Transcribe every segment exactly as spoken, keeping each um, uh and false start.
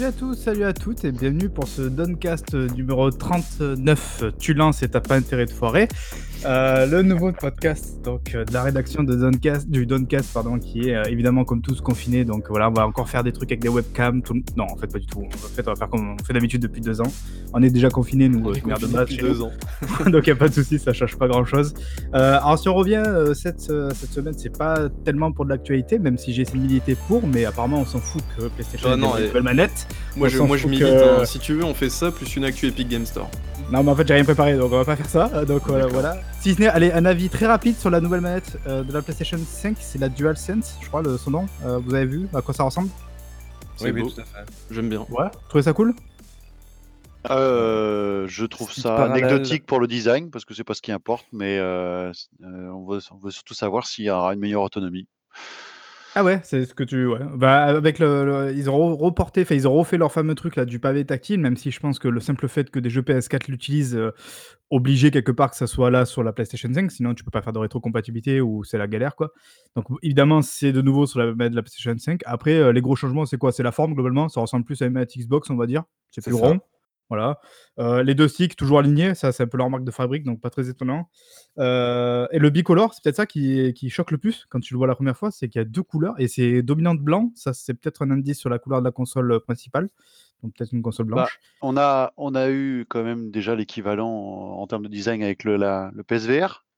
à tous, salut à toutes et bienvenue pour ce Doncast numéro trente-neuf. Tu lances et t'as pas intérêt de foirer. Euh, le nouveau podcast donc euh, de la rédaction de Doncast, du Doncast pardon, qui est euh, évidemment comme tous confiné. Donc voilà, on va encore faire des trucs avec des webcams. Tout... Non, en fait pas du tout. En fait, on va faire comme on fait d'habitude depuis deux ans. On est déjà confinés nous. On est merde de confinés base, depuis chez nous. deux ans. Donc il y a pas de souci, ça change pas grand chose. Euh, alors si on revient euh, cette euh, cette semaine, c'est pas tellement pour de l'actualité, même si j'ai essayé de militer pour, mais apparemment on s'en fout que PlayStation Ah ait non, une et- nouvelle manette. Moi On je, s'en moi je fout milite, que- hein. Si tu veux on fait ça plus une actu Epic Game Store. Non mais en fait j'ai rien préparé donc on va pas faire ça. Euh, Donc voilà, D'accord. voilà. Si ce n'est, allez, un avis très rapide sur la nouvelle manette euh, de la PlayStation cinq, c'est la DualSense, je crois le son nom. Euh, vous avez vu à quoi ça ressemble? C'est Oui, beau, oui, tout à fait. j'aime bien. Ouais. Vous trouvez ça cool? Euh, je trouve Stick ça parallèle. anecdotique pour le design parce que c'est pas ce qui importe, mais euh, c- euh, on, veut, on veut surtout savoir s'il y aura une meilleure autonomie. Ah ouais, c'est ce que tu... Ouais. Bah, avec le, le- ils ont re- reporté, enfin ils ont refait leur fameux truc là du pavé tactile, même si je pense que le simple fait que des jeux P S quatre l'utilisent, euh, obligé quelque part que ça soit là sur la PlayStation cinq, sinon tu peux pas faire de rétrocompatibilité ou c'est la galère quoi. Donc évidemment c'est de nouveau sur la manette de la PlayStation cinq. Après euh, les gros changements c'est quoi? C'est la forme globalement, ça ressemble plus à une manette Xbox on va dire, c'est C'est plus ça. rond. Voilà. Euh, les deux sticks toujours alignés, ça c'est un peu leur marque de fabrique donc pas très étonnant. Euh, et le bicolore, c'est peut-être ça qui, qui choque le plus quand tu le vois la première fois, c'est qu'il y a deux couleurs et c'est dominante blanc. Ça, c'est peut-être un indice sur la couleur de la console euh, principale. Donc peut-être une console Bah, blanche. on, a, on a eu quand même déjà l'équivalent en, en termes de design avec le, la, le P S V R,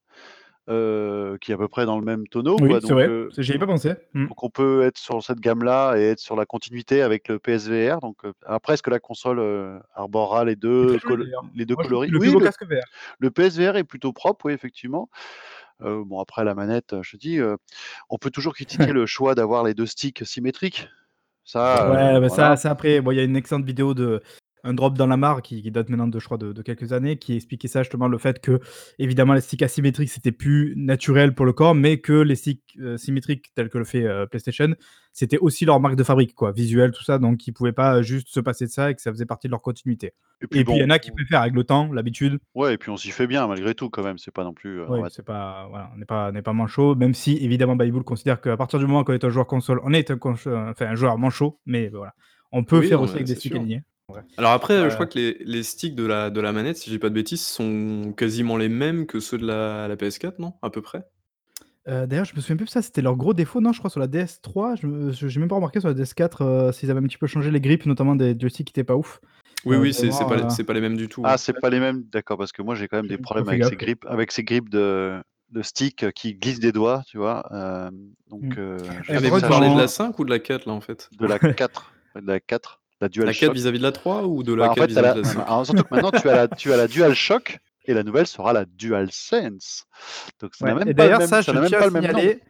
euh, qui est à peu près dans le même tonneau. Oui, Quoi. c'est Donc, vrai. euh, C'est- J'y ai pas pensé. Hmm. donc on peut être sur cette gamme-là et être sur la continuité avec le P S V R. Donc euh, après, est-ce que la console euh, arborera les C'est deux, très joli colo- d'ailleurs. les deux Moi, je trouve que coloris? c'est le plus Oui, beau le, casque V R. le P S V R est plutôt propre, oui, effectivement. Euh, bon, après la manette, je te dis, euh, on peut toujours critiquer le choix d'avoir les deux sticks symétriques. Ça, Voilà. euh, Ouais, bah ça, voilà. ça après, bon, il y a une excellente vidéo de un drop dans la mare qui, qui date maintenant de, je crois, de, de quelques années, qui expliquait ça justement, le fait que, évidemment, les sticks asymétriques, c'était plus naturel pour le corps, mais que les sticks euh, symétriques, tels que le fait euh, PlayStation, c'était aussi leur marque de fabrique, quoi, visuel, tout ça, donc ils pouvaient pas juste se passer de ça et que ça faisait partie de leur continuité. Et puis Et puis, il y bon, en a qui préfèrent, avec le temps, l'habitude. ouais, et puis on s'y fait bien malgré tout quand même. C'est pas non plus. euh, on Oui, va- c'est pas, voilà, on n'est pas, on n'est pas manchot, même si évidemment Bayboul considère qu'à partir du moment qu'on est un joueur console, on est un, conche- euh, enfin, un joueur manchot, mais voilà, on peut Oui, faire non, aussi mais avec des c'est sticks sûr. alignés. Ouais. Alors après, euh, je Euh, crois que les, les sticks de la, de la manette, si j'ai pas de bêtises, sont quasiment les mêmes que ceux de la, la P S quatre, non? À peu près? euh, D'ailleurs, je me souviens plus de ça, c'était leur gros défaut, non? Je crois sur la D S trois, je me- je- j'ai même pas remarqué sur la D S quatre euh, s'ils avaient un petit peu changé les grips, notamment des joysticks qui étaient pas ouf. Oui, Euh, oui, de c'est c'est mémoire, pas, les- euh, c'est pas les mêmes du tout. Ah, Ouais. c'est pas les mêmes, d'accord, parce que moi j'ai quand même j'ai des pas problèmes fait avec gaffe. ces grips, avec ces grips de, de stick qui glissent des doigts, tu vois. euh, donc, Mm. euh, je Et Ah, sais mais par que vous contre, ça parlez de gêne. la dans... cinq ou de la quatre là en fait? De la quatre, de la quatre, la La Dual quatre Shock. vis-à-vis de la trois ou de la Bah, en quatre fait, t'as vis-à-vis la... de la cinq? alors, surtout que maintenant tu as la, tu as la Dual Shock et la nouvelle sera la Dual Sense. Donc ça n'a Ouais. même Et pas le d'ailleurs, même, ça, ça je n'a même tiens à pas le même nom. signaler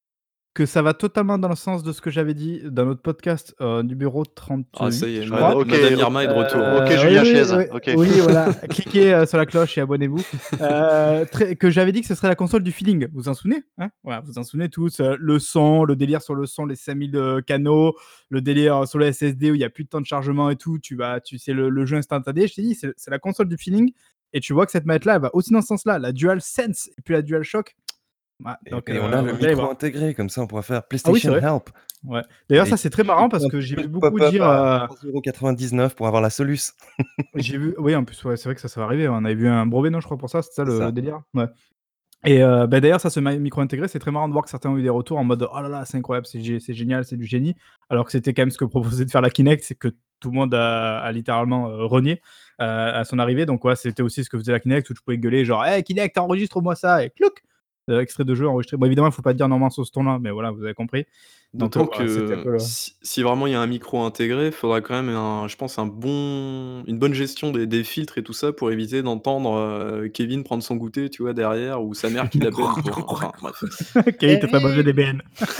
que ça va totalement dans le sens de ce que j'avais dit dans notre podcast euh, numéro Ah, ça trente-huit, y est, je Ouais, crois. Mada- ok, Madame ok, Irma est de retour. ok, Euh, oui, Julien oui, Chiez, oui, ok. oui, voilà. Cliquez euh, sur la cloche et abonnez-vous. Euh, très- que j'avais dit que ce serait la console du feeling. Vous vous en souvenez, hein? Voilà, vous vous en souvenez tous. euh, le son, le délire sur le son, les cinq mille euh, canaux, le délire sur le S S D où il n'y a plus de temps de chargement et tout. Tu vas, tu sais, le, le jeu instantané. Je t'ai dit, c'est c'est la console du feeling. Et tu vois que cette manette-là, elle va aussi dans ce sens-là. La Dual Sense et puis la Dual Shock. Ouais, Et, donc, et on euh, a le vous allez micro voir. intégré, comme ça on pourra faire Ah oui, c'est PlayStation vrai. Help. Ouais. D'ailleurs, Et ça, c'est très marrant parce un que petit j'ai peu vu de beaucoup pop-up dire. à euh, trois euros quatre-vingt-dix-neuf pour avoir la soluce. J'ai vu, oui, en plus, ouais, c'est vrai que ça, ça va arriver. On avait vu un brevet, non, je crois, pour ça, c'est ça C'est le, ça. le délire. Ouais. Et euh, bah, d'ailleurs, ça, ce mi- micro intégré, c'est très marrant de voir que certains ont eu des retours en mode oh là là, c'est incroyable, c'est gé- c'est génial, c'est du génie. Alors que c'était quand même ce que proposait de faire la Kinect, c'est que tout le monde a, a littéralement euh, renié euh, à son arrivée. Donc, ouais, c'était aussi ce que faisait la Kinect où tu pouvais gueuler genre hey Kinect, enregistre-moi ça, et clouc, euh, extrait de jeu enregistré. Bon, évidemment, il faut pas dire normalement sur ce ton-là, mais voilà, vous avez compris. Donc, euh, D'autant voilà, c'était un que peu le. si, si vraiment il y a un micro intégré, il faudra quand même, un, je pense, un bon, une bonne gestion des, des filtres et tout ça pour éviter d'entendre euh, Kevin prendre son goûter, tu vois, derrière, ou sa mère qui l'appelle pour. Enfin, bref. Kevin te ferait manger des B N.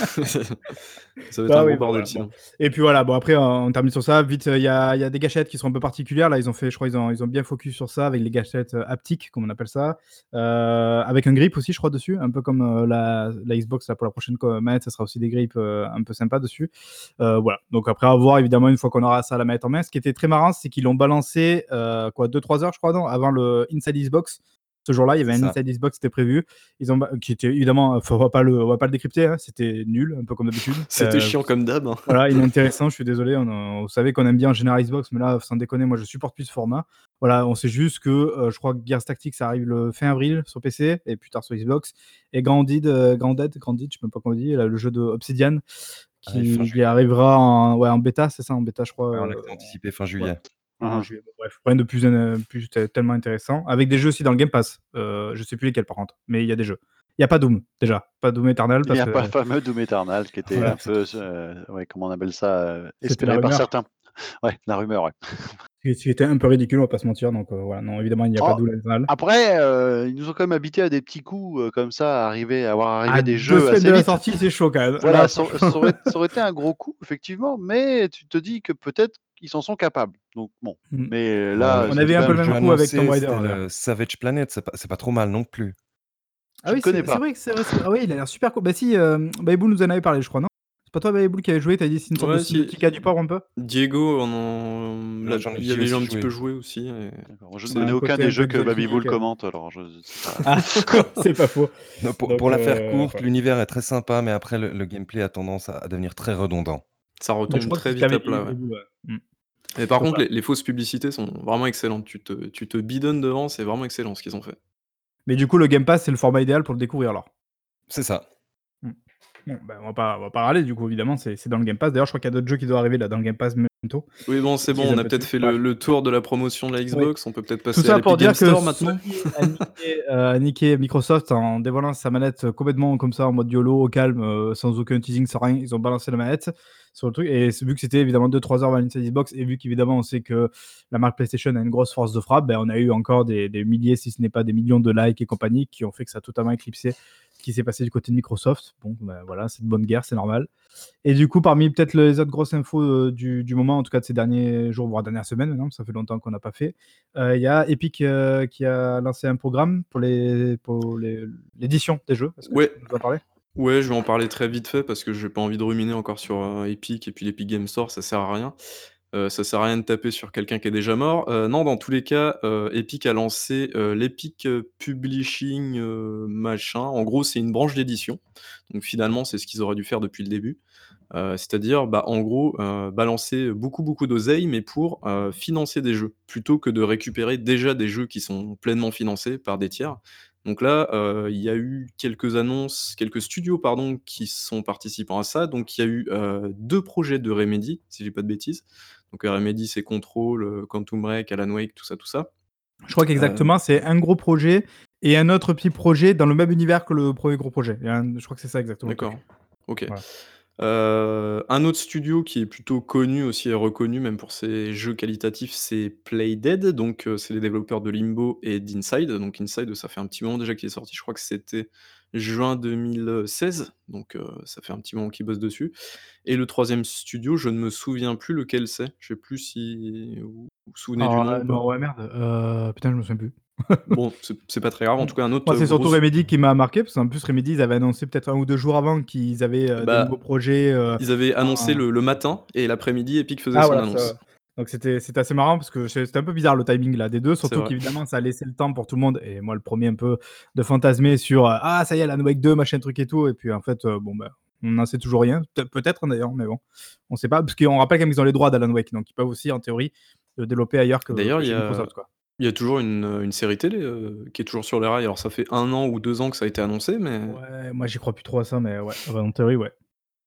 Ça va être Ah un oui, gros bah bordel voilà, sinon. bon. Et puis voilà, bon après on termine sur ça. Vite, il y, a, y a des gâchettes qui sont un peu particulières. Là, ils ont fait, je crois, ils ont, ils ont bien focus sur ça avec les gâchettes euh, haptiques, comme on appelle ça, euh, avec un grip aussi, je crois, dessus, un peu comme euh, la, la Xbox là pour la prochaine co- manette, ça sera aussi des grips euh, un peu sympas dessus. Euh, voilà. Donc après à voir évidemment une fois qu'on aura ça la manette en main. Ce qui était très marrant, c'est qu'ils l'ont balancé euh, quoi deux trois heures, je crois, non, avant le Inside Xbox. Ce jour-là, il y avait C'est un ça. inside Xbox qui était prévu. Ils ont ba qui était évidemment, faut on va pas le on va pas le décrypter, hein, c'était nul, un peu comme d'habitude. C'était Heu, chiant comme d'hab, hein. voilà, inintéressant, je suis désolé, on a vous savez qu'on aime bien en général Xbox, mais là, sans déconner, moi je supporte plus ce format. Voilà, on sait juste que, heu, je crois que Gears Tactics ça arrive le fin avril sur P C et plus tard sur Xbox et Grounded, heu, Grounded Grounded, je sais même pas comment on dit, là, le jeu de Obsidian Ah et fin qui qui juillet. arrivera en ouais, en bêta, c'est ça? En bêta, je crois, Ouais, en heu, accès anticipé fin ouais. juillet. En Mmh. juillet, bon bref, rien de plus, heu, plus t tellement intéressant. Avec des jeux aussi dans le Game Pass, heu, je sais plus lesquels par contre, mais il y a des jeux. Il y a pas Doom, déjà, pas Doom Eternal Il n'y parce a pas que le fameux Doom Eternal qui était voilà, un peu, heu, ouais, comment on appelle ça? Heu, c'était la espéré par rumeur. certains. Ouais, la rumeur, ouais. Ce qui était un peu ridicule, on va pas se mentir, donc heu, voilà, non, évidemment, il n'y a pas Oh, Doom Eternal. après, heu, ils nous ont quand même habitués à des petits coups, heu, comme ça, à arriver à voir À arriver des deux jeux semaines assez de la vite. sortie, c'est chaud quand même. Là, Voilà, ça au ça franchement, aurait ça aurait été un gros coup, effectivement, mais tu te dis que peut-être qu'ils en sont capables. Donc bon, mmh, mais Bah, là, le on le avait c'était un quand peu le le même même jeu coup avec Tomb annoncé, Raider, c'était on va dire. le Savage Planet, c'est pas c'est pas trop mal non plus. Ah je ne oui, connais c'est c'est pas. vrai que c'est vrai, c'est ah oui, il a l'air super cool. Bah si, hem, Babyboul nous en avait parlé, je crois, non? C'est pas toi, Babyboul, qui avait joué? Tu avais dit c'est une sorte de Ouais, si, Subnautica du porc un peu? Diego en en Non, l'a j'en ai il y j'y ai avait eu aussi un petit peu joué. joué aussi et D'accord, je ne C'est c'est connais un aucun côté des un peu jeux que Babybull exotique, heu commente, alors je ne sais pas. ah, c'est pas faux. Non, pour pour Donc la faire heu, courte, voilà. l'univers est très sympa, mais après le le gameplay a tendance à à devenir très redondant. ça Bah, je retombe crois que c'est très ce vite qu'avait à dit plat, ouais. Babyboul, ouais. Mmh. Et par Donc contre, voilà. les les fausses publicités sont vraiment excellentes. Tu te tu te bidonnes devant, c'est vraiment excellent ce qu'ils ont fait. Mais du coup, le Game Pass, c'est le format idéal pour le découvrir alors? C'est ça. Mmh. Bon, bah, on va pas on va pas râler du coup, évidemment, c'est c'est dans le Game Pass. D'ailleurs, je crois qu'il y a d'autres jeux qui doivent arriver là dans le Game Pass bientôt. Oui, bon, Ils c'est bon, teasent on un a peu peut-être dessus. fait le Bref. le tour de la promotion de la Oui. Xbox, on peut peut-être Tout passer à ça pour l'Epic Game dire que Store maintenant? Sony a niqué, heu, a niqué Microsoft en dévoilant sa manette, heu, complètement comme ça en mode YOLO, au calme, heu, sans aucun teasing, sans rien. Ils ont balancé la manette sur le truc et c'est vu que c'était évidemment deux trois heures avant l'inside Xbox et vu qu'évidemment on sait que la marque PlayStation a une grosse force de frappe, ben, on a eu encore des des milliers, si ce n'est pas des millions de likes et compagnie qui ont fait que ça a totalement éclipsé ce qui s'est passé du côté de Microsoft. Bon, ben, voilà, c'est de bonne guerre, c'est normal. Et du coup, parmi peut-être les autres grosses infos, heu, du du moment, en tout cas de ces derniers jours, voire dernières semaines maintenant, ça fait longtemps qu'on n'a pas fait, heu, il y a Epic, heu, qui a lancé un programme pour les pour les l'édition des jeux. Est-ce que tu Ouais, peux nous en parler? ouais, je vais en parler très vite fait parce que j'ai pas envie de ruminer encore sur, heu, Epic et puis l'Epic Game Store, ça sert à rien. Heu, ça sert à rien de taper sur quelqu'un qui est déjà mort. Heu, non, dans tous les cas, heu, Epic a lancé, heu, l'Epic, heu, Publishing, heu, machin. En gros, c'est une branche d'édition. Donc finalement, c'est ce qu'ils auraient dû faire depuis le début. Heu, c'est-à-dire, bah, en gros, heu, balancer beaucoup, beaucoup d'oseille, mais pour, heu, financer des jeux, plutôt que de récupérer déjà des jeux qui sont pleinement financés par des tiers. Donc là, heu, il y a eu quelques annonces, quelques studios, pardon, qui sont participants à ça. Donc il y a eu, heu, deux projets de Remedy, si j'ai pas de bêtises. Donc, heu, Remedy, c'est Control, heu, Quantum Break, Alan Wake, tout ça, tout ça. Je crois Hem, qu'exactement, c'est un gros projet et un autre petit projet dans le même univers que le premier gros projet. Il y a un je crois que c'est ça exactement le truc. d'accord, OK. Voilà. Heu, un autre studio qui est plutôt connu aussi et reconnu même pour ses jeux qualitatifs, c'est Playdead, donc heu, c'est les développeurs de Limbo et d'Inside. Donc Inside, ça fait un petit moment déjà qu'il est sorti, je crois que c'était juin deux mille seize, donc heu, ça fait un petit moment qu'ils bossent dessus. Et le troisième studio, je ne me souviens plus lequel c'est. Je sais plus si vous vous souvenez du Ah nom ou pas? non, ouais, merde, heu, putain, je me souviens plus. Bon, c'est c'est pas très grave, en Mmh. tout cas un autre, Moi, heu, c'est gros surtout s Remedy qui m'a marqué, parce qu'en plus Remedy, ils avaient annoncé peut-être un ou deux jours avant qu'ils avaient, heu, des nouveaux bah, projets, heu, ils avaient annoncé en le le matin et l'après-midi, Epic faisait ah son voilà, ça ouais. annonce. Donc c'était c'était assez marrant parce que c'est c'était un peu bizarre le timing là des deux, C'est surtout vrai. qu'évidemment ça a laissé le temps pour tout le monde et moi le premier un peu de fantasmer sur, heu: «Ah ça y est, Alan Wake deux machin truc et tout» et puis en fait, heu, bon bah, on n'en sait toujours rien. Peut peut-être hein, d'ailleurs, mais bon, on sait pas parce qu'on rappelle quand même qu'ils ont les droits d'Alan Wake, donc ils peuvent aussi en théorie le développer ailleurs que D'ailleurs, que il y chez a Microsoft quoi. il y a toujours une, heu, une série télé, heu, qui est toujours sur les rails. Alors ça fait un an ou deux ans que ça a été annoncé, mais Ouais, moi j'y crois plus trop à ça, mais ouais, ouais, en théorie ouais.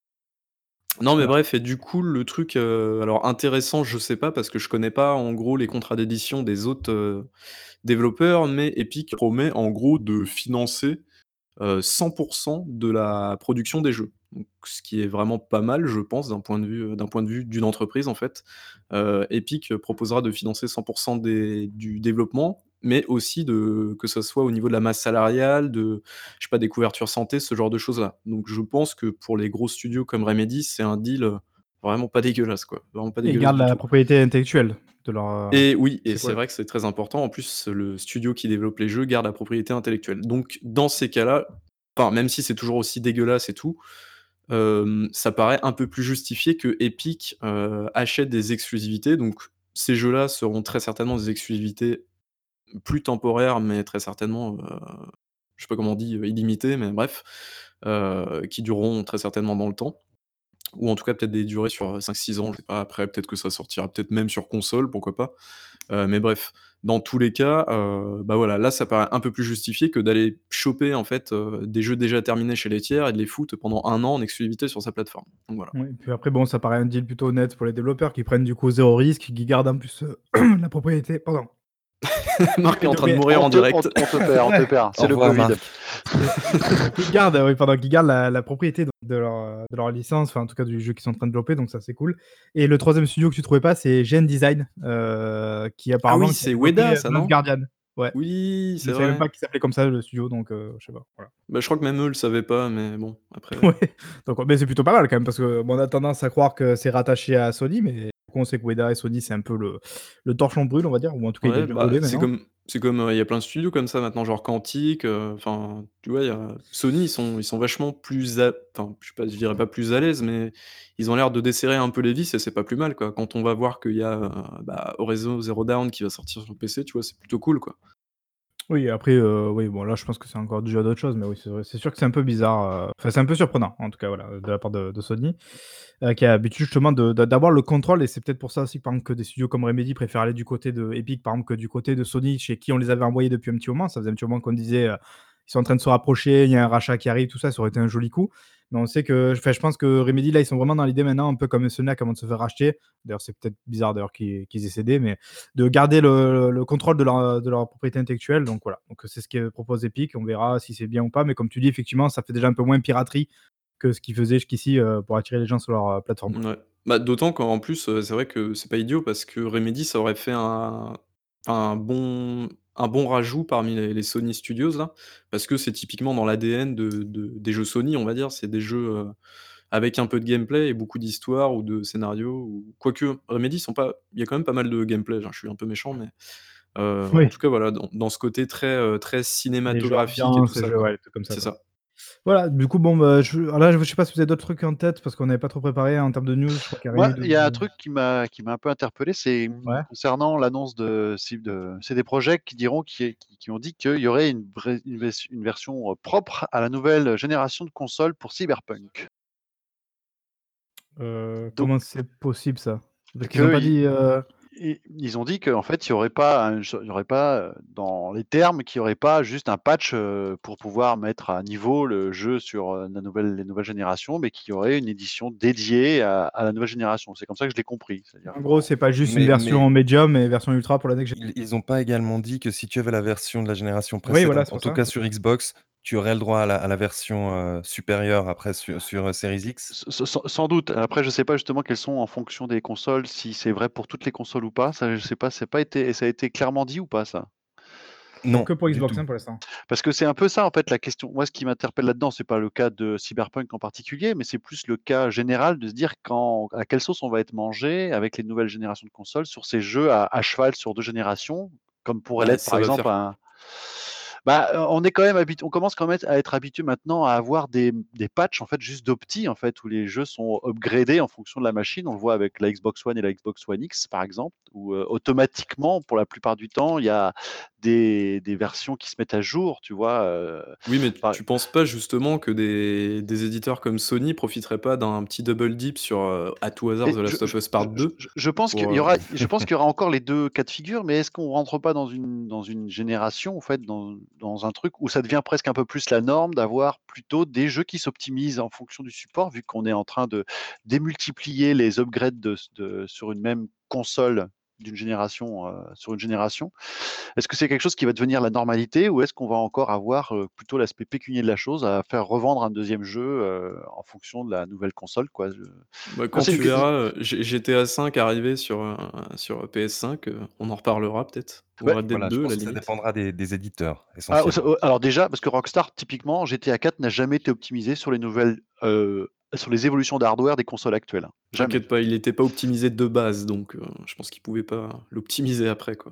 non, mais Voilà. bref et du coup, le truc, heu, alors intéressant, je sais pas parce que je connais pas en gros les contrats d'édition des autres, heu, développeurs, mais Epic promet en gros de financer heu, cent de la production des jeux. Donc ce qui est vraiment pas mal, je pense, d'un point de vue, heu, d'un point de vue d'une entreprise, en fait. Heu, Epic proposera de financer cent des du développement, mais aussi de que ça soit au niveau de la masse salariale, de je sais pas, des couvertures santé, ce genre de choses-là. Donc je pense que pour les gros studios comme Remedy, c'est un deal, heu, vraiment pas dégueulasse, quoi. Vraiment pas Et ils dégueulasse gardent du la tout. propriété intellectuelle de leur, heu Et oui, et c'est c'est cool. vrai que c'est très important. En plus, le studio qui développe les jeux garde la propriété intellectuelle. Donc dans ces cas-là, enfin, même si c'est toujours aussi dégueulasse et tout, hem, ça paraît un peu plus justifié que Epic, heu, achète des exclusivités. Donc ces jeux-là seront très certainement des exclusivités plus temporaires, mais très certainement, heu, je sais pas comment on dit, heu, illimitées, mais bref, heu, qui dureront très certainement dans le temps. Ou en tout cas peut-être des durées sur, heu, cinq six ans, je sais pas, après peut-être que ça sortira peut-être même sur console, pourquoi pas? Heu, mais bref, dans tous les cas, heu, bah, voilà, là ça paraît un peu plus justifié que d'aller choper en fait, heu, des jeux déjà terminés chez les tiers et de les foutre pendant un an en exclusivité sur sa plateforme. Donc voilà. Oui, puis après bon, ça paraît un deal plutôt honnête pour les développeurs qui prennent du coup zéro risque, qui gardent en plus, heu, la propriété pardon. Marc est Et en donc train de et mourir On en te, on, direct. te- on te perd, on te ouais, perd. Au C'est le revoir, Covid. Marc. qui gardent, oui, pardon, qui gardent la la propriété donc de leur, heu, de leur licence, enfin en tout cas du jeu qu'ils sont en train de développer, donc ça c'est cool. Et le troisième studio que tu trouvais pas, c'est Gen Design, heu, qui Ah oui, apparemment qui a c'est développé, Ueda heu, ça, Last non? Guardian. Ouais, Oui, je c'est savais même vrai. pas qu'il s'appelait comme ça le studio, donc heu, je sais pas, voilà. Bah, je crois que même eux le savaient pas, mais bon, après, Ouais, donc mais c'est plutôt pas mal quand même parce que bon, on a tendance à croire que c'est rattaché à Sony, mais du coup on sait que Ueda et Sony c'est un peu le le torchon brûle on va dire, ou en tout cas il est ouais, bien bah, rodé c'est maintenant. comme c'est comme, heu, il y a plein de studios comme ça maintenant, genre Quantic, heu, enfin, tu vois, il y a Sony, ils sont ils sont vachement plus à enfin, je sais pas, je dirais pas plus à l'aise, mais ils ont l'air de desserrer un peu les vis et c'est pas plus mal, quoi. Quand on va voir qu'il y a, heu, bah, Horizon Zero Dawn qui va sortir sur P C, tu vois, c'est plutôt cool, quoi. Oui, après, heu, oui, bon là, je pense que c'est encore dû à d'autres choses, mais oui, c'est vrai, c'est sûr que c'est un peu bizarre, heu, enfin, c'est un peu surprenant, en tout cas, voilà, de la part de de Sony, heu, qui a l'habitude justement de de d'avoir le contrôle et c'est peut-être pour ça aussi, par exemple, que des studios comme Remedy préfèrent aller du côté de Epic, par exemple, que du côté de Sony, chez qui on les avait envoyés depuis un petit moment. Ça faisait un petit moment qu'on disait, heu, ils sont en train de se rapprocher, il y a un rachat qui arrive, tout ça, ça aurait été un joli coup. Mais on sait que enfin, je pense que Remedy, là, ils sont vraiment dans l'idée maintenant, un peu comme Insomniac avant de se faire racheter. D'ailleurs, c'est peut-être bizarre d'ailleurs qu'ils qu'ils aient cédé, mais de garder le le contrôle de leur de leur propriété intellectuelle, donc voilà. Donc c'est ce que propose Epic, on verra si c'est bien ou pas, mais comme tu dis, effectivement, ça fait déjà un peu moins piraterie que ce qu'ils faisaient jusqu'ici, heu, pour attirer les gens sur leur, heu, plateforme, quoi. Ouais. Bah, d'autant qu'en plus, heu, c'est vrai que c'est pas idiot parce que Remedy, ça aurait fait un un bon un bon rajout parmi les les Sony Studios là, parce que c'est typiquement dans l'A D N de de des jeux Sony, on va dire. C'est des jeux, heu, avec un peu de gameplay et beaucoup d'histoire ou de scénario ou quoique Remedy, ils sont pas il y a quand même pas mal de gameplay, genre je suis un peu méchant, mais, heu, en Oui, tout cas voilà, dans dans ce côté très, heu, très les jeux cinématographique et tout ambiance, les ça, jeux quoi. ouais, les trucs comme ça, C'est quoi. ça. Voilà, du coup, bon, bah, je alors là, je sais pas si vous avez d'autres trucs en tête parce qu'on n'avait pas trop préparé en termes de news, je crois qu'il y a rien Moi, eu de il y a un truc qui m'a qui m'a un peu interpellé, c'est mmh, ouais? concernant l'annonce de si de C D Projekt qui diront qui est qui qui ont dit qu'il y aurait une vraie une vers une version, heu, propre à la nouvelle génération de consoles pour Cyberpunk. Heu, Donc comment c'est possible ça? Parce qu'ils ont pas qu'ils dit, heu i ils ont dit qu'en fait, il y aurait pas un il y aurait pas, heu, dans les termes, qu'il y aurait pas juste un patch, heu, pour pouvoir mettre à niveau le jeu sur, heu, la nouvelle les nouvelles générations, mais qu'il y aurait une édition dédiée à à la nouvelle génération. C'est comme ça que je l'ai compris. C'est-à-dire en gros, qu'en c'est pas juste une Mais mais version médium et version ultra pour la next gen? ils ils ont pas également dit que si tu avais la version de la génération Oui, voilà, précédente, c'est en pour tout ça. cas sur Xbox, tu aurais le droit à la à la version, heu, supérieure après sur sur, heu, Series X? S s sans sans doute. Après, je sais pas justement quelles sont en fonction des consoles, si c'est vrai pour toutes les consoles ou pas. Ça, je sais pas, c'est pas été ça a été clairement dit ou pas ça? Donc Non, que pour du Xbox, tout. hein, pour l'instant. Parce que c'est un peu ça, en fait, la question. Moi, ce qui m'interpelle là-dedans, c'est pas le cas de Cyberpunk en particulier, mais c'est plus le cas général de se dire quand à quelle sauce on va être mangé avec les nouvelles générations de consoles sur ces jeux à à cheval sur deux générations, comme pourrait Bah, l'être, par ça va exemple, faire un bah, heu, on est quand même habitu on commence quand même à être habitué maintenant à avoir des des patchs, en fait, juste d'opti, en fait, où les jeux sont upgradés en fonction de la machine. On le voit avec la Xbox One et la Xbox One X, par exemple, où, heu, automatiquement, pour la plupart du temps, il y a des des versions qui se mettent à jour, tu vois? Heu, Oui, mais tu par tu penses pas justement que des des éditeurs comme Sony profiteraient pas d'un petit double dip sur, heu, à tout hasard, et The je Last je of Us je Part je deux je je pense qu'il pour, y heu aura je pense qu'il y aura encore les deux cas de figure, mais est-ce qu'on rentre pas dans une dans une génération, en fait, dans dans un truc où ça devient presque un peu plus la norme d'avoir plutôt des jeux qui s'optimisent en fonction du support, vu qu'on est en train de démultiplier les upgrades de de sur une même console d'une génération, heu, sur une génération? Est-ce que c'est quelque chose qui va devenir la normalité ou est-ce qu'on va encore avoir, heu, plutôt l'aspect pécunier de la chose, à faire revendre un deuxième jeu, heu, en fonction de la nouvelle console, quoi? Je bah, non, quand c'est une tu q verras, heu, G GTA cinq arriver sur, heu, sur P S cinq, heu, on en reparlera peut-être. Ou ouais. Red Dead Voilà, je deux à la pense que ça limite. dépendra des des éditeurs, Ah, au ça essentiellement. au alors déjà, parce que Rockstar, typiquement, G T A quatre n'a jamais été optimisé sur les nouvelles, heu, sur les évolutions d'hardware des consoles actuelles, hein. Jamais. T'inquiète pas, il était pas optimisé de base, donc heu, je pense qu'ils pouvaient pas l'optimiser après, quoi.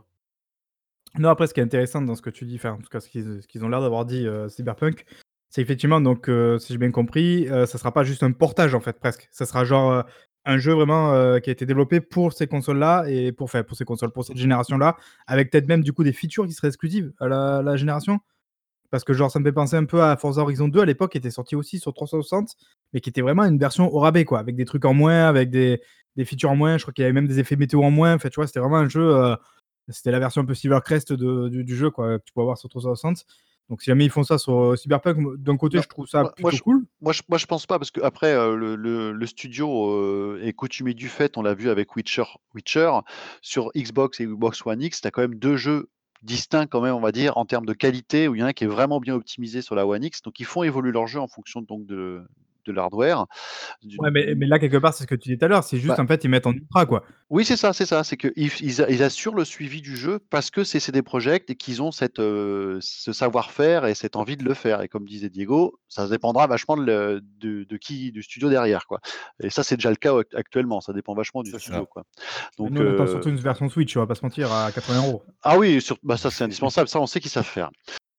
Non, après, ce qui est intéressant dans ce que tu dis, enfin, en tout cas, ce qu'ils ce qu'ils ont l'air d'avoir dit, heu, Cyberpunk, c'est effectivement donc, heu, si j'ai bien compris, heu, ça sera pas juste un portage, en fait, presque. Ça sera genre, heu, un jeu vraiment, heu, qui a été développé pour ces consoles-là et pour enfin pour ces consoles, pour cette génération-là, avec peut-être même du coup des features qui seraient exclusives à la la génération? Parce que genre ça me fait penser un peu à Forza Horizon deux à l'époque qui était sorti aussi sur trois cent soixante, mais qui était vraiment une version au rabais quoi, avec des trucs en moins, avec des des features en moins. Je crois qu'il y avait même des effets météo en moins. Enfin tu vois, c'était vraiment un jeu, heu, c'était la version un peu Silvercrest de du du jeu quoi, que tu peux avoir sur trois cent soixante. Donc si jamais ils font ça sur, heu, Cyberpunk, m d'un côté Non, je trouve ça moi moi plutôt je cool. moi je moi je pense pas parce qu'après, heu, le le le studio, heu, est coutumier du fait, on l'a vu avec Witcher Witcher. Sur Xbox et Xbox One X, tu as quand même deux jeux distincts quand même, on va dire, en termes de qualité, où il y en a un qui est vraiment bien optimisé sur la One X. Donc ils font évoluer leur jeu en fonction donc de de l'hardware. Du Ouais, mais mais là quelque part, c'est ce que tu disais tout à l'heure, c'est juste Bah en fait ils mettent en ultra quoi. oui, c'est ça, c'est ça. C'est qu'ils f ils a ils assurent le suivi du jeu parce que c'est C D Projekt et qu'ils ont cette, heu, ce savoir-faire et cette envie de le faire et comme disait Diego, ça dépendra vachement de le de de qui du studio derrière, quoi et ça, c'est déjà le cas act actuellement, ça dépend vachement du C'est studio, ça. quoi. Mais Donc nous on attend surtout heu une version Switch, on va pas se mentir, à quatre-vingts euros. Ah oui, sur bah ça, c'est indispensable, ça, on sait qu'ils savent faire.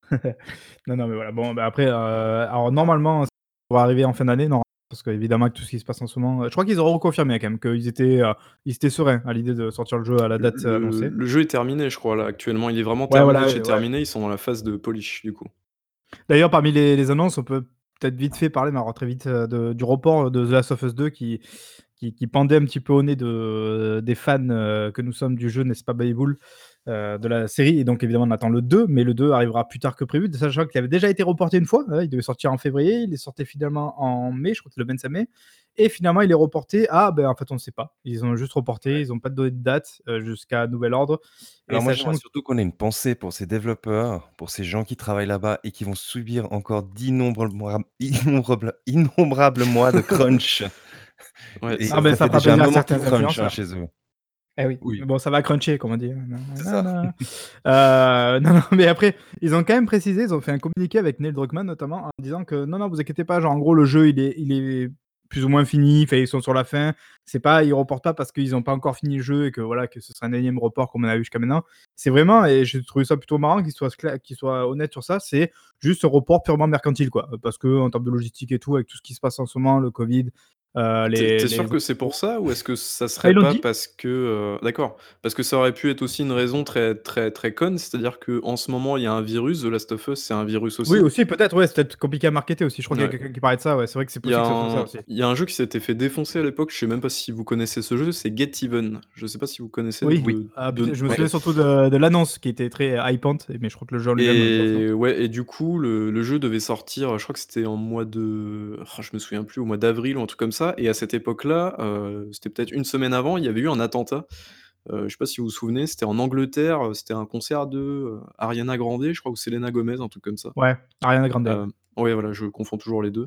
Non, non, mais voilà, bon, bah, après, heu, alors normalement, ça va arriver en fin d'année, non, parce qu'évidemment avec tout ce qui se passe en ce moment, heu, je crois qu'ils ont reconfirmé quand même qu'ils étaient, heu, ils étaient sereins à l'idée de sortir le jeu à la Le date, heu, le annoncée. le jeu est terminé, je crois là, actuellement. Il est vraiment Ouais, terminé voilà, de chez ouais, ouais. terminé, ils sont dans la phase de polish, du coup. D'ailleurs, parmi les les annonces, on peut peut-être vite fait parler, mais alors très vite, heu, de du report de The Last of Us deux qui qui qui pendait un petit peu au nez de des fans, heu, que nous sommes du jeu, n'est-ce pas Babel? Heu, de la série et donc évidemment on attend le deux, mais le deux arrivera plus tard que prévu, sachant qu'il avait déjà été reporté une fois, hein, il devait sortir en février, il est sorti finalement en mai, je crois que c'est le vingt-cinq mai et finalement il est reporté à, ben, en fait on ne sait pas. Ils ont juste reporté, Ouais. ils ont pas donné de date, heu, jusqu'à nouvel ordre et Alors moi, j'aimerais sachant surtout qu'on ait une pensée pour ces développeurs, pour ces gens qui travaillent là-bas et qui vont subir encore d'innombrables mois innombrables innombrables mois de crunch Ouais, et c'est Ah ben ça vrai. ça fait fera déjà un plaisir à moment qu'ils certains crunchent, hein, influenceurs. chez eux. Eh oui, mais Oui. bon ça va cruncher comme on dit. C'est ça. Nananana. Heu, non, non, mais après, ils ont quand même précisé, ils ont fait un communiqué avec Neil Druckmann notamment en disant que: «Non, non, vous inquiétez pas, genre en gros le jeu il est il est plus ou moins fini, enfin ils sont sur la fin. C'est pas ils reportent pas parce qu'ils ont pas encore fini le jeu et que voilà, que ce sera un énième report comme on a eu jusqu'à maintenant». C'est vraiment et j'ai trouvé ça plutôt marrant qu'ils soient cla qu'ils soient honnêtes sur ça, c'est juste un report purement mercantile quoi, parce qu'en termes de logistique et tout, avec tout ce qui se passe en ce moment, le covid, heu, Tu es tu les es les sûr que c'est pour ça ou est-ce que ça Ah serait ils l'ont pas dit? parce que, heu d'accord, parce que ça aurait pu être aussi une raison très très très conne, c'est-à-dire qu'en ce moment il y a un virus, The Last of Us c'est un virus Oui aussi. aussi peut-être, ouais, c'est peut-être compliqué à marketer aussi. Je crois qu'il y a Ouais. quelqu'un qui parlait de ça, ouais, c'est vrai que c'est Il y a possible que ça soit ça un aussi. il y a un jeu qui s'était fait défoncer à l'époque, je sais même pas si vous connaissez ce jeu, c'est Get Even. Je sais pas si vous connaissez Oui, Oui. de ah putain, de je me Ouais. souviens surtout de de l'annonce qui était très hypante, mais je crois que le jeu en lui-même, heu, bof, non? Et ouais et du coup le le jeu devait sortir, je crois que c'était en mois de oh je me souviens plus, au mois d'avril ou un truc comme ça et à cette époque-là, heu, c'était peut-être une semaine avant, il y avait eu un attentat. Heu, je sais pas si vous vous souvenez, c'était en Angleterre, heu, c'était un concert de, heu, Ariana Grande, je crois ou Selena Gomez, un truc comme ça. Ouais, Ariana Grande, ouais. Hem, ouais voilà, je confonds toujours les deux,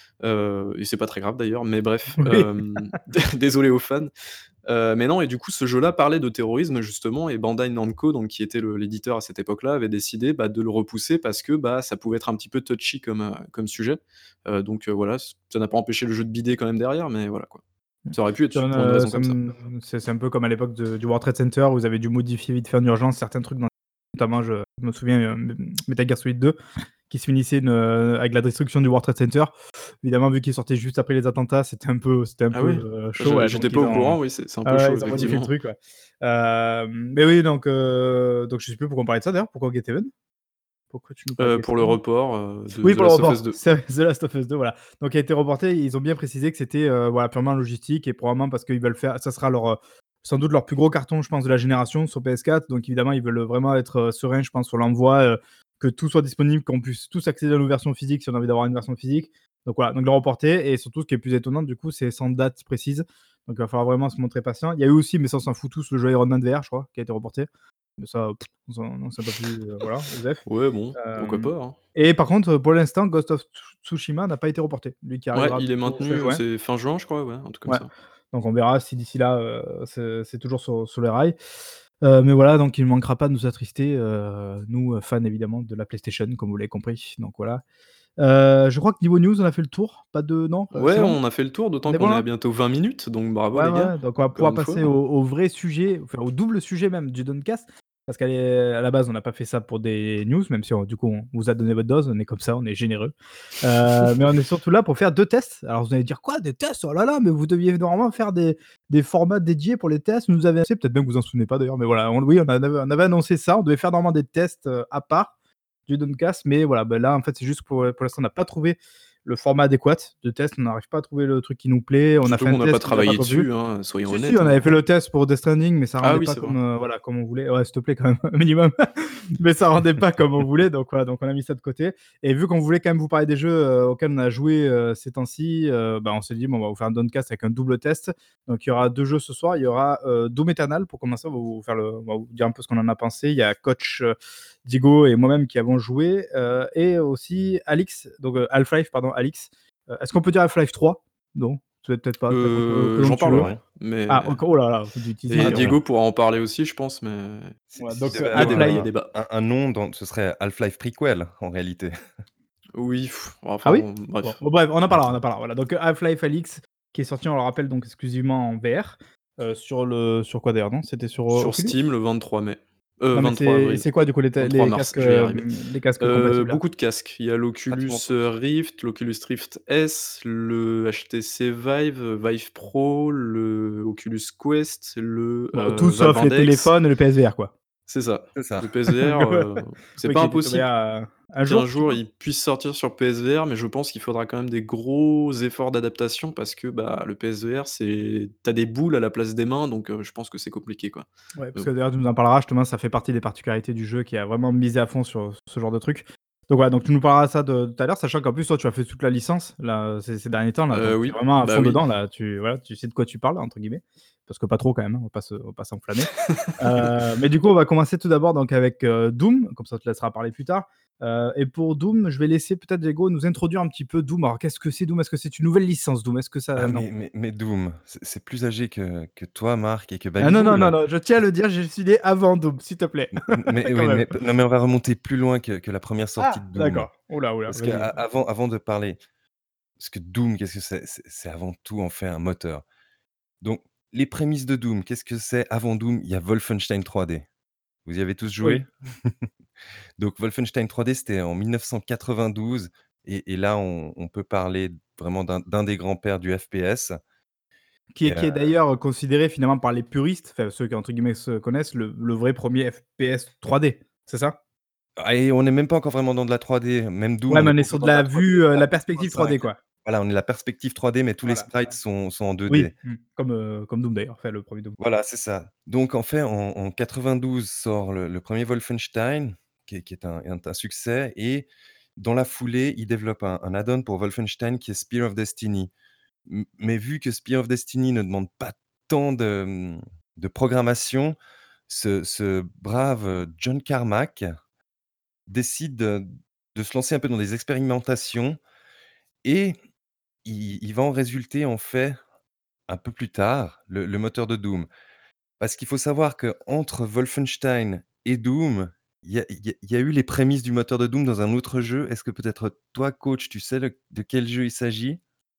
heu et c'est pas très grave d'ailleurs, mais bref, Oui. hem, dé désolé aux fans. Heu, mais non et du coup ce jeu-là parlait de terrorisme justement et Bandai Namco donc qui était le l'éditeur à cette époque-là, avait décidé, bah, de le repousser parce que, bah, ça pouvait être un petit peu touchy comme, heu, comme sujet. Heu, donc heu, voilà, ç ça n'a pas empêché le jeu de bider quand même derrière, mais voilà quoi. Mmh. Ça aurait pu être Ça su me, pour une heu, raison ça comme ça. me c'est c'est un peu comme à l'époque de du World Trade Center où ils avaient dû modifier vite fait en urgence certains trucs dans notamment je me souviens, heu, M Metal Gear Solid deux qui se finissait une, heu, avec la destruction du World Trade Center. Évidemment vu qu'il sortait juste après les attentats, c'était un peu c'était un Ah peu, oui? heu, chaud, Je ouais, j'étais donc pas ils au ont courant, oui, c'est c'est un peu ah ouais, chaud ils ont modifié le effectivement. truc, ouais. Hem, mais oui donc heu, donc je sais plus pourquoi on parlait de ça d'ailleurs, pourquoi Get Even? Pourquoi tu nous parles de Heu, Get pour le Even? report, heu, de Oui The pour le Last of Us report, deux. c'est vrai, The Last of Us deux voilà. Donc il a été reporté, ils ont bien précisé que c'était, heu, voilà purement logistique et probablement parce qu'ils veulent faire ça sera leur, heu, sans doute leur plus gros carton je pense de la génération sur P S quatre donc évidemment ils veulent, heu, vraiment être, heu, sereins je pense sur l'envoi, heu, que tout soit disponible, qu'on puisse tous accéder à nos versions physiques si on a envie d'avoir une version physique. Donc voilà, donc ils l'ont reporté et surtout ce qui est plus étonnant du coup, c'est sans date précise. Donc il va falloir vraiment se montrer patient. Il y a eu aussi, mais ça on s'en fout tous, le jeu Iron Man V R je crois qui a été reporté. Mais ça, on s'en on s'en pas plus, heu, voilà, osef. Ouais bon, pourquoi Hem pas, hein. et par contre, heu, pour l'instant Ghost of Tsu Tsushima n'a pas été reporté. Lui qui Ouais, arrivera il est bientôt fin maintenu, heu, juin. c'est fin juin je crois, ouais, un truc comme Ouais, ça. donc on verra si d'ici là, heu, c'est c'est toujours sur sur les rails. Heu, mais voilà, donc il ne manquera pas de nous attrister, heu, nous, heu, fans évidemment de la PlayStation comme vous l'avez compris, donc voilà. Heu, je crois que niveau news on a fait le tour, pas de non, heu, c'est Ouais, bon? on a fait le tour, On d'autant est bon qu'on est à là? bientôt vingt minutes, donc bravo Ouais, les gars, ouais, donc on va encore pouvoir une fois. passer au au vrai sujet, enfin au double sujet même du Downcast. parce qu'à à la base, on n'a pas fait ça pour des news, même si on du coup, on vous a donné votre dose, on est comme ça, on est généreux. Heu, mais on est surtout là pour faire deux tests. Alors vous allez dire: «Quoi, des tests? Oh là là, mais vous deviez normalement faire des des formats dédiés pour les tests, vous nous avez annoncé», peut-être même que vous en souvenez pas d'ailleurs, mais voilà, on oui, on en avait on avait annoncé ça, on devait faire normalement des tests, heu, à part du Downcast, mais voilà, bah, là, en fait, c'est juste pour, pour l'instant, on n'a pas trouvé le format adéquat de test, on n'arrive pas à trouver le truc qui nous plaît, on a fait Surtout un qu'on n'a pas test qui nous a pas travaillé convenu. dessus, hein, soyons Si, si, honnêtes, on avait hein. fait le test pour Death Stranding, mais ça Ah rendait oui, pas c'est vrai. comme, heu, voilà, comme on voulait. Ouais, s'il te plaît, quand même, un minimum. Mais ça rendait pas comme on voulait, donc voilà, donc on a mis ça de côté. Et vu qu'on voulait quand même vous parler des jeux, heu, auxquels on a joué, heu, ces temps-ci, heu, bah, on s'est dit: «Bon, on va vous faire un Downcast avec un double test». Donc il y aura deux jeux ce soir. Il y aura, heu, Doom Eternal pour commencer, on va vous faire le on va vous dire un peu ce qu'on en a pensé. Il y a coach, heu, Diego et moi-même qui avons joué, heu, et aussi Alix, donc heu, Half-Life, pardon, Alix. Heu, est-ce qu'on peut dire Half-Life trois? Non, peut-être pas, peut-être on peut Heu, comme j'en tu veux. parlerai, mais Ah, OK, oh là là, du teasing et Ah direct. non, Diego pourra en parler aussi, je pense, mais si Ouais, s'il donc heu, devait il y a avoir débat, il y a Half-Life. un débat. un un nom dans ce serait Half-Life Prequel en réalité. Oui, Ah enfin oui? bon, Bon, bref. bon bref, on en parlera, on en parlera. Voilà, donc Half-Life Alyx qui est sorti, on le rappelle, donc exclusivement en V R, heu, sur le sur quoi d'ailleurs, non? C'était sur, heu, Sur Oculus? Steam le vingt-trois mai. Heu, Non, mais vingt-trois c'est avril. c'est quoi du coup les ta vingt-trois les mars, casques, je vais y arriver. hem, les casques Heu, compatibles là? beaucoup de casques. Il y a l'Oculus, Pratiquement heu, tous. Rift, l'Oculus Rift S, le H T C Vive, heu, Vive Pro, le Oculus Quest, le, Bon, tout heu, Valve sauf les Index. téléphones et le P S V R quoi? C'est ça. C'est ça. Le P S V R, heu, c'est Oui, pas qui était tombé impossible à un qu'un jour, tu jour penses? il puisse sortir sur P S V R, mais je pense qu'il faudra quand même des gros efforts d'adaptation parce que, bah, le P S V R, c'est tu as des boules à la place des mains, donc heu, je pense que c'est compliqué, quoi. Ouais, Mais parce que bon. d'ailleurs tu nous en parleras justement, ça fait partie des particularités du jeu qui a vraiment misé à fond sur ce genre de truc. Donc voilà, donc tu nous parleras de ça de tout à l'heure, sachant qu'en plus toi tu as fait toute la licence là, ces ces derniers temps là, Heu, donc tu es oui, vraiment à bah fond oui. dedans là, tu voilà, tu sais de quoi tu parles entre guillemets, parce que pas trop quand même, hein, on va pas se on va pas s'enflammer. Heu, mais du coup on va commencer tout d'abord donc avec, heu, Doom, comme ça on te laissera parler plus tard. Heu, et pour Doom, je vais laisser peut-être Diego nous introduire un petit peu Doom. Alors qu'est-ce que c'est Doom? Est-ce que c'est une nouvelle licence Doom? Est-ce que ça Ah non? mais mais mais Doom, c'est c'est plus âgé que que toi Marc et que Ah non, non, Babybou non, là. non, je tiens à le dire, je suis né avant Doom, s'il te plaît, M mais quand oui, même. mais non mais on va remonter plus loin que que la première sortie Ah! de Doom. D'accord. Ouh là, ouh là, Parce vas-y. qu'avant avant de parler parce que Doom, qu'est-ce que c'est? C'est c'est avant tout en fait un moteur. Donc les prémices de Doom, qu'est-ce que c'est? Avant Doom, il y a Wolfenstein trois D. Vous y avez tous Oui. joué? Donc Wolfenstein trois D, c'était en mille neuf cent quatre-vingt-douze et et là on on peut parler vraiment d'un d'un des grands-pères du F P S Qui et est qui est heu d'ailleurs considéré finalement par les puristes, enfin ceux qui entre guillemets se connaissent, le le vrai premier F P S trois D, c'est ça? ah et on n'est même pas encore vraiment dans de la trois D, même Doom, Ouais, on mais n'est on est pas sur encore de dans de la la trois D, vue, on est heu, à la la perspective trois D un point cinq. quoi. Voilà, on est la perspective trois D, mais tous les Voilà. sprites sont sont en deux D. Oui, mmh, comme, heu, comme Doom d'ailleurs, enfin le premier Doom. Voilà, c'est ça. Donc en fait, en en quatre-vingt-douze sort le le premier Wolfenstein, qui est qui est un un un succès et dans la foulée, ils développent un un add-on pour Wolfenstein qui est Spear of Destiny. M mais vu que Spear of Destiny ne demande pas tant de, mmh, de programmation, ce ce brave, heu, John Carmack décide de de se lancer un peu dans des expérimentations et il il va en résulter, en fait, un peu plus tard, le le moteur de Doom. Parce qu'il faut savoir qu'entre Wolfenstein et Doom, il y a il y a il y a eu les prémices du moteur de Doom dans un autre jeu. Est-ce que peut-être toi, coach, tu sais le de quel jeu il s'agit?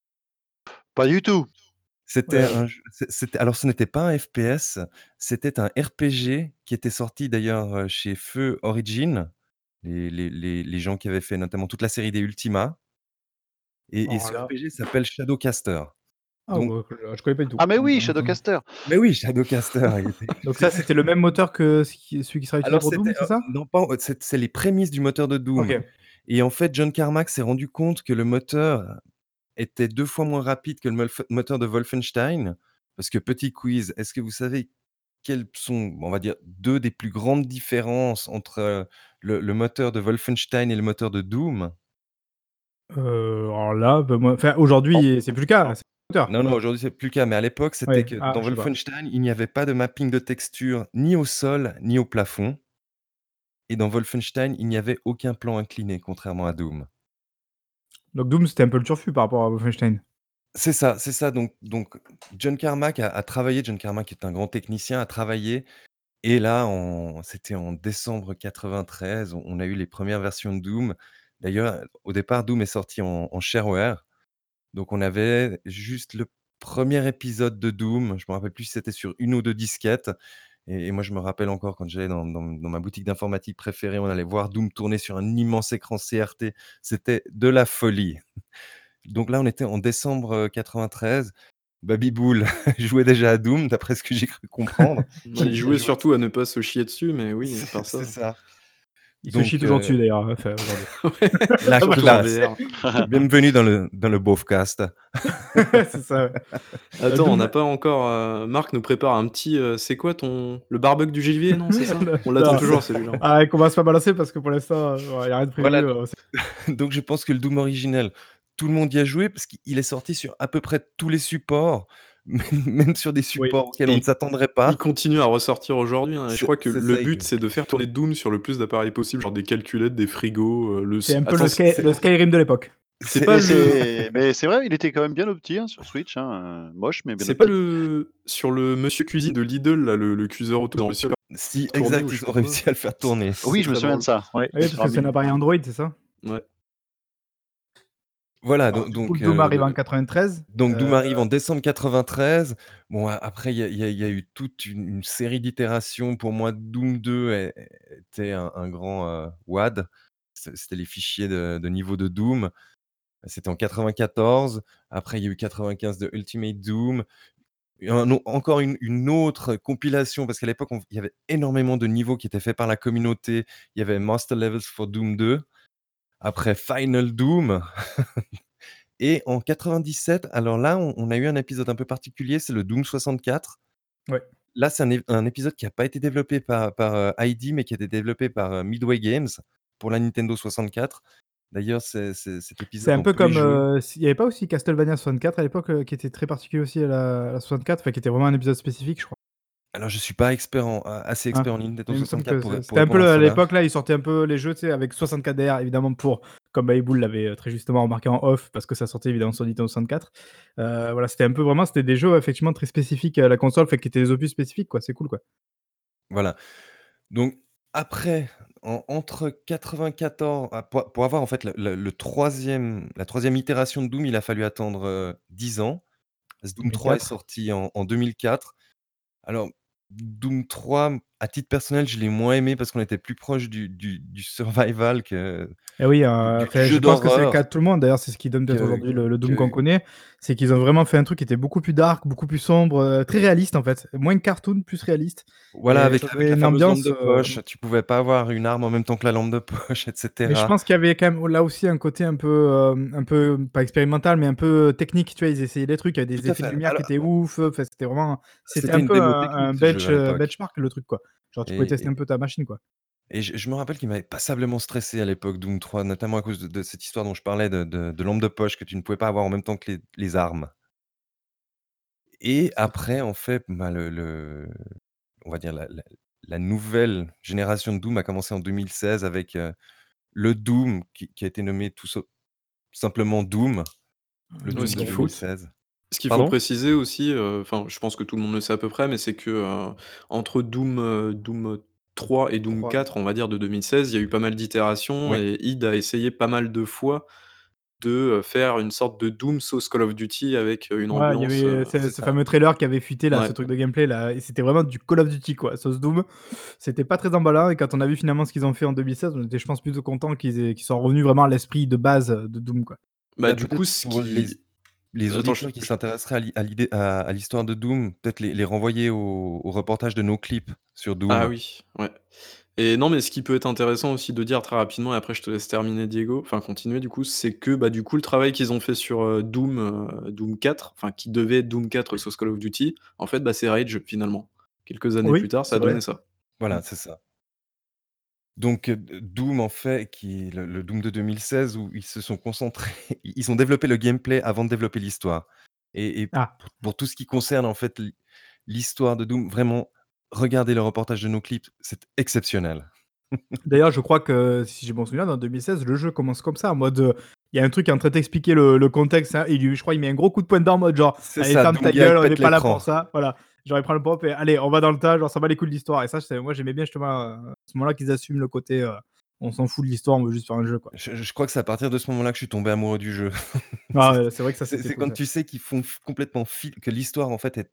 Pas du tout. C'était Heu, un jeu c'é c'était alors ce n'était pas un F P S, c'était un R P G qui était sorti d'ailleurs, heu, chez Feu Origin, les les les les gens qui avaient fait notamment toute la série des Ultima et et alors ce là, R P G s'appelle Shadowcaster. ah Donc bah, je connais pas du tout, Ah mais donc oui, heu, Shadowcaster. mais oui, Shadowcaster, il était donc ça c'était le même moteur que ce qui celui qui sera utilisé alors pour Doom, c'était, c'est heu, ça? non pas c'est c'est les prémices du moteur de Doom OK. et en fait, John Carmack s'est rendu compte que le moteur était deux fois moins rapide que le molf moteur de Wolfenstein. Parce que petit quiz, est-ce que vous savez quelles sont, on va dire, deux des plus grandes différences entre, heu, le le moteur de Wolfenstein et le moteur de Doom? Heu, alors là, bah, moi enfin En aujourd'hui c'est plus le cas, en c'est le moteur. non, non, aujourd'hui, c'est plus le cas, mais à l'époque, Oui, c'était que ah dans je sais pas. Wolfenstein, il n'y avait pas de mapping de texture ni au sol, ni au plafond et dans Wolfenstein, il n'y avait aucun plan incliné, contrairement à Doom. Donc Doom c'était un peu le turfu par rapport à Wolfenstein? C'est ça, c'est ça, donc donc John Carmack a a travaillé, John Carmack est un grand technicien, a travaillé et là, en c'était en décembre quatre-vingt-treize, on on a eu les premières versions de Doom. D'ailleurs, au départ, Doom est sorti en en shareware, donc on avait juste le premier épisode de Doom, je me rappelle plus si c'était sur une ou deux disquettes et et moi je me rappelle encore quand j'allais dans dans dans ma boutique d'informatique préférée, on allait voir Doom tourner sur un immense écran C R T. C'était de la folie. Donc là, on était en décembre, heu, quatre-vingt-treize. Baby Bull jouait déjà à Doom, d'après ce que j'ai cru comprendre. Bah, il Il a jouait joué surtout à ne pas se chier dessus, mais oui, à c'est part c'est ça. ça. Il se chie Donc toujours heu, dessus d'ailleurs, hein, enfin aujourd'hui. Ouais, la surtout en classe. V R. Bienvenue dans le dans le Beaufcast. C'est ça, ouais. Heu, Attends, on n'a Doom pas encore, heu, Marc nous prépare un petit, heu, c'est quoi ton le barbug du gibier, non, c'est ça? Le On l'attend non. toujours celui-là. Ah, il commence pas à balancer parce que pour l'instant, il y a rien de Voilà, prévu, heu, c'est donc je pense que le Doom originel, tout le monde y a joué parce qu'il est sorti sur à peu près tous les supports, même même sur des oui. supports auxquels on ne Et s'attendrait il pas. continue à ressortir aujourd'hui, hein, et je C'est crois que c'est le ça, but, il c'est de faire tourner Doom sur le plus d'appareils possible, genre des calculettes, des frigos, heu, le C'est s un peu attends, le c'est Sky c'est le Skyrim de l'époque. c'est c'est pas Mais le c'est mais c'est vrai, il était quand même bien opti, hein, sur Switch, hein, heu, moche mais bien c'est pas opti. le sur le monsieur cuisine de Lidl là, le le cuiseur auto, ils ont réussi à le si, faire tourner ou exact, je sais ils ont pas quoi? réussi à le faire C tourner. c'est Oui, je me très souviens de drôle. ça, ouais, Oui, parce sur que c'est un Amiga. appareil Android, c'est ça? Ouais. Voilà, Alors donc du coup, le donc Doom heu, arrive en le quatre-vingt-treize, donc Doom heu, arrive en décembre quatre-vingt-treize. Bon, a après il y a il y a il y a eu toute une une série d'itérations. Pour moi, Doom deux est était un un grand, heu, W A D. C'est c'était les fichiers de de niveau de Doom. C'était en quatre-vingt-quatorze. Après, il y a eu quatre-vingt-quinze de Ultimate Doom. Et un au encore une une autre compilation, parce qu'à l'époque, on il y avait énormément de niveaux qui étaient faits par la communauté. Il y avait Master Levels for Doom deux, après Final Doom et en quatre-vingt-dix-sept, alors là, on on a eu un épisode un peu particulier, c'est le Doom soixante-quatre. ouais. Là, c'est un é un épisode qui a pas été développé par par, heu, I D, mais qui a été développé par, heu, Midway Games pour la Nintendo soixante-quatre. D'ailleurs, c'est c'est cet C'est épisode, un on peu peut y comme, jouer. heu, s'il y avait pas aussi Castlevania soixante-quatre à l'époque, heu, qui était très particulier aussi à la à la soixante-quatre, enfin qui était vraiment un épisode spécifique, je crois? Alors je suis pas expert en a assez Hein? expert en Nintendo Il me semble soixante-quatre que pour ré c'est pour c'était un peu répondre le à à cela. l'époque là, ils sortaient un peu les jeux, tu sais, avec soixante-quatre D R évidemment pour comme Baby l'avait, heu, très justement remarqué en off parce que ça sortait évidemment sur Nintendo soixante-quatre. Heu, voilà, c'était un peu vraiment c'était des jeux ouais, effectivement très spécifiques à la console, enfin qui étaient des opus spécifiques quoi, c'est cool quoi. Voilà. Donc après, en entre quatre-vingt-quatorze, ah, pour pour avoir en fait le le le troisième la troisième itération de Doom, il a fallu attendre, heu, dix ans. Ce Doom trois est deux mille quatre. sorti en en deux mille quatre. Alors, Doom trois, m à titre personnel, je l'ai moins aimé parce qu'on était plus proche du du du survival que Et oui, heu, du du du enfin, je jeu pense que c'est le cas d'horreur de tout le monde. D'ailleurs, c'est ce qui donne peut-être que aujourd'hui le le Doom qu'on que connaît. C'est qu'ils ont vraiment fait un truc qui était beaucoup plus dark, beaucoup plus sombre, heu, très réaliste en fait. Moins cartoon, plus réaliste voilà, et avec ça avec donnait la une fameuse lampe ambiance, de heu poche, tu pouvais pas avoir une arme en même temps que la lampe de poche et mais je cetera. pense qu'il y avait quand même là aussi un côté un peu, hem, un peu pas expérimental, mais un peu technique, tu vois? Ils essayaient des trucs, il y avait Tout des à effets de fait. lumière qui Alors, étaient ouf, enfin c'était vraiment c'était c'était un une peu démo un un technique ce jeu bench, à heu, l'époque benchmark le truc quoi. Genre tu pouvais tester et un peu ta machine quoi. Et je je me rappelle qu'il m'avait passablement stressé à l'époque, Doom trois, notamment à cause de de cette histoire dont je parlais de de de lampe de poche que tu ne pouvais pas avoir en même temps que les les armes. Et C'est après, en fait, bah, le le on va dire la la la nouvelle génération de Doom a commencé en deux mille seize avec, heu, le Doom qui qui a été nommé tout sau simplement Doom, le un Ouais, Doom ce de qu'il faut zéro huit. deux mille seize. ce qu'il faut Pardon? préciser aussi, heu, enfin, je pense que tout le monde le sait à peu près, mais c'est que, heu, entre Doom, heu, Doom, trois et Doom trois. quatre, on va dire de deux mille seize, il y a eu pas mal d'itérations Oui, et id a essayé pas mal de fois de, heu, faire une sorte de Doom sauce Call of Duty avec, heu, une Ouais, il y ambiance, avait, heu, heu ce c'est ce ça. fameux trailer qui avait fuité là, ce ouais. truc de gameplay là et c'était vraiment du Call of Duty quoi, sauce Doom. C'était pas très emballant et quand on a vu finalement ce qu'ils ont fait en deux mille seize, on était je pense plutôt contents qu'ils aient qu'ils soient revenus vraiment à l'esprit de base, heu, de Doom quoi. Bah, Bah, du peut-être coup, ce pour les qui les attends, je auditeurs qui je s'intéresseraient à l'i à l'idée à à l'histoire de Doom, peut-être les les renvoyer au au reportage de NoClip sur ah Doom. oui, ouais. Et non, mais ce qui peut être intéressant aussi de dire très rapidement et après je te laisse terminer Diego, enfin continuer du coup, c'est que, bah, du coup le travail qu'ils ont fait sur, heu, Doom, heu, Doom quatre, enfin qui devait être Doom quatre sauce Call of Duty, en fait, bah, c'est Rage finalement. Quelques années plus Oui, tard, ça c'est a donné vrai. ça. Mmh. Voilà, c'est ça. Donc, heu, D Doom, en fait, qui est le le Doom de deux mille seize où ils se sont concentrés ils ils ont développé le gameplay avant de développer l'histoire et et Ah, pour pour tout ce qui concerne, en fait, l'hi l'histoire de Doom, vraiment, regardez le reportage de NoClip, c'est exceptionnel. d'ailleurs je crois que si j'ai bon souvenir dans deux mille seize, le jeu commence comme ça en mode, heu, il y a un truc qui est en train de t'expliquer le le contexte, hein, et lui je crois il met un gros coup de poing dedans en mode genre: C'est «Allez ça, ferme ta Doomguy gueule, on n'est pète pas là l'écran. pour ça». Voilà, genre il prend le pop et allez on va dans le tas, genre ça va les coups de l'histoire et ça c'est moi j'aimais bien justement, heu, à ce moment-là qu'ils assument le côté, heu, on s'en fout de l'histoire, on veut juste faire un jeu quoi. Je je crois que c'est à partir de ce moment-là que je suis tombé amoureux du jeu. Ah C'est ouais, c'est vrai que ça c'est c'était c'est cool quand ça. tu sais qu'ils font f complètement fi que l'histoire, en fait, est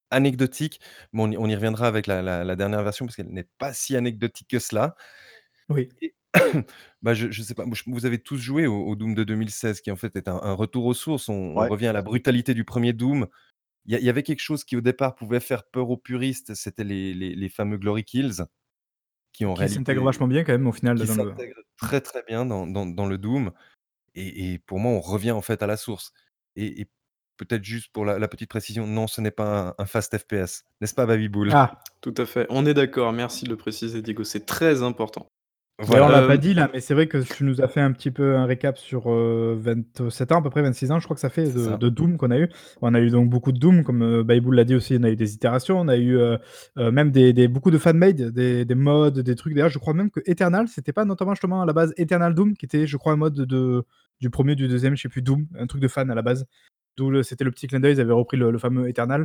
anecdotique, mais on y on y reviendra avec la la la dernière version parce qu'elle n'est pas si anecdotique que cela Oui. et bah, je je sais pas, moi je vous avez tous joué au au Doom de deux mille seize qui en fait est un un retour aux sources. On on Ouais. revient à la brutalité du premier Doom. Il y a il y avait quelque chose qui au départ pouvait faire peur aux puristes, c'était les les les fameux glory kills qui en Qui s'intègre réalité vachement bien quand même au final qui dans le s'intègrent mmh. très, très bien dans dans dans le Doom et et pour moi, on revient en fait à la source et et peut-être juste pour la la petite précision, non, ce n'est pas un un fast F P S, n'est-ce pas Baby-Bull? Ah! Tout à fait, on est d'accord, merci de le préciser Diego, c'est très important. D'ailleurs, on Voilà. l'a pas Hem dit là, mais c'est vrai que tu nous as fait un petit peu un récap sur, heu, vingt-sept ans à peu près, vingt-six ans je crois que ça fait C'est de ça. de Doom qu'on a eu. On a eu donc beaucoup de Doom comme, heu, Baby-Bull l'a dit aussi, on a eu des itérations, on a eu, heu heu, même des des beaucoup de fan made, des des mods, des trucs. D'ailleurs, je crois même que Eternal, c'était pas notamment justement à la base Eternal Doom qui était je crois un mode de du premier du deuxième je sais plus Doom, un truc de fan à la base. D'où le c'était le petit clin d'œil, ils avaient repris le le fameux Eternal.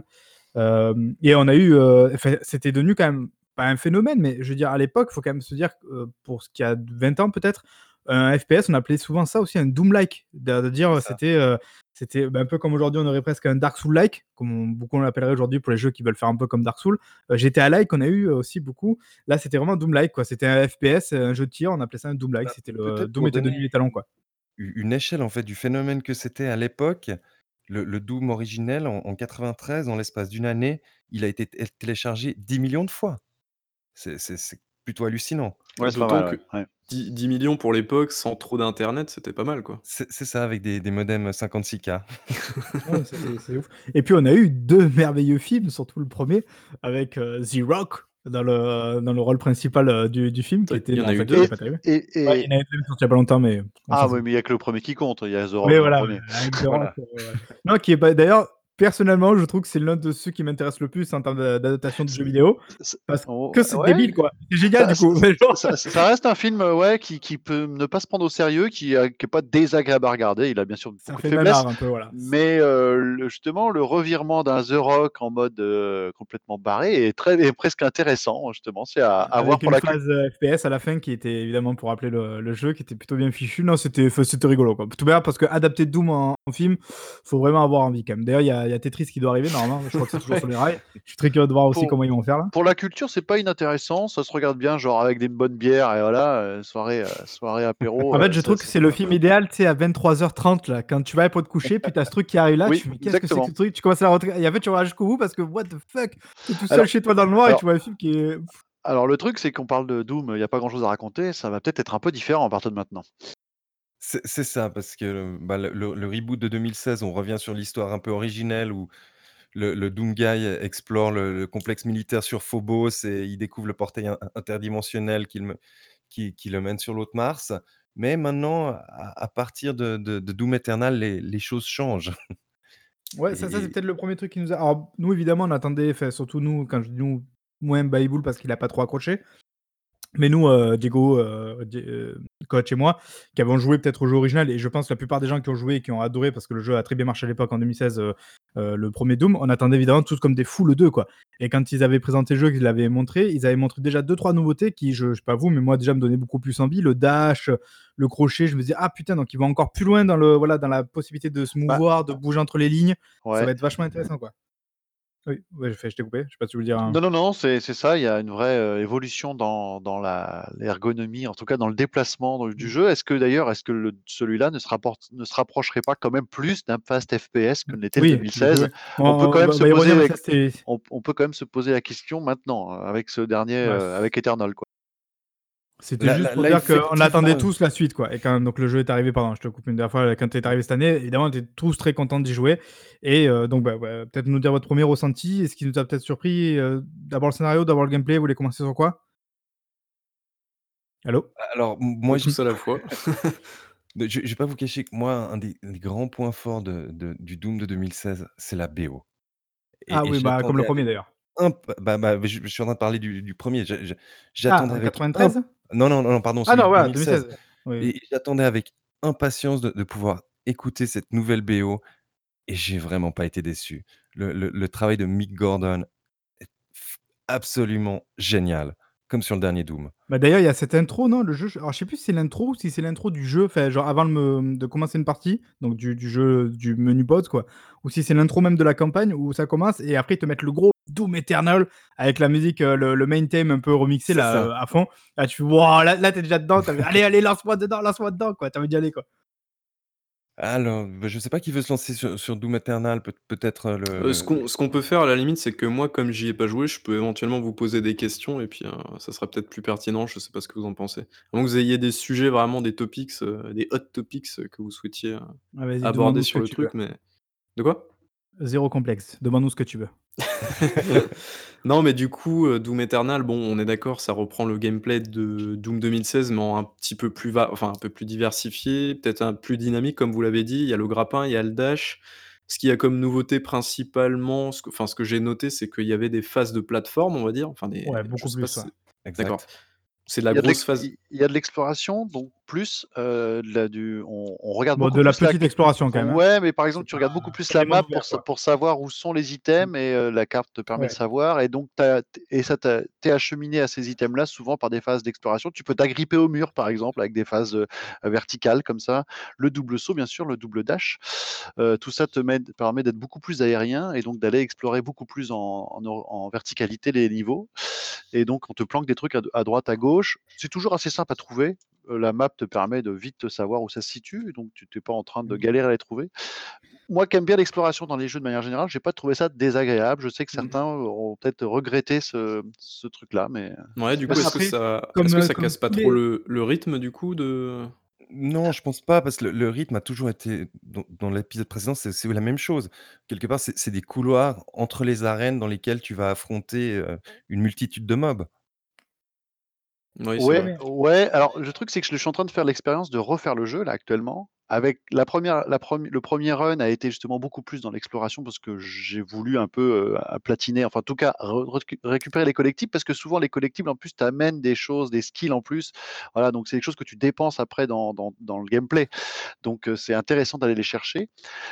Hem et on a eu, heu, enfin c'était devenu quand même, pas un phénomène, mais je veux dire à l'époque, faut quand même se dire que, heu, pour ce qui a vingt ans peut-être, un F P S on appelait souvent ça aussi un Doom like. De de C'est dire ça. c'était, heu, c'était, bah, un peu comme aujourd'hui on aurait presque un Dark Soul like, comme on beaucoup on l'appellerait aujourd'hui pour les jeux qui veulent faire un peu comme Dark Soul. Heu, GTA like on a eu aussi beaucoup. Là, c'était vraiment Doom like quoi, c'était un F P S, un jeu de tir, on appelait ça un Doom like, Bah, c'était le peut-être Doom pour était donner devenu l'étalon quoi. u une échelle en fait du phénomène que c'était à l'époque, le le Doom originel en en quatre-vingt-treize, en l'espace d'une année, il a été té téléchargé dix millions de fois. C'est c'est c'est plutôt hallucinant. Ouais, c'est pas D'autant mal, que ouais, ouais. dix dix millions pour l'époque, sans trop d'internet, c'était pas mal, quoi. C'est c'est ça avec des des modems cinquante-six K. Ouais, ça c'est c'est ouf et puis on a eu deux merveilleux films, surtout le premier avec, heu, The Rock dans le dans le rôle principal, heu, du du film qui Oui, était il y en bah, a en eu fait deux. en Et fait, tu as vu? et Ouais, il et y en a un deuxième sorti il y a pas longtemps, mais on Ah s'en oui, fout. mais il y a que le premier qui compte, il y a The Oui Rock dans le voilà, premier. avec The Rock, Voilà. heu, ouais. Non qui est pas d'ailleurs, personnellement, je trouve que c'est l'un de ceux qui m'intéresse le plus en termes d'a d'adaptation de C jeux vidéo, c parce o que c'est ouais, débile quoi. C'est génial ça du ça coup, mais genre ça ça reste un film, ouais, qui qui peut ne pas se prendre au sérieux, qui, heu, qui est pas désagréable à regarder. Il a bien sûr Ça beaucoup de fait faiblesses, nanar un peu, voilà. C mais heu, le justement le revirement d'un The Rock en mode, heu, complètement barré est très est presque intéressant justement, c'est à à voir Avec pour une la cul phase, heu, F P S à la fin qui était évidemment pour rappeler le le jeu qui était plutôt bien fichu. Non, c'était enfin c'était rigolo quoi. Tout parce qu'adapter Doom en en film, faut vraiment avoir envie quand même. D'ailleurs, il y a il y a Tetris qui doit arriver normalement, je crois que c'est toujours Ouais. sur les rails. Je suis très curieux de voir aussi Pour comment ils vont faire là. pour la culture, c'est pas inintéressant, ça se regarde bien, genre avec des bonnes bières et voilà, heu, soirée, heu, soirée apéro, En fait, heu, je ça trouve que ça c'est peut le être film sympa. idéal, tu sais à vingt-trois heures trente là, quand tu vas pour te coucher, puis tu as ce truc qui arrive là, tu Oui, fais: «Mais qu'est-ce que c'est que ce exactement. truc?» Tu commences à rentrer et en fait tu regardes jusqu'au bout parce que what the fuck? Tu es tout seul Alors chez toi dans le noir et alors tu vois un film qui est alors le truc, c'est qu'on parle de Doom, il y a pas grand chose à raconter, ça va peut-être être un peu différent à partir de maintenant. C'est c'est ça parce que, bah, le le le reboot de deux mille seize, on revient sur l'histoire un peu originelle où le le Doom Guy explore le le complexe militaire sur Phobos et il découvre le portail in interdimensionnel qui le me qui qui le mène sur l'autre Mars. Mais maintenant, à à partir de de de Doom Eternal, les les choses changent Ouais, ça ça c'est et peut-être le premier truc qui nous a alors nous évidemment on attendait, enfin surtout nous, quand je dis nous, moins Baby-Bull parce qu'il a pas trop accroché. Mais nous, heu, Diego, heu, Di heu, coach et moi, qui avons joué peut-être au jeu original et je pense la plupart des gens qui ont joué et qui ont adoré parce que le jeu a très bien marché à l'époque en deux mille seize, heu heu, le premier Doom, on attendait évidemment tous comme des fous le deux quoi et quand ils avaient présenté le jeu, qu'ils l'avaient montré, ils avaient montré déjà deux trois nouveautés qui je je sais pas vous, mais moi déjà me donnaient beaucoup plus envie. Le dash, le crochet, je me disais: «Ah putain donc ils vont encore plus loin dans le voilà, dans la possibilité de se Bah mouvoir, de bouger entre les lignes». Ça Ouais. va être vachement intéressant quoi. Oui, ouais, enfin je t'ai coupé, je sais pas si tu veux dire un Non, non, non, c'est c'est ça, il y a une vraie, heu, évolution dans dans la l'ergonomie, en tout cas dans le déplacement dans du Mmh. jeu. Est-ce que d'ailleurs, est-ce que le celui-là ne se rapporte ne se rapprocherait pas quand même plus d'un fast F P S que l'était le Oui, le jeu deux mille seize? ouais. On On peut quand on même va on se va y revenir, mais poser ça c'est on on peut quand même se poser la question maintenant, heu, avec ce dernier, Ouais heu, c avec Eternal, quoi. C'était Là juste là pour là, dire qu'on attendait effectivement tous la suite quoi et quand donc le jeu est arrivé pardon, je te coupe une dernière fois, quand il est Ouais. arrivé cette année, évidemment on était tous très contents d'y jouer et heu, donc bah ouais, peut-être nous dire votre premier ressenti et ce qui nous a peut-être surpris, heu, d'abord le scénario, d'abord le gameplay, vous voulez commencer sur quoi? Allô? A alors m Ou moi je tous à la fois. de je je vais pas vous cacher que moi, un des des grands points forts de de du Doom de deux mille seize, c'est la B O Ah et et oui, bah comme le j'attendais premier avec d'ailleurs. imp bah bah, je je suis en train de parler du du premier, je je Ah, j'attendais en avec imp quatre-vingt-treize? non, non, non, pardon, Ah celui non, de voilà, deux mille seize deux mille seize. Oui, oui. et j'attendais avec impatience de de pouvoir écouter cette nouvelle B O et j'ai vraiment pas été déçu. Le le le travail de Mick Gordon est f absolument génial, comme sur le dernier Doom. Bah d'ailleurs, il y a cette intro, non? Le jeu, alors je sais plus si c'est l'intro ou si c'est l'intro du jeu, enfin genre avant de me de commencer une partie, donc du du jeu, du menu boss quoi, ou si c'est l'intro même de la campagne où ça commence et après ils te mettent le gros Doom Eternal avec la musique, euh, le, le main theme un peu remixé C'est là ça. euh, à fond. Là, tu fais, wow, là, là t'es déjà dedans. T'as allez, allez, lance-moi dedans, lance-moi dedans, quoi. T'as envie d'y aller, quoi. Alors, bah, je sais pas qui veut se lancer sur sur Doom Eternal, peut peut-être, heu, le Heu, ce le qu'on ce qu'on peut faire à la limite, c'est que moi, comme j'y ai pas joué, je peux éventuellement vous poser des questions et puis, heu, ça sera peut-être plus pertinent, je sais pas ce que vous en pensez. À moins que vous ayez des sujets vraiment des topics, heu, des hot topics, heu, que vous souhaitiez, heu, Ah, vas-y, aborder demande-nous ce que sur le tu veux. truc, mais de quoi? Zéro complexe. Demande-nous ce que tu veux. Non, mais du coup, heu, Doom Eternal, bon, on est d'accord, ça reprend le gameplay de Doom deux mille seize, mais en un petit peu plus va enfin, un peu plus diversifié, peut-être un plus dynamique, comme vous l'avez dit. Il y a le grappin, il y a le dash. Ce qu'il y a comme nouveauté principalement, ce que enfin, ce que j'ai noté, c'est qu'il y avait des phases de plateforme, on va dire, enfin des Ouais, je beaucoup sais pas plus, si ouais. c'est d'accord. exact. C'est de la Il y a de grosse l'ex phase. il il y a de l'exploration, donc plus, heu, de la du on on regarde Bon, beaucoup de la plus la petite exploration quand même. Hein. ouais, mais par C'est exemple, tu pas regardes beaucoup plus comme la les mondes map pour ouverts, sa quoi. pour savoir où sont les Mm. items et heu, la carte te permet de Ouais. savoir et donc tu et ça t'a tu acheminé à ces items-là souvent par des phases d'exploration. Tu peux t'agripper au mur, par exemple, avec des phases, heu, verticales comme ça. Le double saut, bien sûr, le double dash, heu, tout ça te mène permet d'être beaucoup plus aérien et donc d'aller explorer beaucoup plus en en or en verticalité les niveaux et donc on te planque des trucs à à droite, à gauche. C'est toujours assez simple à trouver. Heu, la map te permet de vite savoir où ça se situe, donc tu t'es pas en train de Mm. galérer à les trouver. Moi qui aime bien l'exploration dans les jeux de manière générale, j'ai pas trouvé ça désagréable. Je sais que Mm. certains ont peut-être regretté ce ce truc-là, mais Ouais, du Bah, coup, est-ce que après, ça est-ce comme, que euh, ça comme casse pas tous trop les. le le rythme du coup de Non, je pense pas parce que le le rythme a toujours été dans dans l'épisode précédent, c'est c'est la même chose. Quelque part, c'est c'est des couloirs entre les arènes dans lesquelles tu vas affronter, heu, une multitude de mobs. oui, c'est Ouais, ouais, vrai. mais ouais, alors le truc, c'est que je suis en train de faire l'expérience de refaire le jeu là actuellement. Avec la première, la premi le premier run a été justement beaucoup plus dans l'exploration parce que j'ai voulu un peu, heu, à platiner, enfin en tout cas re recu récupérer les collectibles parce que souvent les collectibles en plus t'amènent des choses, des skills en plus. Voilà, donc c'est des choses que tu dépenses après dans dans dans le gameplay. Donc heu, c'est intéressant d'aller les chercher.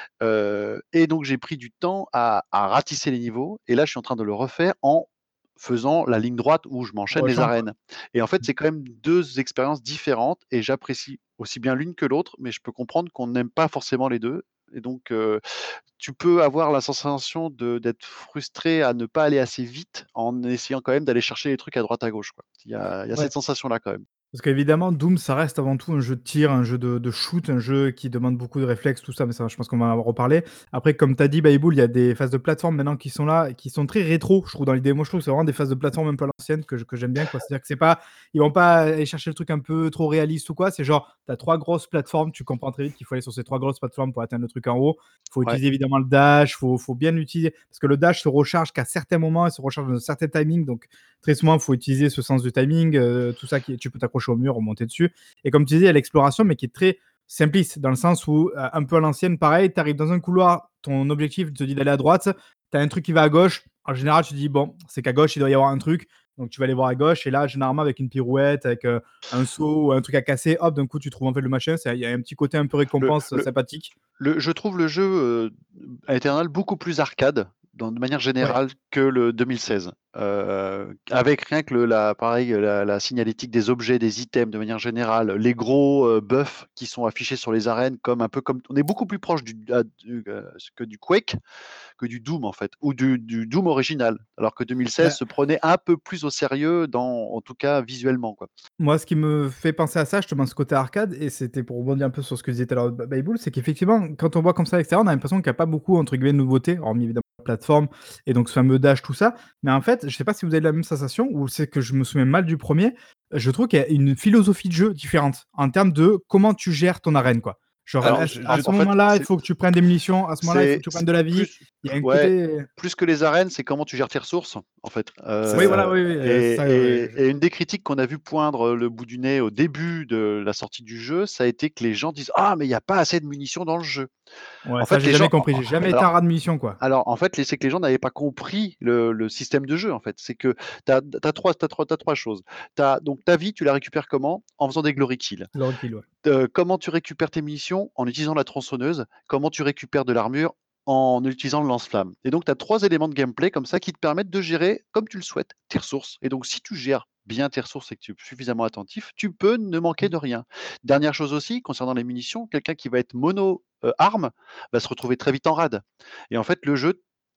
Heu et donc j'ai pris du temps à à ratisser les niveaux et là je suis en train de le refaire en faisant la ligne droite où je m'enchaîne les Rushant, quoi. arènes et en fait, c'est quand même deux expériences différentes et j'apprécie aussi bien l'une que l'autre, mais je peux comprendre qu'on n'aime pas forcément les deux. Et donc heu, tu peux avoir la sensation de d'être frustré à ne pas aller assez vite en essayant quand même d'aller chercher les trucs à droite à gauche, quoi. Il y a il y a Ouais. cette sensation-là quand même. Parce qu'évidemment, Doom, ça reste avant tout un jeu de tir, un jeu de, de shoot, un jeu qui demande beaucoup de réflexes, tout ça, mais ça, je pense qu'on va en reparler. Après, comme tu as dit, Bayboul, il y a des phases de plateforme maintenant qui sont là, et qui sont très rétro, je trouve, dans l'idée. Moi, je trouve que c'est vraiment des phases de plateforme un peu à l'ancienne que, je- que j'aime bien, quoi. C'est-à-dire que c'est pas, ils vont pas aller chercher le truc un peu trop réaliste ou quoi. C'est genre, tu as trois grosses plateformes, tu comprends très vite qu'il faut aller sur ces trois grosses plateformes pour atteindre le truc en haut. Il faut Ouais. utiliser évidemment le dash, il faut, faut bien l'utiliser, parce que le dash se recharge qu'à certains moments, il se recharge dans un certain timing, donc très souvent, il faut utiliser ce sens de timing, euh, tout ça, qui, tu peux t'accrocher au mur, remonter dessus. Et comme tu disais, il y a l'exploration, mais qui est très simpliste, dans le sens où, euh, un peu à l'ancienne, pareil, tu arrives dans un couloir, ton objectif te dit d'aller à droite, tu as un truc qui va à gauche. En général, tu te dis, bon, c'est qu'à gauche, il doit y avoir un truc. Donc, tu vas aller voir à gauche. Et là, généralement, avec une pirouette, avec euh, un saut ou un truc à casser, hop, d'un coup, tu trouves en fait le machin. Il y a un petit côté un peu Le récompense, euh, le sympathique. Le je trouve le jeu, heu, Eternal beaucoup plus arcade, dans de manière Ouais. générale que le deux mille seize. Heu, avec rien que le la pareil, la la signalétique des objets, des items de manière générale, les gros, heu, buffs qui sont affichés sur les arènes comme un peu comme on est beaucoup plus proche du ah du, heu, que du Quake, que du Doom en fait, ou du du Doom original. Alors que deux mille seize Bah, se prenait un peu plus au sérieux dans en tout cas visuellement, quoi. moi, ce qui me fait penser à ça, justement, ce côté arcade, et c'était pour rebondir un peu sur ce que disait tout à l'heure Ba- Bayboul, c'est qu'effectivement, quand on voit comme ça à l'extérieur, on a l'impression qu'il n'y a pas beaucoup, entre guillemets, de nouveautés, hormis évidemment la plateforme et donc ce fameux dash, tout ça. Mais en fait, je sais pas si vous avez la même sensation ou c'est que je me souviens mal du premier. Je trouve qu'il y a une philosophie de jeu différente en termes de comment tu gères ton arène, quoi. Genre, Alors Alors, à, je à en je ce en fait, moment-là, il c'est faut que tu prennes des munitions. À ce moment-là, il faut c'est que tu prennes c'est de la vie. plus Il y a plus un ouais, côté. plus que les arènes, c'est comment tu gères tes ressources, en fait. c'est Oui, ça. voilà, Heu oui, oui, euh, et ça. euh, et et une des critiques qu'on a vu poindre le bout du nez au début de la sortie du jeu, ça a été que les gens disent: «Ah mais il y a pas assez de munitions dans le jeu». Ouais, En ça, fait, j'ai les jamais gens en compris. J'ai jamais été alors un rat de munitions, quoi. alors en fait, les c'est que les gens n'avaient pas compris le le système de jeu, en fait. C'est que tu as tu trois tu trois tu trois choses. Tu donc ta vie, tu la récupères comment? En faisant des glory kills. Glory kill, ouais. Heu, comment tu récupères tes munitions? En utilisant la tronçonneuse. Comment tu récupères de l'armure? En utilisant le lance-flamme. Et donc tu as trois éléments de gameplay comme ça qui te permettent de gérer, comme tu le souhaites, tes ressources. Et donc si tu gères bien tes ressources et que tu es suffisamment attentif, tu peux ne manquer de rien. Dernière chose aussi, concernant les munitions, quelqu'un qui va être mono, heu, arme, va se retrouver très vite en rade. Et en fait, le jeu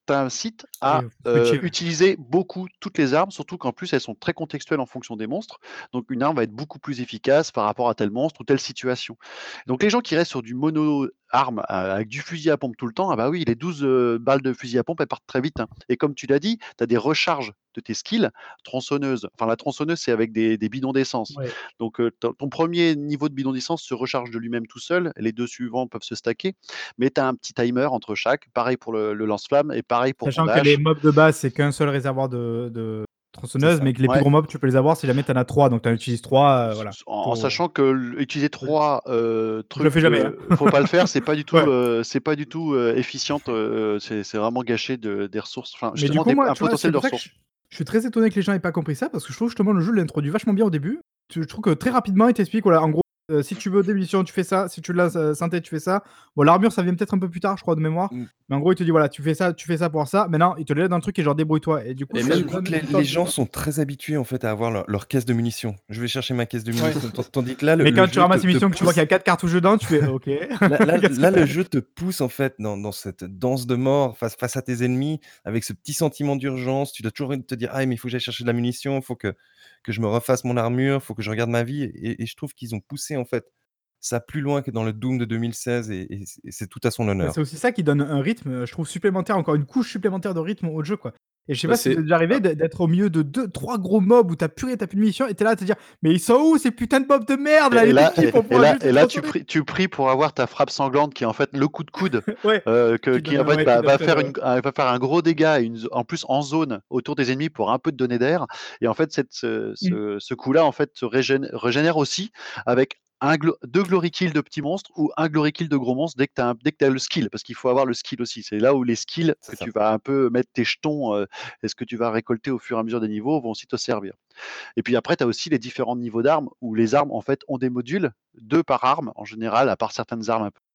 t'incite Oui, à faut euh, switcher, ouais. utiliser beaucoup toutes les armes, surtout qu'en plus elles sont très contextuelles en fonction des monstres. Donc une arme va être beaucoup plus efficace par rapport à tel monstre ou telle situation. Donc les gens qui restent sur du mono arme euh, avec du fusil à pompe tout le temps, ah bah oui, les douze euh, balles de fusil à pompe elles partent très vite, hein. Et comme tu l'as dit, tu as des recharges de tes skills, tronçonneuse. Enfin la tronçonneuse c'est avec des, des bidons d'essence. Ouais. Donc euh, ton ton premier niveau de bidon d'essence se recharge de lui-même tout seul, les deux suivants peuvent se stacker, mais tu as un petit timer entre chaque, pareil pour le, le lance-flamme et pareil pour ton Sachant que les dash. mobs de base, c'est qu'un seul réservoir de de C'est tronçonneuse, ça. mais que les plus Ouais, gros mobs, tu peux les avoir si jamais tu en as trois, donc tu en utilises trois, heu, s- voilà. s- en, en Faut sachant que l- utiliser trois euh, je le fais trucs, jamais, hein. euh, faut pas le faire, c'est pas du tout, Ouais. euh, c'est pas du tout euh, efficiente, euh, c'est c'est vraiment gâcher de- des ressources, enfin Mais du justement coup, des- moi, un tu vois, c'est potentiel de pour ça que ressources. je je suis très étonné que les gens aient pas compris ça, parce que je trouve justement le jeu l'introduit vachement bien au début. Tu je trouve que très rapidement, il t'explique, voilà, en gros, heu, si tu veux des munitions, tu fais ça, si tu l'as, heu, synthé, tu fais ça. Bon, l'armure, ça vient peut-être un peu plus tard, je crois, de mémoire, Mmh. mais en gros, il te dit, voilà, tu fais ça, tu fais ça pour ça. Maintenant, il te le laisse dans le truc et genre débrouille-toi, et du coup, Et ça Là, je même crois donne que les, une les sorte de gens sont très habitués en fait à avoir leur, leur caisse de munitions. Je vais chercher ma caisse de ouais. munitions. Tan- Tandis que là, le, Mais le quand tu jeu te, ramasses une te mission, que tu vois qu'il y pousse. a quatre cartouches dedans, tu fais: «OK, Là, là, qu'est-ce là, que» le jeu te pousse en fait dans, dans cette danse de mort face, face à tes ennemis, avec ce petit sentiment d'urgence. Tu dois toujours te dire, ah mais il faut que j'aille chercher de la munition, il faut que, que je me refasse mon armure, il faut que je regarde ma vie. Et, et je trouve qu'ils ont poussé en fait ça plus loin que dans le Doom de deux mille seize, et, et c'est et c'est tout à son Bah, c'est honneur. aussi ça qui donne un rythme, heu, je trouve supplémentaire, encore une couche supplémentaire de rythme au jeu, quoi. Et je sais bah, pas si vous êtes c'est déjà arrivé ah, d'ê d'être au milieu de deux, trois gros mobs où tu as plus rien, tu as plus de munitions et tu es là à te dire: «Mais ils sont où ces putains de mobs de merde Et, là, et les tout là, petits et, pour et pouvoir là, juste et les là, tu tronçonner?» pries, tu pries pour avoir ta frappe sanglante qui est en fait le coup de coude, Ouais, euh, que, qui qui donne, en heu, fait ouais, qui va, donne va très, faire heu une, euh, va faire un gros dégât, et une, zo- en plus en zone autour des ennemis pour un peu de donner d'air. Et en fait, cette, ce, mmh. ce, ce coup-là, en fait, se régénère, régénère aussi avec un glo- deux glory kills de petits monstres ou un glory kill de gros monstres dès que tu as, dès que t'as le skill, parce qu'il faut avoir le skill aussi. C'est là où les skills C'est que tu ça. vas un peu mettre tes jetons, euh, et ce que tu vas récolter au fur et à mesure des niveaux vont aussi te servir. Et puis après, tu as aussi les différents niveaux d'armes où les armes en fait ont des modules, deux par arme en général, à part certaines armes un peu.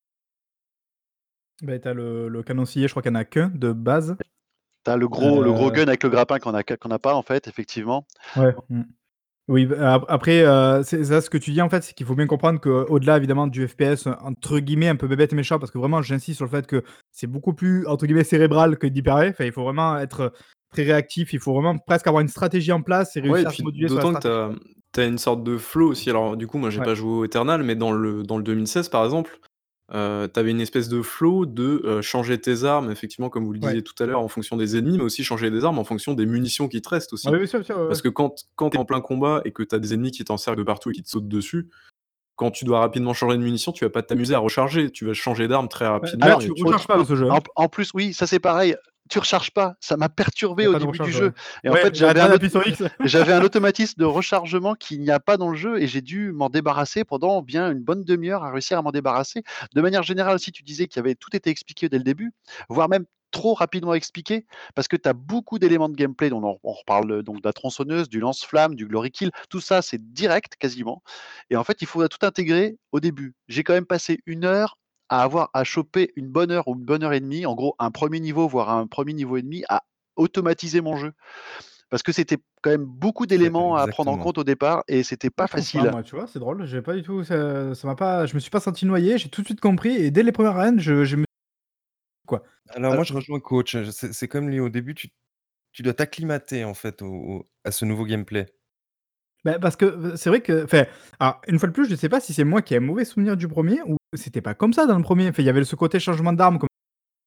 Bah, tu as le le canoncier, je crois qu'il y en a qu'un de base. Tu as le gros, le gros Heu, gun avec le grappin qu'on a, qu'on n'a pas en fait, effectivement. ouais, mmh. Oui, bah, ap après, heu, c'est ça ce que tu dis en fait, c'est qu'il faut bien comprendre qu'au-delà évidemment du F P S entre guillemets «un peu bébête et méchant», parce que vraiment j'insiste sur le fait que c'est beaucoup plus entre guillemets «cérébral» que d'y paraît. Enfin, il faut vraiment être très réactif, il faut vraiment presque avoir une stratégie en place et ouais, et réussir à se puis moduler sur la d'autant que stratégie, t'as quoi. as une sorte de flow aussi. Alors du coup, moi j'ai Ouais, pas joué au Eternal, mais dans le dans le deux mille seize par exemple, heu, tu une espèce de flow de, heu, changer tes armes effectivement comme vous le ouais. disiez tout à l'heure en fonction des ennemis, mais aussi changer des armes en fonction des munitions qui te restent Ah aussi. oui, bien sûr, bien sûr, ouais, ouais. Parce que quand quand tu en plein combat et que t'as des ennemis qui t'encerclent de partout et qui te sautent dessus, quand tu dois rapidement changer de munitions, tu vas pas t'amuser à recharger, tu vas changer d'arme très Bah, d'ailleurs rapidement tu et tu recharges Autre- pas dans autre- ce jeu, hein. en, en plus, oui, ça c'est pareil. Tu recharges pas. Ça m'a Il y perturbé a au pas de début du recharge, ouais. jeu. Et en Ouais, fait, j'arrête j'avais pas un, auto- d'appuyer sur X. j'avais un automatisme de rechargement qu'il n'y a pas dans le jeu, et j'ai dû m'en débarrasser pendant bien une bonne demi-heure à réussir à m'en débarrasser. De manière générale, si tu disais qu'il y avait tout été expliqué dès le début, voire même trop rapidement expliqué, parce que tu as beaucoup d'éléments de gameplay, dont on, on reparle donc de la tronçonneuse, du lance-flamme, du glory kill, tout ça c'est direct quasiment. Et en fait, il faut tout intégrer au début. J'ai quand même passé une heure à avoir à choper une bonne heure ou une bonne heure et demie, en gros un premier niveau, voire un premier niveau et demi, à automatiser mon jeu. Parce que c'était quand même beaucoup C'est d'éléments à prendre en exactement. compte au départ et c'était Ah, pas je trouve pas facile. moi, tu vois? C'est drôle, j'ai pas du tout ça ça m'a pas je me suis pas senti noyé, j'ai tout de suite compris et dès les premières arènes, je je me quoi. Alors Heu, moi, je rejoins coach. C'est c'est comme lui au début, tu, tu dois t'acclimater en fait au, au- à ce nouveau gameplay. bah, parce que, heu, c'est vrai que enfin, alors une fois de plus, je sais pas si c'est moi qui ai un mauvais souvenir du premier ou c'était pas comme ça dans le premier. Enfin, il y avait ce côté changement d'arme comme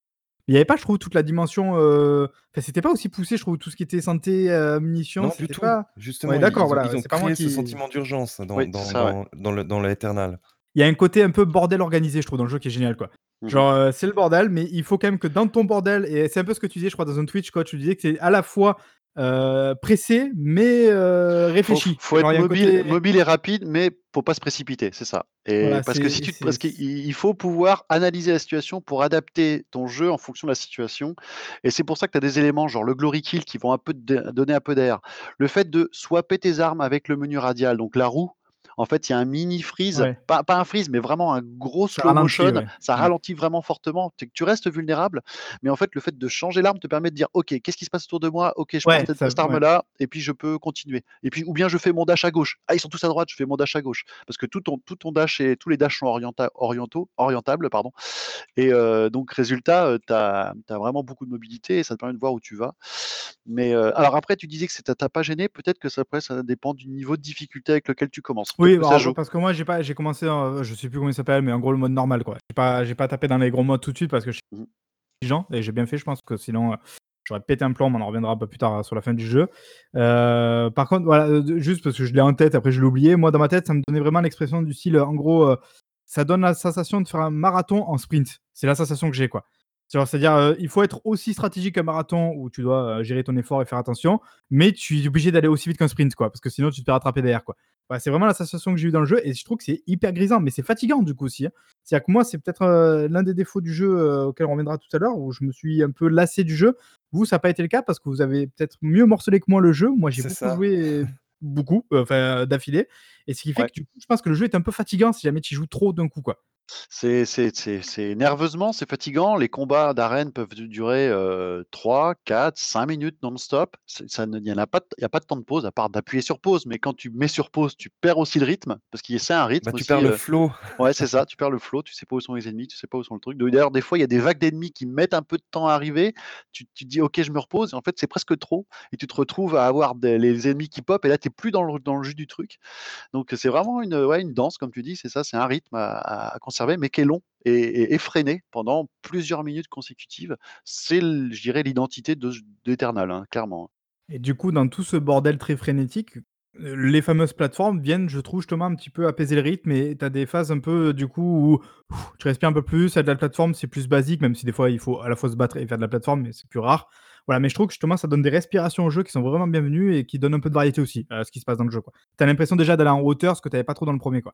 il y avait pas, je trouve, toute la dimension, heu, enfin, c'était pas aussi poussé, je trouve, tout ce qui était santé, heu, munitions, Non, du c'était tout. pas ouais, Justement, ils, d'accord, ils ont, voilà, ils ont c'est pas moi créé ce qui sentiment d'urgence dans, Oui, c'est dans, ça, ouais. dans, dans le, dans le Eternal. il y a un côté un peu bordel organisé, je trouve, dans le jeu qui est génial, quoi. Mhm. Genre, heu, c'est le bordel, mais il faut quand même que dans ton bordel et c'est un peu ce que tu disais, je crois, dans un Twitch, coach, tu disais que c'est à la fois, heu, pressé, mais heu, Faut, réfléchi. faut Genre, être il y a un mobile, côté mobile et rapide, mais faut pas se précipiter, c'est ça. Et voilà, parce que si c'est tu, c'est parce qu'il il faut pouvoir analyser la situation pour adapter ton jeu en fonction de la situation. Et c'est pour ça que tu as des éléments genre le glory kill qui vont un peu te donner un peu d'air. Le fait de swapper tes armes avec le menu radial, donc la roue. en fait, il y a un mini freeze, Ouais. pas pas un freeze, mais vraiment un gros Ça slow ralentit, motion. ouais. Ça Mmh. ralentit vraiment fortement. Tu tu restes vulnérable, mais en fait, le fait de changer l'arme te permet de dire: «OK, qu'est-ce qui se passe autour de moi? OK, je prends Ouais, cette ça cette ouais. arme-là et puis je peux continuer» et puis ou bien je fais mon dash à gauche. «Ah, ils sont tous à droite, je fais mon dash à gauche». Parce que tout ton tout ton dash et tous les dashs sont orienta orientaux orientables, pardon et heu, donc résultat, heu, tu as tu as vraiment beaucoup de mobilité et ça te permet de voir où tu vas. Mais heu, alors après tu disais que ça t'a t'a pas gêné, peut-être que ça après ça dépend du niveau de difficulté avec lequel tu commences. Peut-être Oui, que ça alors joue. parce que moi j'ai pas j'ai commencé en je sais plus comment il s'appelle, mais en gros le mode normal quoi. J'ai pas j'ai pas tapé dans les gros modes tout de suite parce que je suis Mmh. exigeant et j'ai bien fait je pense que sinon, heu, j'aurais pété un plomb, mais on en reviendra un peu plus tard, heu, sur la fin du jeu. Heu, par contre voilà, heu, de juste parce que je l'ai en tête, après je l'ai oublié, moi dans ma tête ça me donnait vraiment l'expression du style, heu, en gros, heu, ça donne la sensation de faire un marathon en sprint. C'est la sensation que j'ai quoi. Genre c'est-à-dire, heu, il faut être aussi stratégique qu'un marathon où tu dois, heu, gérer ton effort et faire attention, mais tu es obligé d'aller aussi vite qu'un sprint quoi, parce que sinon tu te fais rattraper derrière quoi. Bah, c'est vraiment la sensation que j'ai eue dans le jeu et je trouve que c'est hyper grisant, mais c'est fatigant du coup aussi, hein. C'est-à-dire que moi, c'est peut-être, heu, l'un des défauts du jeu, heu, auquel on reviendra tout à l'heure, où je me suis un peu lassé du jeu. Vous, ça a pas été le cas parce que vous avez peut-être mieux morcelé que moi le jeu. Moi, j'ai C'est beaucoup ça. joué, beaucoup, heu, enfin, d'affilée et ce qui fait Ouais. que du coup, je pense que le jeu est un peu fatigant si jamais tu y joues trop d'un coup, quoi. C'est c'est c'est c'est nerveusement, c'est fatigant. Les combats d'arène peuvent du durer, heu, trois quatre-cinq minutes non-stop. C'est ça ne il y en a pas de il y a pas de temps de pause à part d'appuyer sur pause, mais quand tu mets sur pause, tu perds aussi le rythme parce qu'il y a c'est un Bah, rythme tu perds aussi, le heu flow. ouais, c'est ça, tu perds le flow, tu sais pas où sont les ennemis, tu sais pas où sont le truc. D'ailleurs, des fois, il y a des vagues d'ennemis qui mettent un peu de temps à arriver. Tu tu te dis: «OK, je me repose» et en fait, c'est presque trop et tu te retrouves à avoir des les ennemis qui pop et là, tu es plus dans le dans le jus du truc. Donc c'est vraiment une, ouais, une danse comme tu dis, c'est ça, c'est un rythme à à à conserver, mais qui est long et et effréné pendant plusieurs minutes consécutives. C'est l je dirais l'identité de ce d'Eternal, hein, clairement. Et du coup, dans tout ce bordel très frénétique, heu, les fameuses plateformes viennent, je trouve, justement un petit peu apaiser le rythme et tu as des phases un peu, du coup, où ouf, tu respires un peu plus, il y a de la plateforme, c'est plus basique, même si des fois il faut à la fois se battre et faire de la plateforme, mais c'est plus rare. Voilà, mais je trouve que justement ça donne des respirations au jeu qui sont vraiment bienvenues et qui donnent un peu de variété aussi à ce qui se passe dans le jeu, quoi. Tu as l'impression déjà d'aller en hauteur, ce que tu avais pas trop dans le premier quoi.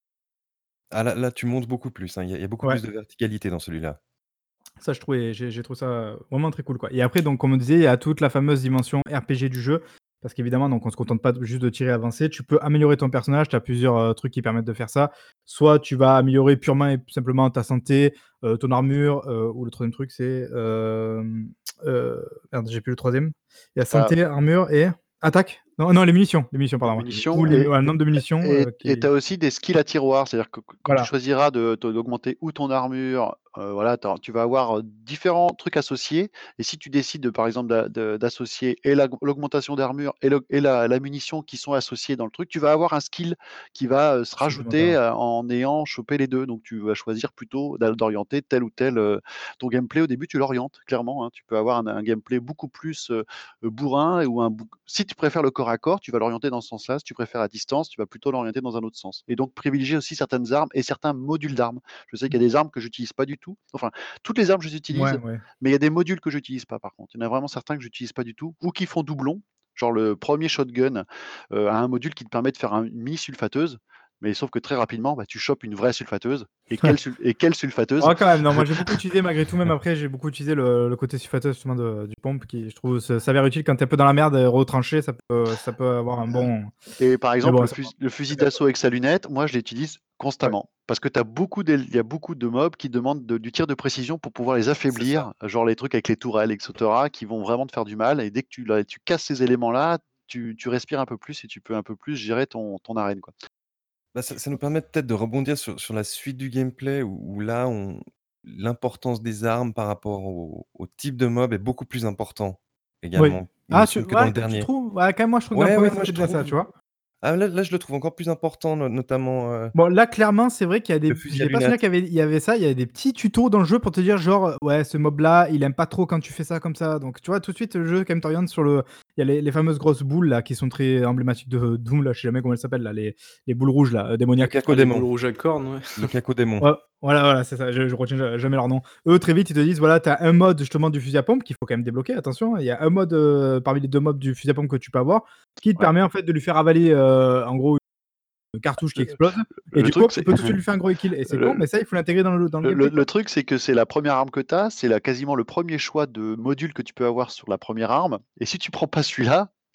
Ah là là, tu montes beaucoup plus, hein. Il y a il y a beaucoup Ouais. plus de verticalité dans celui-là. Ça, je trouvais j'ai j'ai trouvé ça vraiment très cool, quoi. Et après, donc, comme on disait, il y a toute la fameuse dimension R P G du jeu. Parce qu'évidemment, donc, on se contente pas de juste de tirer et avancer. Tu peux améliorer ton personnage. Tu as plusieurs euh, trucs qui permettent de faire ça. Soit tu vas améliorer purement et simplement ta santé, euh, ton armure, euh, ou le troisième truc, c'est. Euh, euh, merde, j'ai plus le troisième. Il y a Tu santé, armure et attaque. Non, non, les munitions. Les munitions, Les pardon. Ouais. Ou munitions les, et ouais, le nombre de munitions et euh, et tu qui. as aussi des skills à tiroir. C'est-à-dire que q quand tu Voilà. choisiras de te d'augmenter ou ton armure, heu, voilà, tu tu vas avoir, heu, différents trucs associés et si tu décides de, par exemple, d'a de d'associer et l'aug l'augmentation d'armure et l'aug et la la munition qui sont associées dans le truc, tu vas avoir un skill qui va, heu, se rajouter, Supplémentaire. heu, en ayant chopé les deux. Donc tu vas choisir plutôt d'a d'orienter tel ou tel, heu ton gameplay au début, tu l'orientes clairement, hein. Tu peux avoir un un gameplay beaucoup plus, heu heu, bourrin ou un bou si tu préfères le corps à corps, tu vas l'orienter dans ce sens-là. Si tu préfères à distance, tu vas plutôt l'orienter dans un autre sens et donc privilégier aussi certaines armes et certains modules d'armes. Je sais qu'il y a des armes que j'utilise pas du tout. Enfin, toutes les armes, je les Ouais, utilise, ouais. mais il y a des modules que j'utilise pas par contre. Il y en a vraiment certains que j'utilise pas du tout ou qui font doublon. Genre le premier shotgun, heu, a un module qui te permet de faire un une mini sulfateuse, mais sauf que très rapidement, bah, tu chopes une vraie sulfateuse et quelle sul et quelle sulfateuse! Oh quand même, non, moi j'ai beaucoup utilisé malgré tout, même après, j'ai beaucoup utilisé le le côté sulfateuse justement de du pompe qui je trouve s s'avère utile quand tu es un peu dans la merde et retrancher, ça peut ça peut avoir un bon Et par mais exemple, bon, le ça fusil le fusil d'assaut avec sa lunette, moi je l'utilise ouais, constamment. Parce que tu as beaucoup d'él il y a beaucoup de mobs qui demandent de du tir de précision pour pouvoir les C'est ça. affaiblir, genre les trucs avec les tourelles et cetera, qui vont vraiment te faire du mal et dès que tu la tu casses ces éléments-là, tu tu respires un peu plus et tu peux un peu plus gérer ton ton arène, quoi. Bah, ça ça nous permet peut-être de rebondir sur sur la suite du gameplay où où là, on l'importance des armes par rapport au au type de mob est beaucoup plus important oui. également, il me Ah tu semble que dans le ouais, tu dernier. trouves? Ouais, quand même moi je trouve que dans le Ouais, premier ouais, moi c'était je déjà ça, tu trouve. vois? Ah là là, je le trouve encore plus important, no notamment, heu, Bon, là, clairement, c'est vrai qu'il y a le des fusil à j'ai pas souvenir lunettes. qu'il y avait il y avait ça, il y avait des petits tutos dans le jeu pour te dire genre, heu, ouais, ce mob-là, il aime pas trop quand tu fais ça comme ça. Donc, tu vois, tout de suite, le jeu quand même t'oriente sur le il y a les les fameuses grosses boules là qui sont très emblématiques de Doom là, je sais jamais comment elles s'appellent là, les les boules rouges là, heu, Le démoniaques. Ah, les cacodémon, boules rouges à cornes, ouais. le cacodémon. Ouais, voilà, voilà, c'est ça, je je retiens ja jamais leur nom. Eux, très vite, ils te disent: «Voilà, tu as un mode justement du fusil à pompe qu'il faut quand même débloquer, attention, hein». Il y a un mode, heu, parmi les deux mobs du fusil à pompe que tu peux avoir, qui te Ouais. permet en fait de lui faire avaler, heu, en gros une cartouche qui Le explose et le du coup, truc hop, tu c'est peux tout de suite lui faire un gros kill et c'est con, le mais ça, il faut l'intégrer dans le dans le Le le gameplay, quoi. le truc, c'est que c'est la première arme que tu as, c'est la quasiment le premier choix de module que tu peux avoir sur la première arme et si tu prends pas celui-là,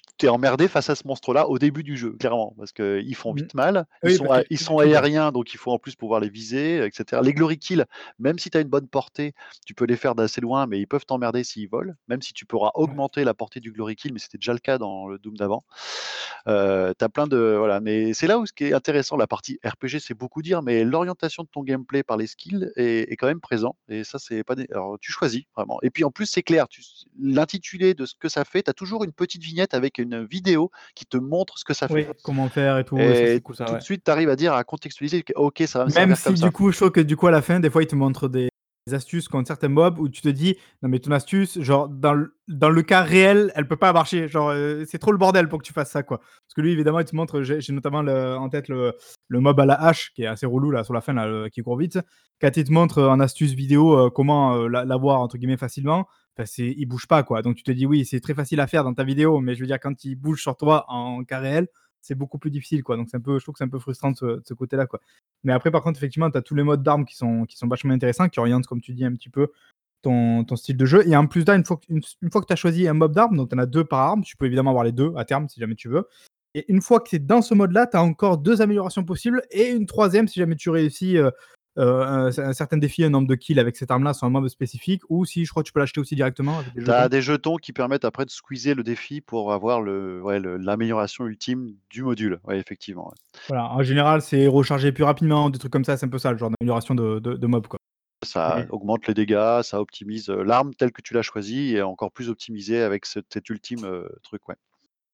tu es emmerdé face à ce monstre-là au début du jeu, clairement, parce qu'ils font Mmh. vite mal. Ils Oui, sont parce a qu'il y a ils plus sont d'habitude, ouais. aériens, donc il faut en plus pouvoir les viser, et cetera. Les glory kills, même si tu as une bonne portée, tu peux les faire d'assez loin, mais ils peuvent t'emmerder s'ils volent, même si tu pourras Ouais. augmenter la portée du glory kill, mais c'était déjà le cas dans le Doom d'avant. Heu, tu as plein de voilà, mais c'est là où ce qui est intéressant, la partie R P G, c'est beaucoup dire, mais l'orientation de ton gameplay par les skills est est quand même présent et ça, c'est pas des alors tu choisis vraiment et puis en plus, c'est clair, tu s l'intitulé de ce que ça fait, tu as toujours une petite vignette avec une vidéo qui te montre ce que ça fait Oui, comment faire et tout, et ça, c'est et cool ça, tout de ouais. suite, tu arrives à dire à contextualiser que: «OK, ça va me Même servir comme si ça». du coup, je trouve que du coup, à la fin, des fois, ils te montrent des astuces contre certains mobs où tu te dis: «Non mais ton astuce, genre dans l dans le cas réel, elle peut pas marcher, genre, heu, c'est trop le bordel pour que tu fasses ça, quoi». Parce que lui, évidemment, il te montre j'ai j'ai notamment le en tête le le mob à la hache qui est assez relou là sur la fin là, heu, qui court vite. Quand il te montre, heu, en astuce vidéo, heu, comment, heu, l'a l'avoir entre guillemets «facilement», enfin c'est il bouge pas, quoi. Donc tu te dis: «Oui, c'est très facile à faire dans ta vidéo», mais je veux dire quand il bouge sur toi en cas réel, c'est beaucoup plus difficile, quoi. Donc c'est un peu je trouve que c'est un peu frustrant de ce de ce côté-là, quoi. Mais après, par contre, effectivement, tu as tous les modes d'armes qui sont, qui sont vachement intéressants, qui orientent, comme tu dis, un petit peu ton, ton style de jeu. Et en plus, là, une fois que, une, une fois que tu as choisi un mob d'armes, donc tu en as deux par arme, tu peux évidemment avoir les deux à terme si jamais tu veux. Et une fois que tu es dans ce mode-là, tu as encore deux améliorations possibles et une troisième si jamais tu réussis euh, euh, un, un certain défi, un nombre de kills avec cette arme-là sur un mob spécifique. Ou si je crois que tu peux l'acheter aussi directement avec des Tu as jetons. des jetons qui permettent après de squeezer le défi pour avoir le ouais, le l'amélioration ultime du module. Ouais, effectivement, ouais. Voilà, en général, c'est recharger plus rapidement, des trucs comme ça, c'est un peu ça, le genre d'amélioration de, de, de mob, quoi. Ça Et- augmente les dégâts, ça optimise, heu, l'arme telle que tu l'as choisie et encore plus optimisée avec cet cet ultime, heu, truc, ouais.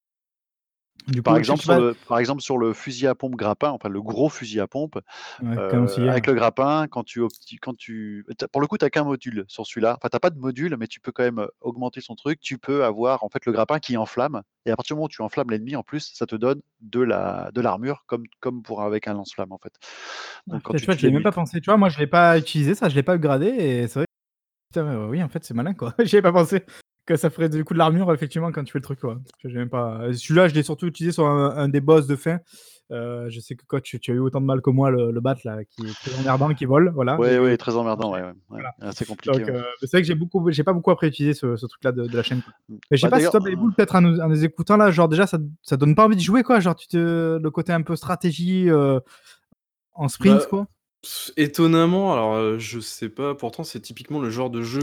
du Par coup, je sais exemple pas. sur le par exemple sur le fusil à pompe grappin, enfin le gros fusil à pompe, Ouais, canon heu, scié, ouais. avec le grappin quand tu opti quand tu tu pour le coup, tu as qu'un module sur celui-là. Enfin, tu as pas de module, mais tu peux quand même, heu, augmenter son truc. Tu peux avoir en fait le grappin qui enflamme et à partir du moment où tu enflammes l'ennemi en plus, ça te donne de la de l'armure comme comme pour avec un lance-flamme en fait. Ah Donc quand putain, tu tu vois, tues j'y ai même l'ennemi pas pensé. Tu vois, moi, je l'ai pas utilisé ça, je l'ai pas upgradé et c'est vrai putain, ouais, oui, en fait, c'est malin, quoi. J'y avais pas pensé que ça ferait du coup de l'armure, effectivement, quand tu fais le truc, quoi. J'ai même pas euh, celui-là, je l'ai surtout utilisé sur un un des boss de fin. Heu, je sais que toi, tu tu as eu autant de mal que moi le le battre là, qui est très emmerdant, qui vole, voilà. ouais, J'ai eu ouais, autant très de emmerdant, mal, ouais, ouais, ouais, voilà. assez compliqué, Donc ouais. heu, c'est vrai que j'ai beaucoup j'ai pas beaucoup après utilisé ce ce truc-là de de la chaîne, quoi. Mmh. Mais je sais Bah, pas si d'ailleurs, toi, Playboul, peut-être en nous en nous écoutant là, genre déjà ça ça donne pas envie de jouer, quoi? Genre tu te le côté un peu stratégie, heu, en sprint, Bah, quoi? pff, étonnamment, alors, heu, je sais pas, pourtant c'est typiquement le genre de jeu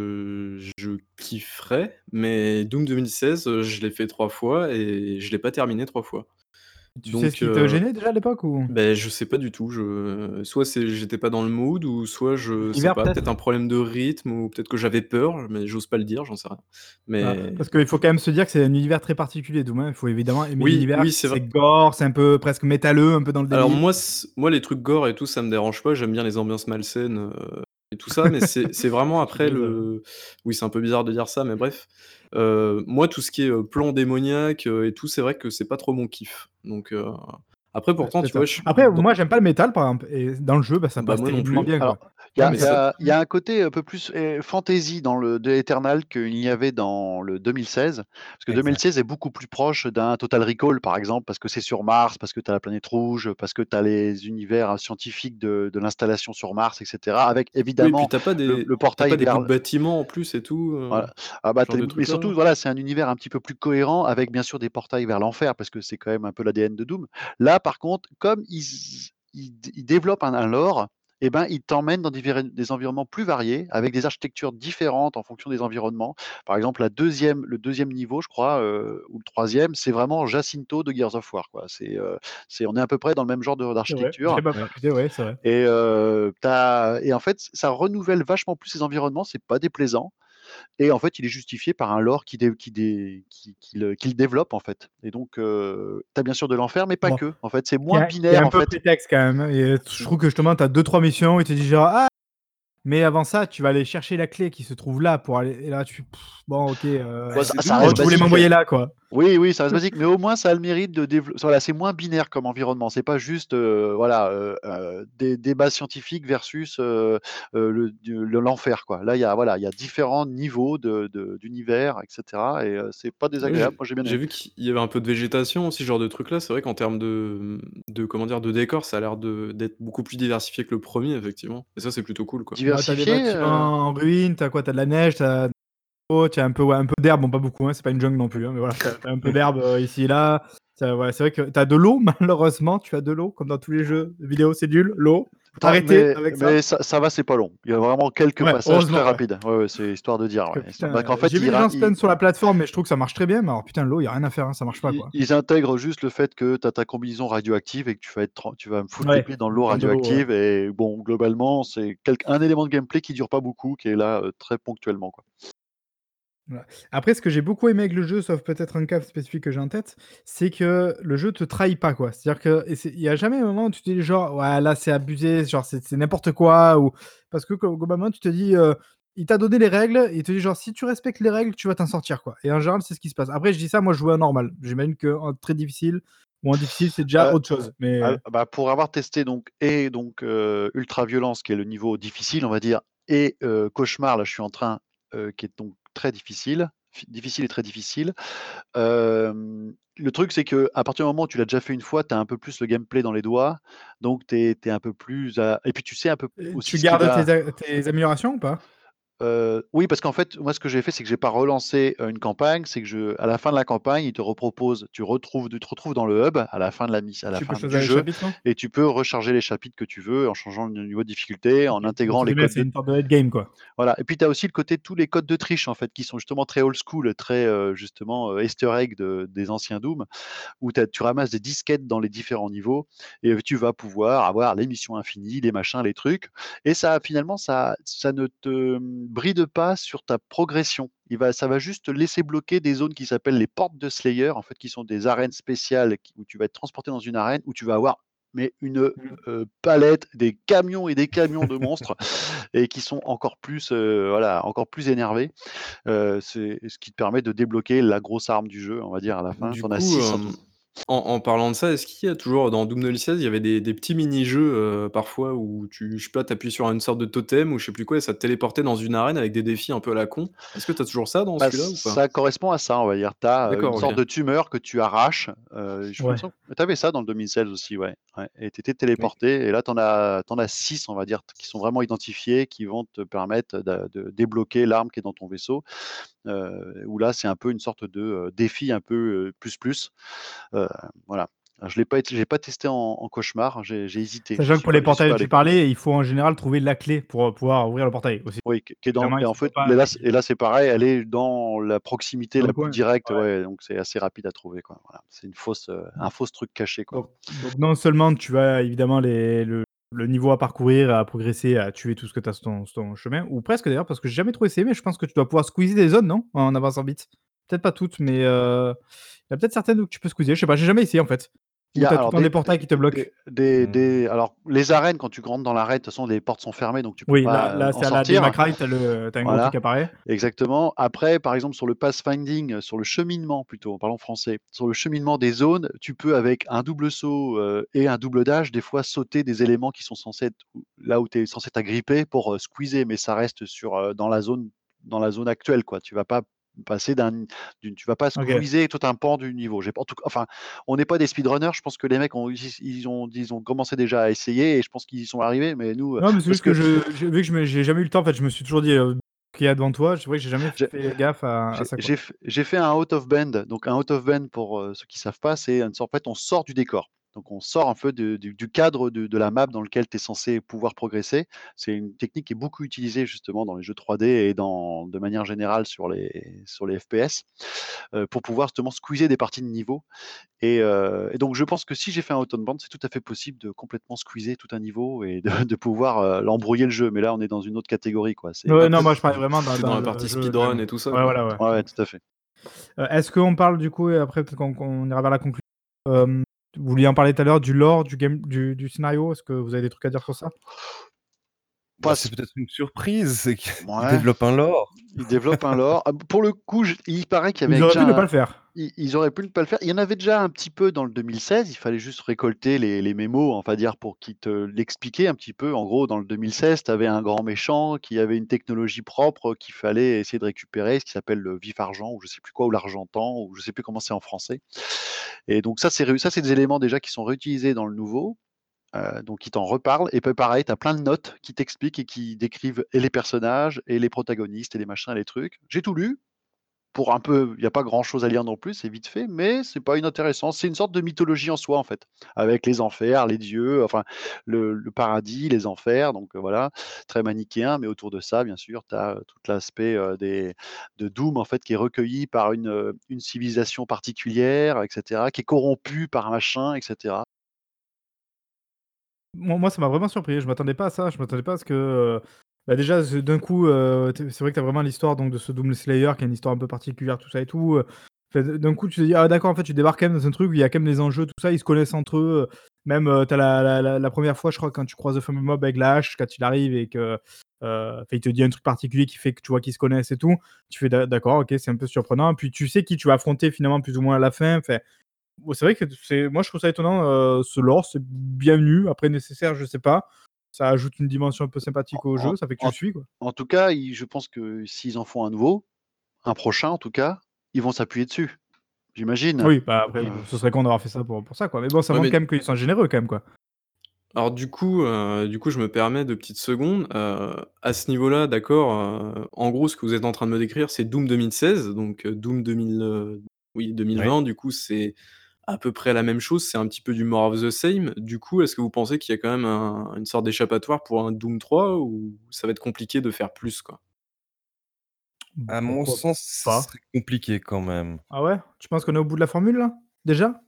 que je kifferais, mais Doom deux mille seize, heu, je l'ai fait trois fois et je l'ai pas terminé trois fois. Tu sais ce Donc qui te heu, gênait déjà à l'époque ou? beh, je sais pas du tout, je soit c'est j'étais pas dans le mood ou soit je sais L'univers pas, peut-être? peut-être un problème de rythme ou peut-être que j'avais peur, mais j'ose pas le dire, j'en sais rien. Voilà, Mais parce qu'il faut quand même se dire que c'est un univers très particulier Doom, hein. Il faut évidemment aimer oui, l'univers, oui, c'est vrai. c'est gore, c'est un peu presque métalleux, un peu dans le Alors délire. moi c moi les trucs gore et tout, ça me dérange pas, j'aime bien les ambiances malsaines, heu et tout ça, mais c'est c'est vraiment C'est après bizarre. le oui, c'est un peu bizarre de dire ça, mais bref, heu, moi tout ce qui est, heu, plan démoniaque, heu et tout, c'est vrai que c'est pas trop mon kiff. Donc heu, après Ouais, c'est pourtant, peut-être tu ça. vois, je suis Après, dans moi, j'aime pas le métal, par exemple, et dans le jeu, bah, ça bah, passe moi non terriblement plus. bien, quoi. alors, il y Ouais, a mais il y ça a il y a un côté un peu plus, heu, fantasy dans le de Eternal qu'il n'y avait dans le deux mille seize. Parce que Exact. deux mille seize est beaucoup plus proche d'un Total Recall, par exemple, parce que c'est sur Mars, parce que tu as la planète rouge, parce que tu as les univers, heu, scientifiques de de l'installation sur Mars et cetera, avec oui, puis évidemment tu as pas le des le tu as portail pas des bouts vers de bâtiments en plus et tout, heu, voilà. Ah bah, ce genre tu de mais trucs là? surtout, voilà, c'est un univers un petit peu plus cohérent avec bien sûr des portails vers l'enfer parce que c'est quand même un peu l'A D N de Doom. Là, par contre, comme ils ils d ils développent un un lore et ben, ils t'emmènent dans des vér des environnements plus variés avec des architectures différentes en fonction des environnements. Par exemple, la deuxième le deuxième niveau, je crois, heu, ou le troisième, c'est vraiment Jacinto de Gears of War, quoi. C'est, heu, c'est on est à peu près dans le même genre de C'est vrai, j'avais d'architecture pas Ouais. percuté, ouais, c'est vrai. et heu, tu et en fait, ça renouvelle vachement plus ces environnements, c'est pas déplaisant. Et en fait, il est justifié par un lore qui dé qui dé qui qui le qui le développe, en fait. Et donc, heu, tu as bien sûr de l'enfer, mais pas Bon, que. En fait, c'est qui moins est qui est binaire, un en peu fait. prétexte quand même, hein, et je Mmh. trouve que justement, tu as deux trois missions, il te dit genre: «Ah, mais avant ça, tu vas aller chercher la clé qui se trouve là pour aller», et là, tu fais: «Bon, OK, Bah, heu, Ouais, ça c'est ça tout, oh, reste tu voulais hein. basique. m'envoyer là, quoi». Oui, oui, ça reste basique, mais au moins ça a le mérite de dévelop voilà, c'est moins binaire comme environnement. C'est pas juste, heu, voilà, heu heu, des débats scientifiques versus, heu heu, le du le l'enfer, quoi. Là, il y a voilà, il y a différents niveaux de de d'univers et cetera et heu, c'est pas Oui, désagréable. j'ai Moi, j'ai bien j'ai aimé. vu qu'il y avait un peu de végétation aussi, ce genre de truc là. C'est vrai qu'en termes de, mmh, de comment dire? De décor, ça a l'air de d'être beaucoup plus diversifié que le premier, effectivement et ça, c'est plutôt cool, quoi. Bah, tu as des Diversifié, bâtiments heu en ruine, tu as quoi? Tu as de la neige, tu as Oh, tu as un peu, ouais, un peu d'herbe, bon pas beaucoup, hein, c'est pas une jungle non plus, hein, mais voilà, tu as un peu d'herbe, heu, ici et là. Ça, ouais, c'est vrai que tu as de l'eau malheureusement, tu as de l'eau comme dans tous les jeux vidéo, c'est nul, l'eau. Ouais, Arrêtez mais avec ça. mais ça ça va, c'est pas long. Il y a vraiment quelques Ouais, passages très heureusement, ouais. rapides. Ouais, ouais, c'est histoire de dire, Parce que ouais. Histoire- Bah, putain, qu'en heu, fait, j'ai vu ils, les ra- gens se ils, plaindre sur la plateforme, mais je trouve que ça marche très bien, mais alors putain l'eau, il y a rien à faire, hein, ça marche pas, ils- quoi. ils intègrent juste le fait que tu as ta combinaison radioactive et que tu vas être, tra- tu vas me foutre les Ouais, pieds dans l'eau dans de l'eau, ouais. radioactive. Et bon, globalement, c'est quel- un élément de gameplay qui dure pas beaucoup, qui est là euh, très ponctuellement, quoi. Voilà. Après, ce que j'ai beaucoup aimé avec le jeu, sauf peut-être un cas spécifique que j'ai en tête, c'est que le jeu te trahit pas, quoi. C'est-à-dire que et c'est il y a jamais un moment où tu te dis genre: «Ouais, là, c'est abusé, genre c'est c'est n'importe quoi» ou parce que glo globalement, tu te dis, heu, il t'a donné les règles et il te dit genre: «Si tu respectes les règles, tu vas t'en sortir», quoi et en général, c'est ce qui se passe. Après, je dis ça, moi, je jouais à normal. J'imagine qu'en très difficile ou en difficile, c'est déjà Euh, autre chose, mais al- bah, pour avoir testé donc et donc euh, Ultra Violence, qui est le niveau difficile, on va dire, et euh, Cauchemar, là, je suis en train, euh, qui est donc très difficile, fi- difficile et très difficile. Hem, le truc, c'est que à partir du moment où tu l'as déjà fait une fois, tu as un peu plus le gameplay dans les doigts, donc tu es un peu plus à et puis tu sais un peu heu, aussi tu ce qui gardes va. tes a tes améliorations ou pas? Heu, oui, parce qu'en fait, moi, ce que j'ai fait, c'est que j'ai pas relancé, heu, une campagne, c'est que je à la fin de la campagne, il te repropose tu retrouves tu te retrouves dans le hub à la fin de la miss à la Tu peux fin choisir du les jeu chapitres, non? et tu peux recharger les chapitres que tu veux en changeant le niveau de difficulté, en OK. intégrant Entre les guillemets, codes c'est de. une sorte de late game, quoi. Voilà et puis tu as aussi le côté tous les codes de triche, en fait, qui sont justement très old school, très, heu, justement, heu, easter egg de des anciens Doom où tu tu ramasses des disquettes dans les différents niveaux et tu vas pouvoir avoir les missions infinies, les machins, les trucs. Et ça, finalement, ça, ça ne te bride pas sur ta progression. Il va, ça va juste te laisser bloquer des zones qui s'appellent les portes de Slayer, en fait, qui sont des arènes spéciales qui- où tu vas être transporté dans une arène où tu vas avoir mais une Mmh. euh, palette, des camions et des camions de monstres et qui sont encore plus, euh, voilà, encore plus énervés. Euh, c'est ce qui te permet de débloquer la grosse arme du jeu, on va dire à la fin. Du T'en as coup, six en hem, tout. en en parlant de ça, est-ce qu'il y a toujours dans Doom deux mille seize, il y avait des des petits mini-jeux, heu, parfois où tu je sais pas, tu appuies sur une sorte de totem ou je sais plus quoi et ça te téléportait dans une arène avec des défis un peu à la con? Est-ce que tu as toujours ça dans Bah, celui-là ou pas? ça correspond à ça, on va dire. Tu as, une D'accord, OK. sorte de tumeur que tu arraches, heu, je me Ouais. sens tu avais ça dans le deux mille seize aussi, ouais, ouais et tu étais Oui. téléporté et là, tu en as tu en as six, on va dire, qui sont vraiment identifiés, qui vont te permettre de de débloquer l'arme qui est dans ton vaisseau, heu, où là, c'est un peu une sorte de, heu, défi un peu, heu, plus, plus, heu, voilà. Alors je l'ai pas été j'ai pas testé en en cauchemar, j'ai j'ai hésité, j'y Sachant que suis pour pas les j'y suis portails pas dont allé. tu parlais, il faut en général trouver la clé pour, heu, pouvoir ouvrir le portail aussi. Oui, qui qui est dans Évidemment, et il en suffit fait, pas mais là c et effectivement là, c'est pareil, elle est dans la proximité dans la le plus coin. directe, Ouais. ouais, donc c'est assez rapide à trouver, quoi, voilà. C'est une fausse, heu, un fausse truc caché, quoi. Donc donc non seulement tu as évidemment les le le niveau à parcourir, à progresser, à tuer tout ce que tu as sur ton sur ton chemin ou presque d'ailleurs parce que j'ai jamais trop essayé mais je pense que tu dois pouvoir squeezer des zones, non? En avançant vite? Peut-être pas toutes mais heu, il y a peut-être certaines où tu peux squeezer, je sais pas, j'ai jamais essayé en fait. Il y Où a tu as tout le alors temps des des portails qui te bloquent. des des Mmh. des alors les arènes, quand tu rentres dans l'arène, de toute façon, les portes sont fermées, donc tu peux Oui, là pas, heu, là en c'est à la Devil sortir. Cry, tu as le tu as un gros truc Voilà, qui apparaît. exactement. Après, par exemple, sur le pathfinding, heu, sur le cheminement plutôt, parlons français, sur le cheminement des zones, tu peux avec un double saut, heu, et un double dash, des fois sauter des éléments qui sont censés être là où tu es censé t'agripper pour, heu, squeezer, mais ça reste sur, heu, dans la zone dans la zone actuelle, quoi. Tu vas pas passer d'un d'une tu vas pas OK. squeezer tout un pan du niveau. J'ai pas en tout cas enfin, on n'est pas des speedrunners, je pense que les mecs ont ils ils ont ils ont commencé déjà à essayer et je pense qu'ils y sont arrivés, mais nous, heu, Non mais c'est parce juste que que je j'ai vu que je me j'ai jamais eu le temps en fait, je me suis toujours dit, heu, qu'il y a devant toi, c'est vrai que j'ai jamais j'ai fait gaffe à à J'ai ça, quoi. j'ai f j'ai fait un out of band. Donc un out of band pour, heu, ceux qui savent pas, c'est une sorte en fait, on sort du décor. Donc on sort un peu de du du cadre de de la map dans lequel tu es censé pouvoir progresser. C'est une technique qui est beaucoup utilisée justement dans les jeux trois D et dans de manière générale sur les sur les F P S, heu, pour pouvoir justement squeezer des parties de niveau et heu et donc je pense que si j'ai fait un out of band, c'est tout à fait possible de complètement squeezer tout un niveau et de de pouvoir, heu, l'embrouiller le jeu. Mais là, on est dans une autre catégorie, quoi. C'est Ouais, non, Après, moi je tu parlais vraiment dans es dans dans la le partie jeu speedrun lui-même. et tout ça, Ouais, quoi. voilà, ouais. ouais, ouais, Mmh. tout à fait. Heu, est-ce qu'on parle du coup et après peut-être qu'on qu'on ira vers la conclusion, hem, vous vouliez en parler tout à l'heure du lore, du game du du scénario? Est-ce que vous avez des trucs à dire sur ça? Bah, Pas c'est s peut-être une surprise, c'est qu'ils Ouais. développent un lore. Ils développent un lore. Ah, pour le coup, je il paraît qu'il y Ils avait auraient pu ne déjà pas un le faire. ils ils auraient pu ne pas le faire. Il y en avait déjà un petit peu dans le deux mille seize, il fallait juste récolter les les mémos, on va dire, pour qu'ils te l'expliquaient un petit peu. En gros, dans le deux mille seize, tu avais un grand méchant qui avait une technologie propre qu'il fallait essayer de récupérer, ce qui s'appelle le vif argent ou je sais plus quoi, ou l'argentan, ou je sais plus comment c'est en français et donc ça, c'est réu ça, c'est des éléments déjà qui sont réutilisés dans le nouveau. Heu, donc il t'en reparle et puis pareil, tu as plein de notes qui t'expliquent et qui décrivent et les personnages et les protagonistes et les machins et les trucs. J'ai tout lu pour un peu il y a pas grand chose à lire non plus, c'est vite fait, mais c'est pas inintéressant. C'est une sorte de mythologie en soi, en fait, avec les enfers, les dieux, enfin le le paradis, les enfers, donc heu, voilà, très manichéen, mais autour de ça, bien sûr, tu as, tout l'aspect, heu, des de Doom, en fait, qui est recueilli par une, heu, une civilisation particulière et cetera, qui est corrompue par un machin et cetera. Moi moi, ça m'a vraiment surpris. Je m'attendais pas à ça. Je m'attendais pas à ce que, heu, bah, déjà, z d'un coup, heu, tu c'est vrai que tu as vraiment l'histoire donc de ce Doom Slayer qui a une histoire un peu particulière, tout ça et tout, heu. Enfin, d d'un coup, tu te dis: «Ah d'accord, en fait, tu débarques quand même dans un truc où il y a quand même les enjeux, tout ça». Ils se connaissent entre eux, heu, même, heu, tu as la la la la première fois, je crois, quand tu croises le fameux mob avec la hache, quand il arrive et que, heu, enfin, il te dit un truc particulier qui fait que tu vois qu'ils se connaissent et tout. Tu fais: «D'a d'accord, OK, c'est un peu surprenant». Puis tu sais qui tu vas affronter finalement plus ou moins à la fin. Enfin, bon, c'est vrai que c'est moi je trouve ça étonnant, heu, ce lore, c'est bienvenu, après nécessaire, je sais pas. Ça ajoute une dimension un peu sympathique au En jeu, ça fait que tu en le suis, quoi. en tout cas, ils je pense que s'ils en font un nouveau, un prochain en tout cas, ils vont s'appuyer dessus, j'imagine. Oui, bah, après, Heu, bon, ce serait con d'avoir fait ça pour pour ça, quoi. Mais bon, ça Ouais, montre quand mais même qu'ils sont généreux quand même, quoi. alors du coup, heu, du coup, je me permets deux petites secondes, heu, à ce niveau-là, d'accord, heu, en gros, ce que vous êtes en train de me décrire, c'est Doom deux mille seize, donc heu, Doom deux mille, heu, oui, Oui. deux mille vingt, du coup, c'est à peu près la même chose, c'est un petit peu du more of the same. Du coup, est-ce que vous pensez qu'il y a quand même un une sorte d'échappatoire pour un Doom trois ou ça va être compliqué de faire plus, quoi? Bah, À mon pourquoi sens, ce pas? serait compliqué quand même. Ah ouais? Tu penses qu'on est au bout de la formule, là? Déjà?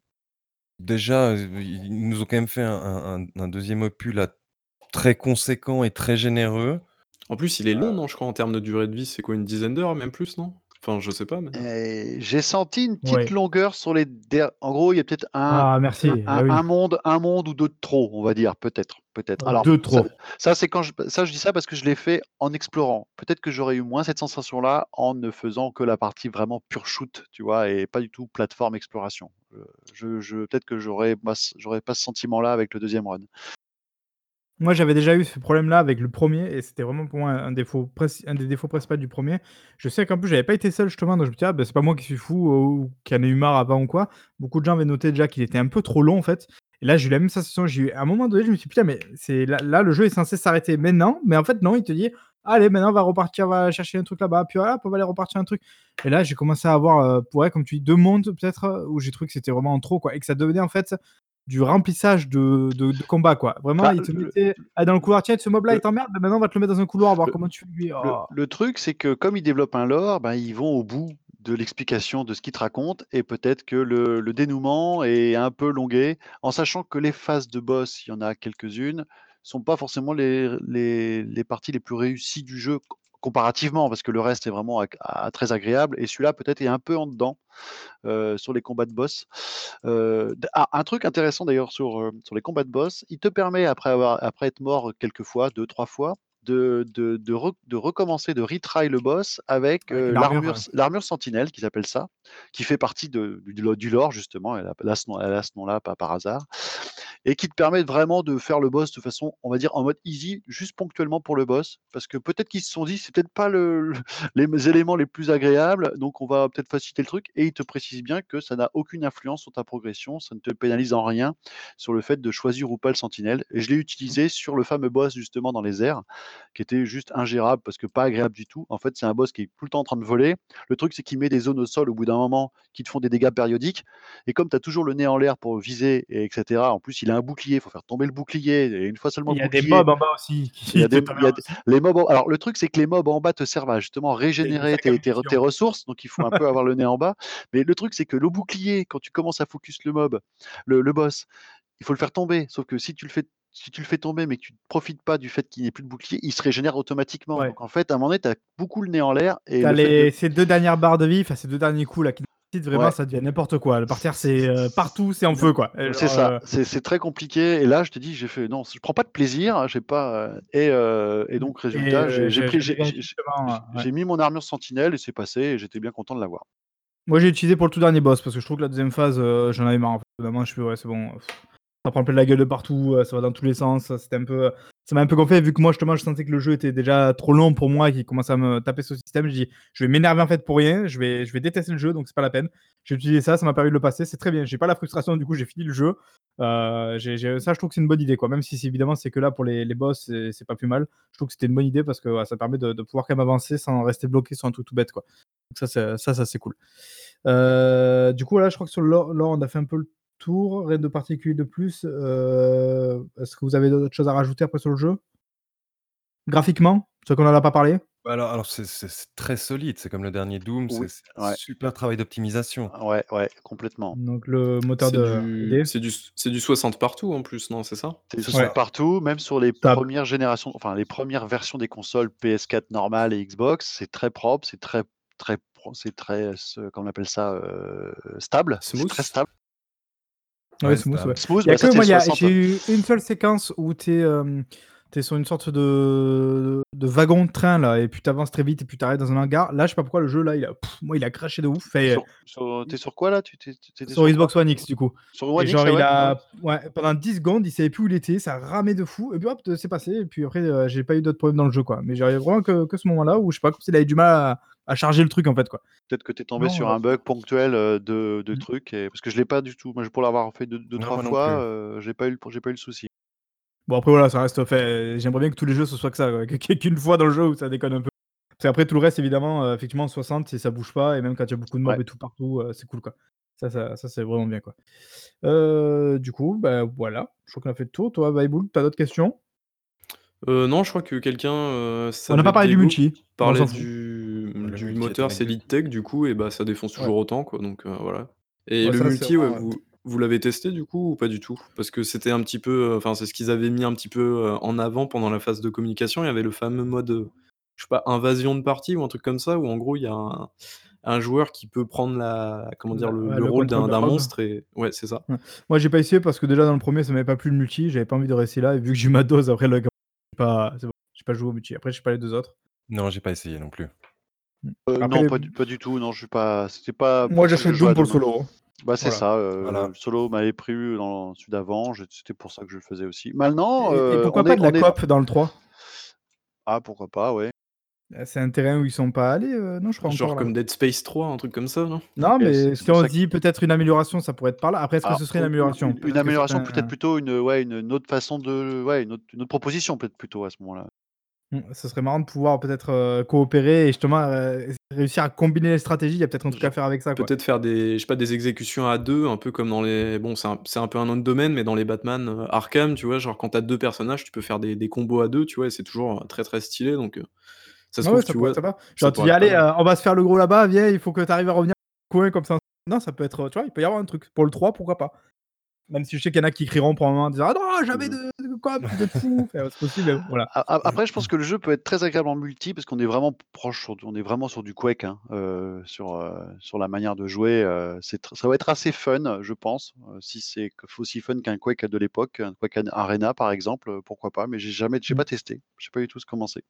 Déjà, heu, ils nous ont quand même fait un un un un deuxième opus là, très conséquent et très généreux. En plus, il est long, non, je crois, en termes de durée de vie, c'est quoi, une dizaine d'heures, même plus, non? Enfin, je sais pas, mais et j'ai senti une petite Ouais. longueur sur les der en gros, il y a peut-être un Ah merci, un eh un oui. un monde un monde ou deux de trop, on va dire, peut-être, peut-être. Heu, Alors deux ça trop. ça c'est quand je ça je dis ça parce que je l'ai fait en explorant. Peut-être que j'aurais eu moins cette sensation-là en ne faisant que la partie vraiment pure shoot, tu vois? Et pas du tout plateforme exploration. Heu, je je peut-être que j'aurais pas ce j'aurais pas ce sentiment-là avec le deuxième run. Moi, j'avais déjà eu ce problème-là avec le premier et c'était vraiment pour moi un un défaut princi un des défauts principaux du premier. Je sais qu'en plus, j'avais pas été seul justement, donc je me dis: «Ah bah, c'est pas moi qui suis fou, heu, ou qui en ai eu marre avant ou quoi». Beaucoup de gens avaient noté déjà qu'il était un peu trop long en fait et là, j'ai eu la même sensation. J'ai eu à un moment donné, je me suis dit: «Putain, mais c'est là là, le jeu est censé s'arrêter maintenant», mais en fait non, il te dit: «Allez, maintenant on va repartir, on va chercher un truc là-bas, puis hop, on va aller repartir un truc» et là, j'ai commencé à avoir, heu, ouais, comme tu dis, deux mondes peut-être, heu, où j'ai trouvé que c'était vraiment trop quoi et que ça devenait en fait du remplissage de de de combat, quoi. Vraiment, Bah, il te le mettait, ah, dans le couloir: «Tiens, ce mob-là, il le t'emmerde, bah, maintenant on va te le mettre dans un couloir, voir le comment tu lui». Le Oh! le truc, c'est que comme ils développent un lore, ben, ils vont au bout de l'explication de ce qu'ils te racontent et peut-être que le le dénouement est un peu longué, en sachant que les phases de boss, il y en a quelques-unes, sont pas forcément les les les parties les plus réussies du jeu co comparativement, parce que le reste est vraiment ag a très agréable et celui-là peut-être est un peu en dedans, heu, sur les combats de boss. Heu, d ah, un truc intéressant d'ailleurs sur, heu, sur les combats de boss, il te permet après avoir après être mort quelques fois, deux trois fois, de de de re de recommencer, de retry le boss avec, Avec heu, l'armure, l'armure ouais. l'armure sentinelle qu'ils appellent ça, qui fait partie de du lo du lore justement, elle a elle a ce nom elle a ce nom-là pas par hasard et qui te permet vraiment de faire le boss de façon, on va dire, en mode easy, juste ponctuellement pour le boss. Parce que peut-être qu'ils se sont dit: «C'est peut-être pas le le les éléments les plus agréables, donc on va peut-être faciliter le truc» et ils te précisent bien que ça n'a aucune influence sur ta progression, ça ne te pénalise en rien sur le fait de choisir ou pas le sentinelle et je l'ai utilisé sur le fameux boss justement dans les airs, qui était juste ingérable parce que pas agréable du tout. En fait, c'est un boss qui est tout le temps en train de voler. Le truc, c'est qu'il met des zones au sol au bout d'un moment qui te font des dégâts périodiques et comme tu as toujours le nez en l'air pour viser et et en plus, il a un bouclier, il faut faire tomber le bouclier et une fois seulement Il le y a des bouclier, mobs en bas aussi il y a qui te des il y a t'emmerdent des aussi. les mobs en alors le truc, c'est que les mobs en bas te servent à justement C'est des régénérer sacs à tes tes re tes munitions. ressources, donc il faut un peu avoir le nez en bas. Mais le truc, c'est que le bouclier, quand tu commences à focus le mob, le le boss, il faut le faire tomber. Sauf que si tu le fais si tu le fais tomber, mais que tu ne profites pas du fait qu'il n'y ait plus de bouclier, il se régénère automatiquement. Ouais. Donc en fait, à un moment donné, tu as beaucoup le nez en l'air et Tu as le fait de les ces deux dernières barres de vie, enfin ces deux derniers coups là qui nécessitent vraiment, ouais. ça devient n'importe quoi. Le parterre, c'est, heu, partout, c'est en feu, quoi et C'est genre, ça, heu c'est c'est très compliqué et là, je te dis, j'ai fait: «Non, je prends pas de plaisir, j'ai pas, heu» et heu et donc et résultat, heu, j'ai j'ai j'ai pris j'avais j'ai j'ai vérifié justement, j'ai heu, ouais. j'ai mis mon armure sentinelle et c'est passé et j'étais bien content de l'avoir. Moi, j'ai utilisé pour le tout dernier boss parce que je trouve que la deuxième phase, heu, j'en avais marre en fait. Au bout d'un moment, je fais: «Ouais, c'est bon, ça prend plein la gueule de partout, heu, ça va dans tous les sens». C'était un peu, ça m'a un peu gonflé vu que moi justement je sentais que le jeu était déjà trop long pour moi et qu'il commençait à me taper sur le système. Je dis je vais m'énerver en fait pour rien, je vais, je vais détester le jeu donc c'est pas la peine. J'ai utilisé ça, ça m'a permis de le passer, c'est très bien. J'ai pas la frustration du coup, j'ai fini le jeu. Euh, j'ai, j'ai- ça je trouve que c'est une bonne idée quoi. Même si c'est, évidemment c'est que là pour les, les boss, c'est, c'est pas plus mal. Je trouve que c'était une bonne idée parce que ouais, ça permet de, de pouvoir quand même avancer sans rester bloqué sur un truc tout bête quoi. Donc ça, c'est, ça, ça c'est cool. Euh, du coup là je crois que sur le lore, lore, on a fait un peu le tour, rien de particulier de plus. Euh, est-ce que vous avez d'autres choses à rajouter après sur le jeu? Graphiquement, ce qu'on en a pas parlé? Bah, alors alors c'est c'est c'est très solide, c'est comme le dernier Doom, c'est Oui, c'est un ouais, super travail d'optimisation. ouais, ouais, complètement. Donc le moteur C'est de du, I D? c'est du, c'est du soixante partout en plus, non, c'est ça? C'est C'est soixante Ouais, ça. partout, même sur les stable. premières générations, enfin les premières versions des consoles P S quatre normales et Xbox, c'est très propre, c'est très très pro c'est très, ce comment on appelle ça? Heu, stable, c'est très Smooth? stable. Ouais, Ouais, smooth, ouais. stable. Smooth, Il y a bah que ça c'est moi, il y a soixante. j'ai eu une seule séquence où tu es, hem, tu es sur une sorte de de wagon de train là et puis tu avances très vite et puis tu arrêtes dans un hangar. Là, je sais pas pourquoi le jeu là, il a pff, moi, il a craché de ouf. Enfin, Sur sur tu i sur quoi là? Tu tu tu étais sur sur quoi? Xbox One X du coup Sur et One X, genre ah il ouais? Ah ouais? a ouais, pendant dix secondes, il savait plus où il était, ça ramait de fou et puis hop, c'est passé et puis après, heu, j'ai pas eu d'autres problèmes dans le jeu quoi. Mais j'avais vraiment que que ce moment-là où je sais pas, comme s'il avait du mal à à charger le truc en fait quoi. Peut-être que tu es tombé Non, sur heu, un bug ponctuel, heu, de de mmh. trucs et parce que je l'ai pas du tout. Moi, pour l'avoir fait deux Non, deux-trois moi non fois, plus. heu, j'ai pas eu le j'ai pas eu le souci. Bon après voilà, ça reste fait j'aimerais bien que tous les jeux ce soit que ça, quoi, qu'il y ait qu'une fois dans le jeu où ça déconne un peu. Parce qu'après tout le reste évidemment, heu, effectivement soixante si ça bouge pas et même quand il y a beaucoup de Ouais. mobs et tout partout, heu, c'est cool quoi. Ça ça ça c'est vraiment bien quoi. Heu, du coup, bah, voilà, je crois qu'on a fait le tour. Toi, Baïboul, tu as d'autres questions? Euh, non, je crois que quelqu'un, euh, On n'a ça va pas être parlé du Diego, multi, mais on parlait s'en fout. du, Bah, le du multi était moteur, c'est magnifique. Lead Tech du coup, et bah ça défonce Ouais. toujours autant, quoi, donc euh, voilà. Et Ouais, le ça c'est multi, ouais, vraiment, heu vous, vous l'avez testé du coup ou pas du tout? Parce que c'était un petit peu, euh, enfin c'est ce qu'ils avaient mis un petit peu euh, en avant pendant la phase de communication. Il y avait le fameux mode, euh, je sais pas, invasion de partie ou un truc comme ça, où en gros il y a un, un joueur qui peut prendre la, comment dire, la le, ouais, le le rôle contrôle d'un de d'un hub. monstre et ouais, c'est ça. Ouais. Moi j'ai pas essayé parce que déjà dans le premier ça m'avait pas plu le multi, j'avais pas envie de rester là et vu que j'ai eu ma dose après le j'ai pas c'est bon, j'ai pas joué au multi. Après je sais pas les deux autres. Non, j'ai pas essayé non plus. Mmh. Heu, Après non, les pas du pas du tout, non, je suis pas c'était pas moi pour ça que je j'achète jouais Doom à pour le Doom. solo, hein. Bah, c'est Voilà. ça, heu, Voilà. le solo m'avait plu dans celui d'avant, je c'était pour ça que je le faisais aussi. Maintenant, Et et heu, pourquoi on pas est de la on est coop dans le trois? ah pourquoi pas, ouais. Heu, c'est un terrain où ils sont pas allés, heu, non je crois Genre encore là. comme Dead Space trois, un truc comme ça, non? Non, Et c'est mais c'est si pour on ça se que dit peut-être une amélioration, ça pourrait être par là. Après, est-ce que alors, ce serait une u u amélioration? une une Peut-être que amélioration, certains, peut-être plutôt une, ouais, une une autre façon de ouais, une autre une autre proposition peut-être plutôt à ce moment-là. mmh, ce serait marrant de pouvoir peut-être, heu, coopérer et justement, heu, réussir à combiner les stratégies. Il y a peut-être un truc à Genre, faire avec ça, quoi. peut-être faire des, je sais pas, des exécutions à deux, un peu comme dans les, bon, c'est un c'est un peu un autre domaine, mais dans les Batman, heu, Arkham, tu vois? Genre quand tu as deux personnages, tu peux faire des des combos à deux, tu vois? Et c'est toujours, heu, très, très stylé, donc heu, ça se Ouais, ouais, trouve, ça tu pourrait être vois? sympa. Ça Genre tu pourrait dis: être pas «Allez, mal. heu, on va se faire le gros là-bas, viens, il faut que tu arrives à revenir au coin comme ça». Non, ça peut être, heu, tu vois? Il peut y avoir un truc. Pour le trois, pourquoi pas? Même si je sais qu'il y en a qui crieront probablement en disant: «Ah non, jamais Mmh. de de coop, vous êtes fous!» Enfin, c'est possible, mais bon, voilà. A a après je pense que le jeu peut être très agréable en multi parce qu'on est vraiment proche sur du on est vraiment sur du Quake, hein, heu, sur, heu, sur la manière de jouer, heu, c'est tr ça va être assez fun, je pense, heu, si c'est q aussi fun qu'un Quake de l'époque, un Quake An Arena par exemple, heu, pourquoi pas, mais j'ai jamais j'ai Mmh. pas testé, je sais pas du tout ce comment c'est.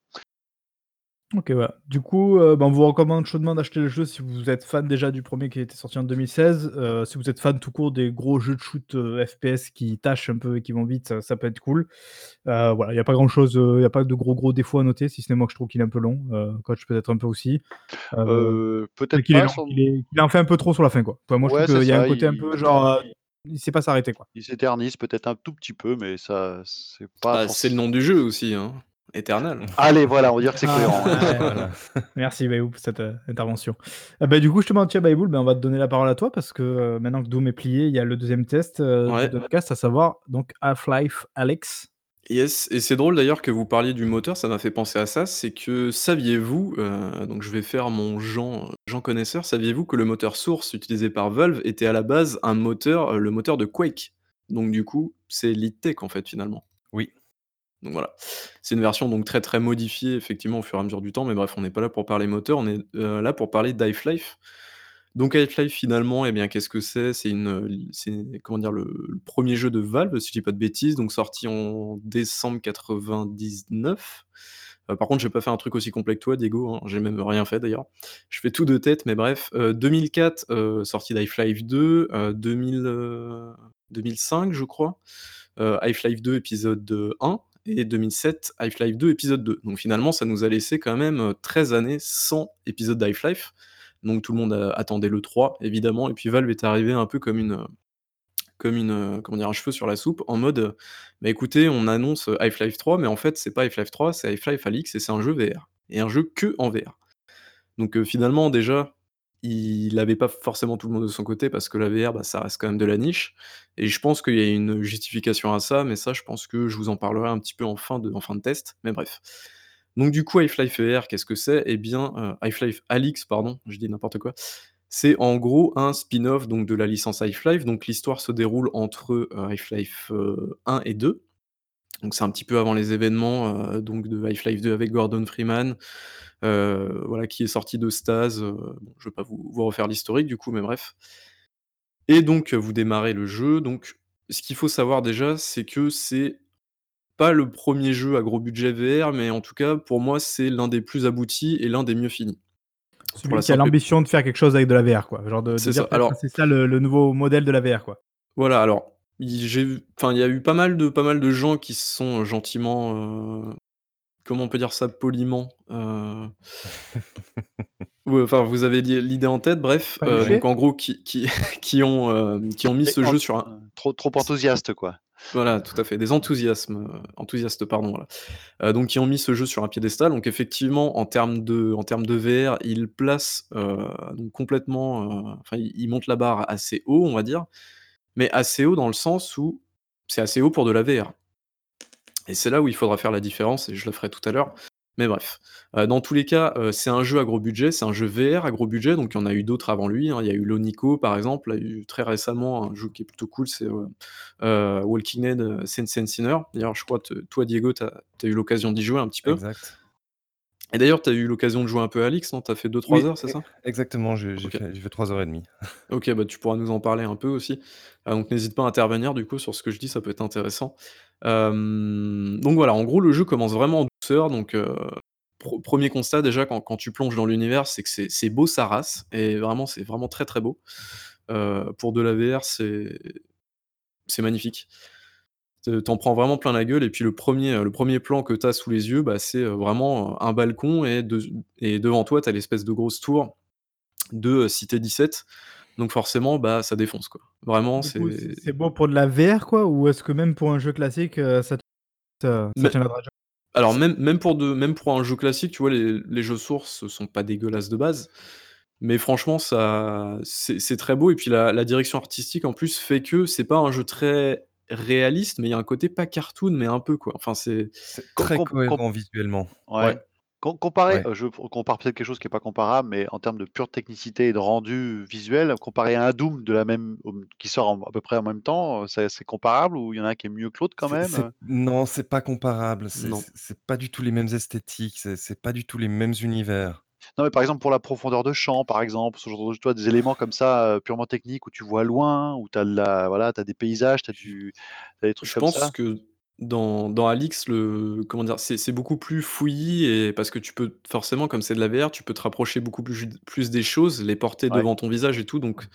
OK, ouais. Du coup, heu, bah, on vous recommande chaudement d'acheter le jeu si vous êtes fan déjà du premier qui a été sorti en deux mille seize. Heu, si vous êtes fan tout court des gros jeux de shoot, heu, F P S qui tâchent un peu et qui vont vite, ça ça peut être cool. Heu, voilà, il y a pas grand chose, heu, il y a pas de gros, gros défauts à noter, si ce n'est moi que je trouve qu'il est un peu long. Heu, coach peut-être un peu aussi. Heu, Heu, mais peut-être qu'il est pas long, sur qu'il est qu'il en fait un peu trop sur la fin, quoi. Enfin, moi je trouve ouais, c'est qu'il y a un ça, côté un peu il genre, heu, il sait pas s'arrêter, quoi. il s'éternise peut-être un tout petit peu, mais ça c'est pas Bah, c'est le forcément. nom du jeu aussi, hein, Eternal. Allez, voilà, on va dire que c'est cohérent. Ah ouais. Voilà. Merci Bayoub pour cette, heu, intervention. Heu, bah, du coup, justement, tiens Bayoul, bah, on va te donner la parole à toi parce que, heu, maintenant que Doom est plié, il y a le deuxième test, heu, du Ouais. Dotcast, à savoir donc Half-Life Alyx. Yes, et c'est drôle d'ailleurs que vous parliez du moteur, ça m'a fait penser à ça, c'est que saviez-vous, heu, donc je vais faire mon Jean Jean connaisseur, saviez-vous que le moteur source utilisé par Valve était à la base un moteur, heu, le moteur de Quake? Donc du coup, c'est Lead Tech en fait, finalement. Oui. Donc voilà. C'est une version donc très, très modifiée effectivement au fur et à mesure du temps, mais bref, on n'est pas là pour parler moteur, on est, heu, là pour parler d'Half-Life. Donc Half-Life finalement, eh bien qu'est-ce que c'est? C'est une, heu, c'est comment dire? Le le premier jeu de Valve, si je dis pas de bêtises, donc sorti en décembre quatre-vingt-dix-neuf. Heu, par contre, j'ai pas fait un truc aussi complet que toi Diego, hein, j'ai même rien fait d'ailleurs. Je fais tout de tête, mais bref, heu, deux mille quatre, heu, sortie d'Half-Life deux, heu, deux mille, heu, deux mille cinq je crois, heu, Half-Life deux épisode, heu, un et deux mille sept, Half-Life deux épisode deux. Donc finalement, ça nous a laissé quand même, heu, treize années sans épisode d'Half-Life. Donc tout le monde, heu, attendait le trois évidemment et puis Valve est arrivé un peu comme une, heu, comme une, heu, comment dire? Un cheveu sur la soupe en mode, heu: «Bah écoutez, on annonce, heu, Half-Life trois mais en fait c'est pas Half-Life trois, c'est Half-Life Alyx et c'est un jeu V R et un jeu que en V R». Donc heu, finalement déjà, il avait pas forcément tout le monde de son côté parce que la V R, bah, ça reste quand même de la niche et je pense qu'il y a une justification à ça, mais ça je pense que je vous en parlerai un petit peu en fin de en fin de test, mais bref. Donc du coup, Half-Life V R, qu'est-ce que c'est? Eh bien, heu, Half-Life Alyx, pardon, je dis n'importe quoi. C'est en gros un spin-off donc de la licence Half-Life, donc l'histoire se déroule entre, heu, Half-Life, heu, un et deux. Donc c'est un petit peu avant les événements, heu, donc de Half-Life deux avec Gordon Freeman, heu, voilà, qui est sorti de Stase, heu, bon, je vais pas vous vous refaire l'historique du coup, mais bref. Et donc, heu, vous démarrez le jeu, donc ce qu'il faut savoir déjà, c'est que c'est pas le premier jeu à gros budget V R, mais en tout cas, pour moi, c'est l'un des plus aboutis et l'un des mieux finis. Pour la Celui qui a simple et l'ambition de faire quelque chose avec de la V R, quoi. Genre de de c'est ça. dire peut-être que Alors c'est ça le le nouveau modèle de la V R, quoi. voilà, alors, il j'ai vu enfin, il y a eu pas mal de pas mal de gens qui se sont, heu, gentiment, heu, comment on peut dire ça poliment? Heu, ouais, enfin, vous avez l'i l'idée en tête, bref, heu, Oui, donc Paluché? en gros qui qui qui ont, hem, qui ont mis Et ce en jeu sur un heu, trop trop enthousiaste, quoi. voilà, tout à fait, des enthousiasmes, heu, enthousiastes, pardon, voilà. Heu, donc qui ont mis ce jeu sur un piédestal. Donc effectivement, en termes de en termes de V R, ils placent, heu, donc complètement, heu, enfin, ils ils montent la barre assez haut, on va dire, mais assez haut dans le sens où c'est assez haut pour de la V R. Et c'est là où il faudra faire la différence et je le ferai tout à l'heure. Mais bref, heu, dans tous les cas, heu, c'est un jeu à gros budget, c'est un jeu V R à gros budget, donc il y en a eu d'autres avant lui, hein. Il y a eu Lonico par exemple, il y a eu très récemment un jeu qui est plutôt cool, c'est, heu heu, Walking Dead, heu, Saints and Sinners. D'ailleurs, je crois te toi Diego, tu as tu as eu l'occasion d'y jouer un petit peu. exact. Et d'ailleurs, tu as eu l'occasion de jouer un peu à Alix, non? Tu as fait deux trois Oui, heures, c'est e ça? exactement, j'ai j'ai OK. fait j'ai fait trois heures et demie. OK, bah, tu pourras nous en parler un peu aussi. Heu, donc n'hésite pas à intervenir du coup sur ce que je dis, ça peut être intéressant. Hem, donc voilà, en gros, le jeu commence vraiment en douceur, donc heu, pre premier constat déjà quand quand tu plonges dans l'univers, c'est que c'est c'est beau sa race et vraiment, c'est vraiment très, très beau. Heu, pour de la V R, c'est c'est magnifique. Te tu prends vraiment plein la gueule et puis le premier er le premier plan que tu as sous les yeux, bah, c'est, heu, vraiment, heu, un balcon et de et devant toi, tu as l'espèce de grosse tour de, heu, Cité dix-sept. Donc forcément, bah, ça défonce, quoi. Vraiment, Du coup, c'est c'est c'est beau pour de la V R, quoi? Ou est-ce que même pour un jeu classique, heu, ça te ça mais tiendra? alors même même pour de même pour un jeu classique, tu vois, les les jeux sources sont pas dégueulasses de base, mais franchement, ça c'est c'est très beau et puis la la direction artistique, en plus, fait que c'est pas un jeu très réaliste, mais il y a un côté pas cartoon, mais un peu, quoi. Enfin, c'est C'est Com très com com cohérent visuellement. ouais. Ouais. Com comparé, Ouais. heu, je compare peut-être quelque chose qui est pas comparable, mais en termes de pure technicité et de rendu visuel, comparé à un Doom de la même au qui sort en à peu près en même temps, heu, c'est c'est comparable ou il y en a un qui est mieux que l'autre quand C'est même, c'est heu? non, c'est pas comparable, c'est Non. c'est c'est pas du tout les mêmes esthétiques, c'est c'est pas du tout les mêmes univers. Non, mais par exemple pour la profondeur de champ, par exemple, ce genre de tu vois, des éléments comme ça, heu, purement techniques où tu vois loin, où tu as de la voilà, tu as des paysages, tu as du tu as des trucs Je comme pense ça? que dans dans Alix, le comment dire? C'est c'est beaucoup plus fouillis et parce que tu peux forcément, comme c'est de la V R, tu peux te rapprocher beaucoup plus plus des choses, les porter Ouais. devant ton visage et tout, donc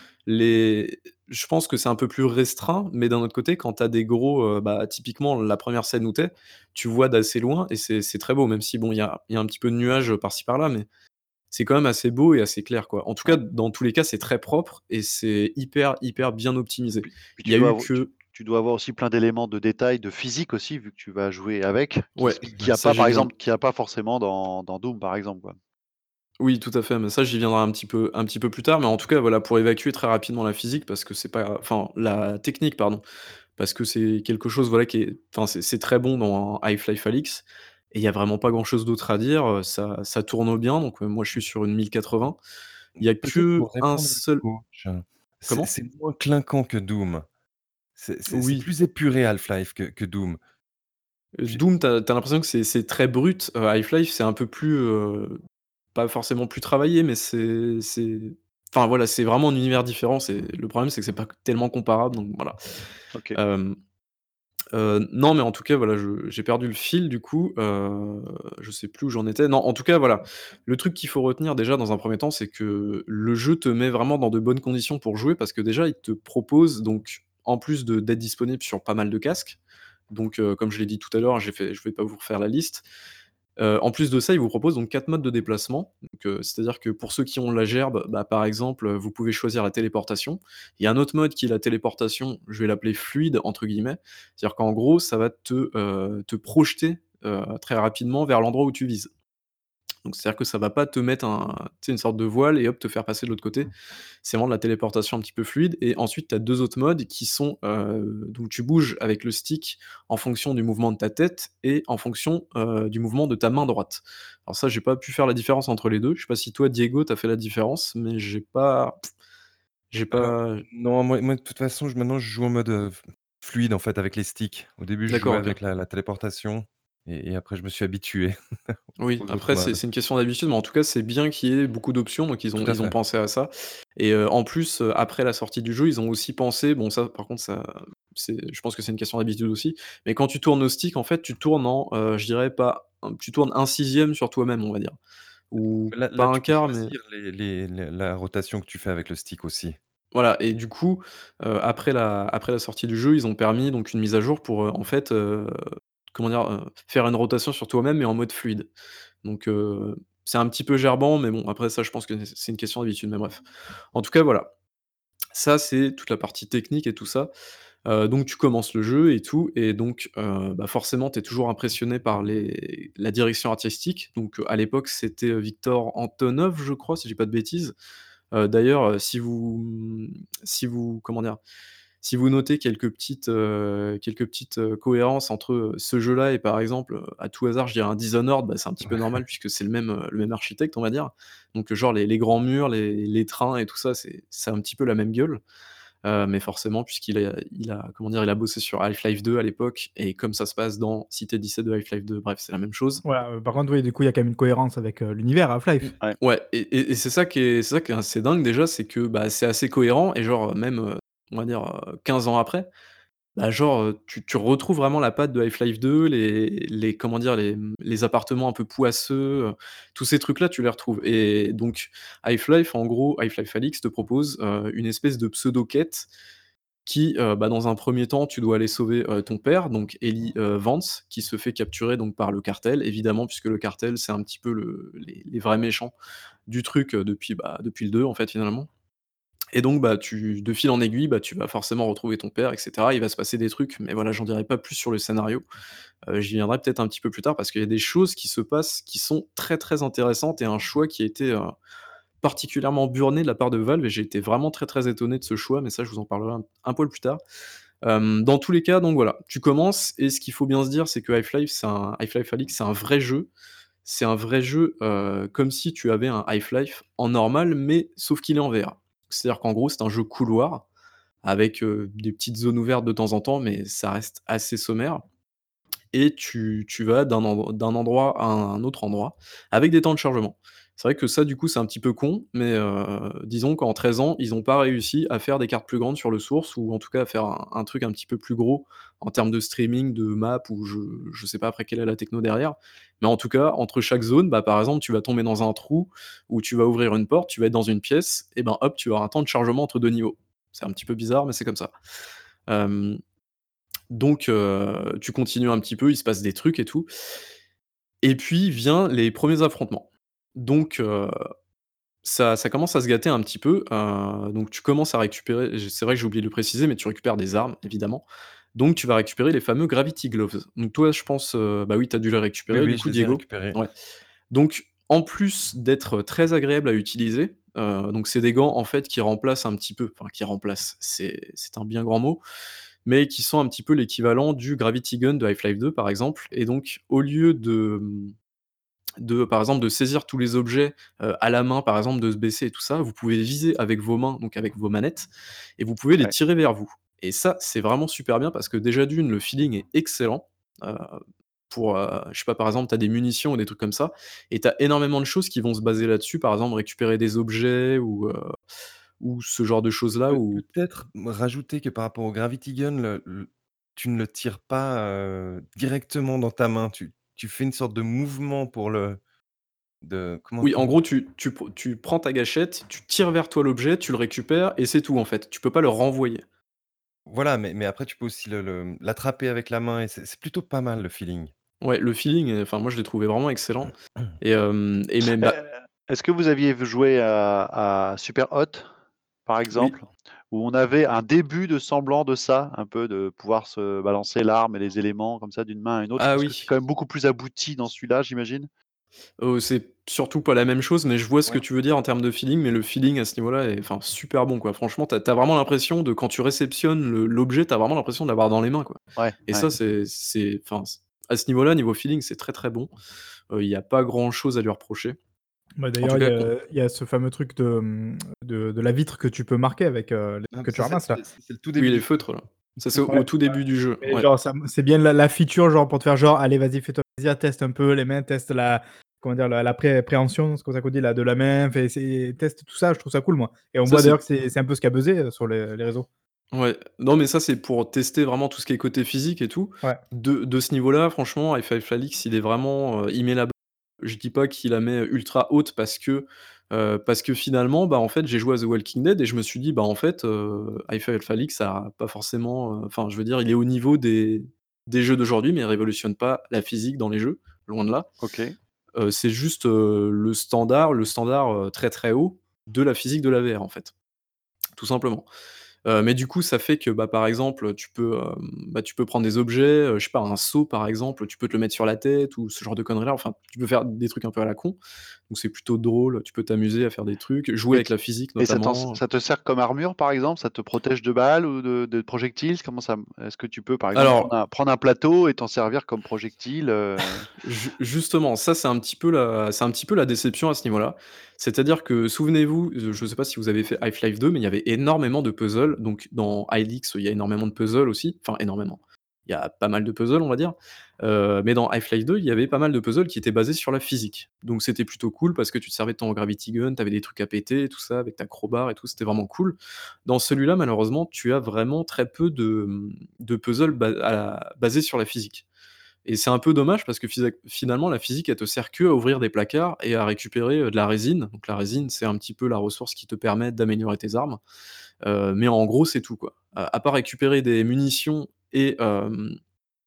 les je pense que c'est un peu plus restreint, mais d'un autre côté, quand tu as des gros, heu, bah, typiquement la première scène où tu es, tu vois d'assez loin et c'est c'est très beau, même si bon, il y a il y a un petit peu de nuages, par-ci par-là, mais c'est quand même assez beau et assez clair, quoi. En tout cas, Ouais. dans tous les cas, c'est très propre et c'est hyper, hyper bien optimisé. Puis puis Il y tu a dois eu avo tu que tu dois avoir aussi plein d'éléments de détail, de physique aussi, vu que tu vas jouer avec, qui ouais, s qui a ça pas j'y par viens. exemple, qui a pas forcément dans dans Doom, par exemple, quoi. Oui, tout à fait, mais ça, j'y viendrai un petit peu un petit peu plus tard, mais en tout cas, voilà, pour évacuer très rapidement la physique parce que c'est pas enfin, la technique, pardon, parce que c'est quelque chose, voilà, qui est enfin, c'est c'est très bon dans Half-Life Alyx et il y a vraiment pas grand chose d'autre à dire, heu, ça ça tourne bien, donc heu, moi, je suis sur une mille quatre-vingts. Il y a Peut-être que pour un répondre à seul coach, c'est comment? c'est moins clinquant que Doom. C'est c'est c'est Oui, plus épuré Half-Life que que Doom. heu, J'ai Doom, tu as tu as l'impression que c'est c'est très brut, heu, Half-Life, c'est un peu plus, heu, pas forcément plus travaillé, mais c'est c'est enfin, voilà, c'est vraiment un univers différent, c'est le problème, c'est que c'est pas tellement comparable, donc voilà. OK. Hem, heu, non, mais en tout cas, voilà, je j'ai perdu le fil du coup, heu, je sais plus où j'en étais. Non, en tout cas, voilà, le truc qu'il faut retenir déjà dans un premier temps, c'est que le jeu te met vraiment dans de bonnes conditions pour jouer parce que déjà, il te propose donc, en plus de d'être disponible sur pas mal de casques, Donc heu, comme je l'ai dit tout à l'heure, j'ai fait je vais pas vous refaire la liste. Heu, en plus de ça, ils vous proposent donc quatre modes de déplacement. Donc heu, c'est-à-dire que pour ceux qui ont la gerbe, bah, par exemple, heu, vous pouvez choisir la téléportation. Il y a un autre mode qui est la téléportation, je vais l'appeler «fluide» entre guillemets. C'est-à-dire qu'en gros, ça va te, heu, te projeter, heu, très rapidement vers l'endroit où tu vises. Donc c'est-à-dire que ça va pas te mettre un tu sais, une sorte de voile et hop, te faire passer de l'autre côté. C'est vraiment de la téléportation un petit peu fluide et ensuite tu as deux autres modes qui sont, heu, donc tu bouges avec le stick en fonction du mouvement de ta tête et en fonction, heu, du mouvement de ta main droite. Alors ça, j'ai pas pu faire la différence entre les deux. Je sais pas si toi, Diego, tu as fait la différence, mais j'ai pas j'ai Alors, pas non, moi moi de toute façon, je maintenant je joue en mode, heu, f fluide en fait avec les sticks. Au début, je jouais d'accord, OK. avec la la téléportation et et après je me suis habitué Oui, aux autres après c'est modes. c'est une question d'habitude, mais en tout cas, c'est bien qu'il y ait beaucoup d'options, donc ils Tout ont à ils ont fait. pensé à ça et heu, en plus, heu, après la sortie du jeu, ils ont aussi pensé bon ça par contre ça c'est je pense que c'est une question d'habitude aussi, mais quand tu tournes au stick, en fait, tu tournes en, heu, je dirais pas un tu tournes un sixième sur toi-même, on va dire, ou Là pas là, un tu peux quart, mais choisir les les les la rotation que tu fais avec le stick aussi. voilà et du coup, heu, après la après la sortie du jeu, ils ont permis donc une mise à jour pour, heu, en fait, heu, comment dire? Heu, faire une rotation sur toi-même mais en mode fluide. Donc heu, c'est un petit peu gerbant, mais bon, après ça, je pense que c'est une question d'habitude, mais bref. En tout cas, voilà. Ça, c'est toute la partie technique et tout ça. Heu, donc tu commences le jeu et tout et donc heu, bah, forcément, tu es toujours impressionné par les la direction artistique. Donc heu, à l'époque, c'était, heu, Victor Antonov, je crois, si je dis pas de bêtises. Heu, d'ailleurs, heu, si vous, mmh, si vous comment dire? Si vous notez quelques petites, heu, quelques petites, heu, cohérences entre, heu, ce jeu-là et par exemple, heu, à tout hasard, je dirais un Dishonored, bah, c'est un petit peu normal puisque c'est le même, heu, le même architecte, on va dire. Donc, heu, genre les les grands murs, les les trains et tout ça, c'est c'est un petit peu la même gueule. Heu, mais forcément puisqu'il a il a comment dire? Il a bossé sur Half-Life deux à l'époque et comme ça se passe dans Cité dix-sept de Half-Life deux, bref, c'est la même chose. Ouais, heu, par contre, oui, du coup, il y a quand même une cohérence avec, heu, l'univers Mmh, Half-Life. Ouais. ouais et et et c'est ça qui est c'est ça qui est assez dingue déjà, c'est que, bah, c'est assez cohérent et genre, même, heu, on va dire, heu, quinze ans après, bah, genre, heu, tu tu retrouves vraiment la patte de Half-Life deux, les les comment dire? Les, mmh, les appartements un peu poisseux, heu, tous ces trucs-là, tu les retrouves et donc Half-Life, en gros, Half-Life Alyx te propose, heu, une espèce de pseudo-quête qui, heu, bah, dans un premier temps, tu dois aller sauver, heu, ton père, donc Eli, heu, Vance, qui se fait capturer donc par le cartel, évidemment, puisque le cartel, c'est un petit peu le les les vrais méchants du truc, heu, depuis, bah, depuis le deux, en fait, finalement. Et donc, bah, tu de fil en aiguille, bah, tu vas forcément retrouver ton père et cetera. Il va se passer des trucs, mais voilà, j'en dirai pas plus sur le scénario. Heu, j'y viendrai peut-être un petit peu plus tard parce qu'il y a des choses qui se passent qui sont très, très intéressantes et un choix qui a été, heu, particulièrement burné de la part de Valve et j'ai été vraiment très, très étonné de ce choix, mais ça, je vous en parlerai un un poil plus tard. Hem, dans tous les cas, donc voilà, tu commences et ce qu'il faut bien se dire, c'est que Half-Life, c'est un Half-Life Alyx, c'est un vrai jeu. C'est un vrai jeu, heu, comme si tu avais un Half-Life en normal, mais sauf qu'il est en V R. C'est-à-dire qu'en gros, c'est un jeu couloir avec, heu, des petites zones ouvertes de temps en temps, mais ça reste assez sommaire et tu tu vas d'un endr d'un endroit à un autre endroit avec des temps de chargement. C'est vrai que ça, du coup, c'est un petit peu con, mais heu, disons qu'en treize ans, ils ont pas réussi à faire des cartes plus grandes sur le source ou en tout cas à faire un un truc un petit peu plus gros en termes de streaming, de map ou je je sais pas après quelle est la techno derrière. Mais en tout cas, entre chaque zone, bah, par exemple, tu vas tomber dans un trou ou tu vas ouvrir une porte, tu vas être dans une pièce et ben, hop, tu vas avoir un temps de chargement entre deux niveaux. C'est un petit peu bizarre, mais c'est comme ça. Hem donc heu, tu continues un petit peu, il se passe des trucs et tout et puis vient les premiers affrontements. Donc heu, ça ça commence à se gâter un petit peu, heu, donc tu commences à récupérer j c'est vrai que j'ai oublié de le préciser, mais tu récupères des armes, évidemment. Donc tu vas récupérer les fameux Gravity Gloves. Donc toi, je pense, heu, bah oui, tu as dû les Oui, récupérer du oui, je coup, les ai Diego? récupérés. Ouais. Donc en plus d'être très agréable à utiliser, heu, donc c'est des gants, en fait, qui remplacent un petit peu enfin qui remplacent, c'est c'est un bien grand mot, mais qui sont un petit peu l'équivalent du Gravity Gun de Half-Life deux, par exemple et donc au lieu de, mmh, de par exemple, de saisir tous les objets, heu, à la main, par exemple, de se baisser et tout ça, vous pouvez viser avec vos mains, donc avec vos manettes et vous pouvez les Ouais. tirer vers vous et ça, c'est vraiment super bien parce que déjà d'une, le feeling est excellent, heu, pour, heu, je sais pas, par exemple, tu as des munitions ou des trucs comme ça et tu as énormément de choses qui vont se baser là-dessus, par exemple, récupérer des objets ou, heu, ou ce genre de choses-là Peut où peut-être m rajouter que par rapport au Gravity Gun, le le tu ne le tires pas, heu, directement dans ta main. Tu tu fais une sorte de mouvement pour le de comment oui, en comment gros, tu tu p tu prends ta gâchette, tu tires vers toi l'objet, tu le récupères et c'est tout, en fait. Tu peux pas le renvoyer. Voilà, mais mais après tu peux aussi le le l'attraper avec la main et c'est c'est plutôt pas mal le feeling. Ouais, le feeling, heu, enfin moi je l'ai trouvé vraiment excellent et hem et même, Heu, bah est-ce que vous aviez v joué à à Super Hot, par oui. exemple? Où on avait un début de semblant de ça, un peu de pouvoir se balancer l'arme et les éléments comme ça d'une main à une autre. Je Ah pense que c'est oui. quand même beaucoup plus abouti dans celui-là, j'imagine? Heu, c'est surtout pas la même chose, mais je vois ce que Ouais. tu veux dire en termes de feeling, mais le feeling à ce niveau-là est enfin super bon quoi. Franchement, tu as tu as vraiment l'impression de quand tu réceptionnes le l'objet, tu as vraiment l'impression de l'avoir dans les mains quoi Ouais, et ouais. ça c'est c'est enfin c à ce niveau-là, niveau feeling, c'est très, très bon. Heu, il y a pas grand chose à lui reprocher. Bah, En d'ailleurs, tout il y cas con a il y a ce fameux truc de, mmh, de de la vitre que tu peux marquer avec, heu, les Ah que tu ça c'est ramasses là. c'est c'est le tout oui début les du jeu. feutres là. Ça c'est au Ouais, au tout début du jeu, mais ouais. genre ça m c'est bien la la feature genre pour te faire genre: «Allez vas-y fais-toi plaisir, teste un peu les mains, teste la comment dire? La la pré préhension, c'est comme ça qu'on dit là, de la main, fais essayer teste tout ça, je trouve ça cool moi et on Ça voit c'est d'ailleurs que c'est c'est un peu ce qui a buzzé, heu, sur les les réseaux. Ouais, non mais ça c'est pour tester vraiment tout ce qui est côté physique et tout. Ouais. De de ce niveau-là, franchement, Half-Life Alyx, il est vraiment, heu, il met la b je dis pas qu'il la met ultra haute parce que, heu, parce que finalement, bah, en fait, j'ai joué à The Walking Dead et je me suis dit: «Bah, en fait, heu, Half-Life Alyx ça a pas forcément, heu» enfin je veux dire, il est au niveau des des jeux d'aujourd'hui, mais il révolutionne pas la physique dans les jeux, loin de là. OK. Heu, c'est juste, heu, le standard le standard, heu, très, très haut de la physique de la V R en fait, tout simplement. Heu, mais du coup, ça fait que, bah, par exemple, tu peux, hem, bah, tu peux prendre des objets, heu, je sais pas, un seau par exemple, tu peux te le mettre sur la tête ou ce genre de conneries là, enfin, tu peux faire des trucs un peu à la con. Donc c'est plutôt drôle, tu peux t'amuser à faire des trucs, jouer Et avec t la physique et ça t'en notamment. ça te sert comme armure, par exemple? Ça te protège de balles ou de de projectiles? Comment ça m est-ce que tu peux, par exemple, prendre Alors un prendre un plateau et t'en servir comme projectile, heu? Ju justement, ça c'est un petit peu la c'est un petit peu la déception à ce niveau-là. C'est-à-dire que souvenez-vous, heu, je sais pas si vous avez fait Half-Life deux, mais il y avait énormément de puzzles, donc dans Alyx, il y a énormément de puzzles aussi, enfin énormément. Il y a pas mal de puzzles, on va dire, heu, mais dans Half-Life deux, il y avait pas mal de puzzles qui étaient basés sur la physique. Donc c'était plutôt cool parce que tu te servais de ton gravity gun, tu avais des trucs à péter et tout ça avec ta crowbar et tout, c'était vraiment cool. Dans celui-là, malheureusement, tu as vraiment très peu de, mmh, de puzzles ba à basés sur la physique. Et c'est un peu dommage parce que fisac finalement la physique elle te sert que à ouvrir des placards et à récupérer, heu, de la résine. Donc la résine, c'est un petit peu la ressource qui te permet d'améliorer tes armes, heu, mais en gros c'est tout quoi. À à part récupérer des munitions et hem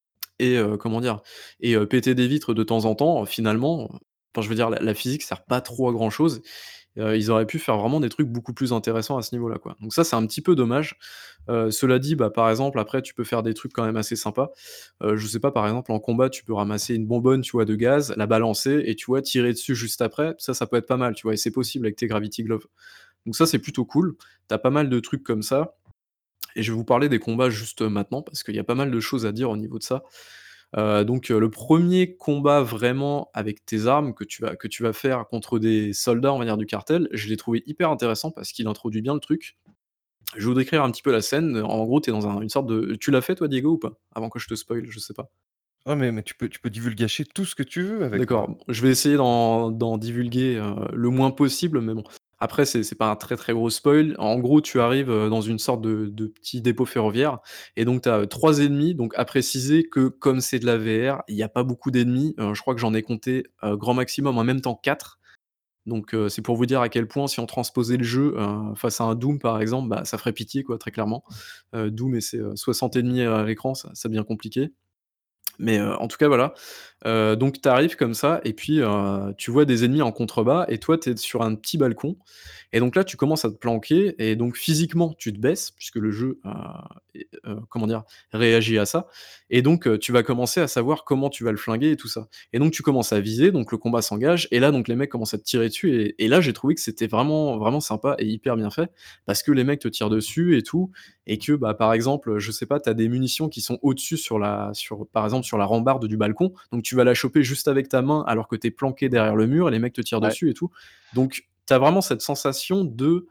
et heu, comment dire? Et heu, péter des vitres de temps en temps, finalement, enfin je veux dire la la physique sert pas trop à grand chose. Heu, ils auraient pu faire vraiment des trucs beaucoup plus intéressants à ce niveau-là quoi. Donc ça c'est un petit peu dommage. Heu, cela dit, bah, par exemple après tu peux faire des trucs quand même assez sympas. Heu, je sais pas, par exemple en combat tu peux ramasser une bonbonne, tu vois, de gaz, la balancer et tu vois, tirer dessus juste après. Ça, ça peut être pas mal, tu vois? Et c'est possible avec tes Gravity Gloves. Donc ça c'est plutôt cool. Tu as pas mal de trucs comme ça et je vais vous parler des combats juste, heu, maintenant parce qu'il y a pas mal de choses à dire au niveau de ça. Heu, donc heu, le premier combat vraiment avec tes armes que tu vas que tu vas faire contre des soldats, on va dire, du cartel, je l'ai trouvé hyper intéressant parce qu'il introduit bien le truc. Je vais vous décrire un petit peu la scène. En gros, tu es dans un une sorte de tu l'as fait toi Diego ou pas? Avant que je te spoil, je sais pas. Ah mais mais tu peux tu peux divulgacher tout ce que tu veux avec D'accord, moi. bon, je vais essayer d'en d'en divulguer, heu, le moins possible, mais bon. Après c'est c'est pas un très, très gros spoil. En gros, tu arrives, heu, dans une sorte de de petit dépôt ferroviaire et donc tu as, heu, trois ennemis. Donc à préciser que comme c'est de la V R, il y a pas beaucoup d'ennemis. Heu, je crois que j'en ai compté, heu, grand maximum en même temps quatre. Donc heu, c'est pour vous dire à quel point si on transposait le jeu, heu, face à un Doom par exemple, bah, ça ferait pitié quoi, très clairement. Heu, Doom et ses, heu, soixante ennemis à l'écran, ça ça devient compliqué. Mais heu, en tout cas voilà. Heu, donc tu arrives comme ça et puis, heu, tu vois des ennemis en contrebas et toi tu es sur un petit balcon et donc là tu commences à te planquer et donc physiquement tu te baisses puisque le jeu, heu, et heu, comment dire? Réagit à ça et donc heu, tu vas commencer à savoir comment tu vas le flinguer et tout ça et donc tu commences à viser, donc le combat s'engage et là donc les mecs commencent à te tirer dessus et et là j'ai trouvé que c'était vraiment vraiment sympa et hyper bien fait parce que les mecs te tirent dessus et tout et que, bah, par exemple, je sais pas, tu as des munitions qui sont au-dessus sur la sur par exemple sur la rambarde du balcon, donc tu vas la choper juste avec ta main alors que tu es planqué derrière le mur et les mecs te tirent Ouais. dessus et tout. Donc tu as vraiment cette sensation de,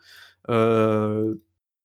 heu,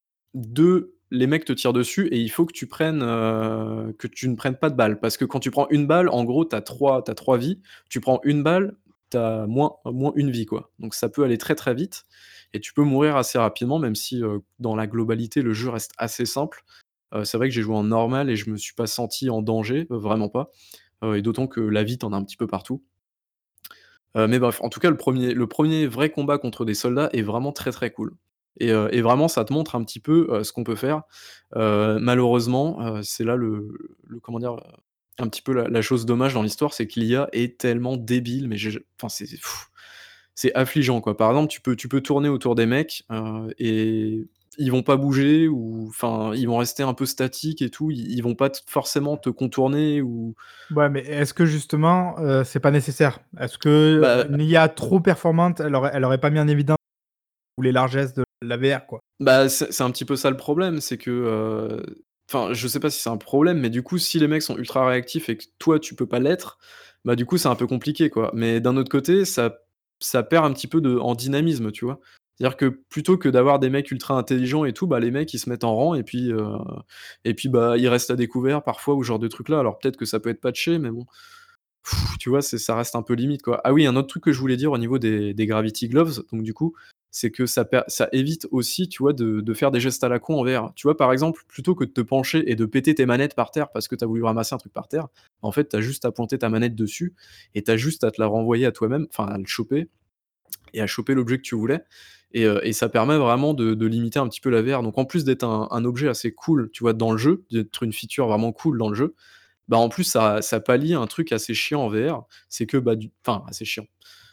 de les mecs te tirent dessus et il faut que tu prennes, heu, que tu ne prennes pas de balles. Parce que quand tu prends une balle, en gros, tu as trois tu as trois vies. Tu prends une balle, tu as moins moins une vie, quoi. Donc ça peut aller très, très vite et tu peux mourir assez rapidement même si, heu, dans la globalité, le jeu reste assez simple. Heu, c'est vrai que j'ai joué en normal et je me suis pas senti en danger, heu, vraiment pas. Heu et d'autant que la vie, tu en as un petit peu partout. Heu, mais bref, en tout cas, le premier le premier vrai combat contre des soldats est vraiment très, très cool. Et heu et vraiment ça te montre un petit peu, heu, ce qu'on peut faire. Heu, malheureusement, heu, c'est là le le comment dire? Heu, un petit peu la la chose dommage dans l'histoire, c'est que l'I A est tellement débile, mais j'ai enfin c'est c'est c'est affligeant, quoi. Par exemple, tu peux tu peux tourner autour des mecs, heu et ils vont pas bouger ou enfin, ils vont rester un peu statiques et tout. Ils ils vont pas t forcément te contourner ou Ouais, mais est-ce que justement, heu, c'est pas nécessaire? Est-ce que bah une I A trop performante, elle aurait elle aurait pas mis en évidence ou les largesses de la V R, quoi? bah, c'est c'est un petit peu ça le problème, c'est que, heu, enfin, je sais pas si c'est un problème, mais du coup, si les mecs sont ultra réactifs et que toi, tu peux pas l'être, bah, du coup, c'est un peu compliqué, quoi. Mais d'un autre côté, ça ça perd un petit peu de en dynamisme, tu vois? C'est-à-dire que plutôt que d'avoir des mecs ultra intelligents et tout, bah, les mecs, ils se mettent en rang et puis, heu et puis, bah, ils restent à découvert parfois ou ce genre de trucs là. Alors peut-être que ça peut être patché, mais bon, pff, tu vois, c'est ça reste un peu limite, quoi. Ah oui, un autre truc que je voulais dire au niveau des des Gravity Gloves, donc du coup, c'est que ça per ça évite aussi, tu vois, de de faire des gestes à la con en V R. Tu vois, par exemple, plutôt que de te pencher et de péter tes manettes par terre parce que tu as voulu ramasser un truc par terre, en fait, tu as juste à pointer ta manette dessus et tu as juste à te la renvoyer à toi-même, enfin à le choper et à choper l'objet que tu voulais et heu et ça permet vraiment de de limiter un petit peu la V R. Donc en plus d'être un un objet assez cool, tu vois, dans le jeu, d'être une feature vraiment cool dans le jeu, bah, en plus ça ça pallie un truc assez chiant en V R, c'est que, bah, du enfin assez chiant.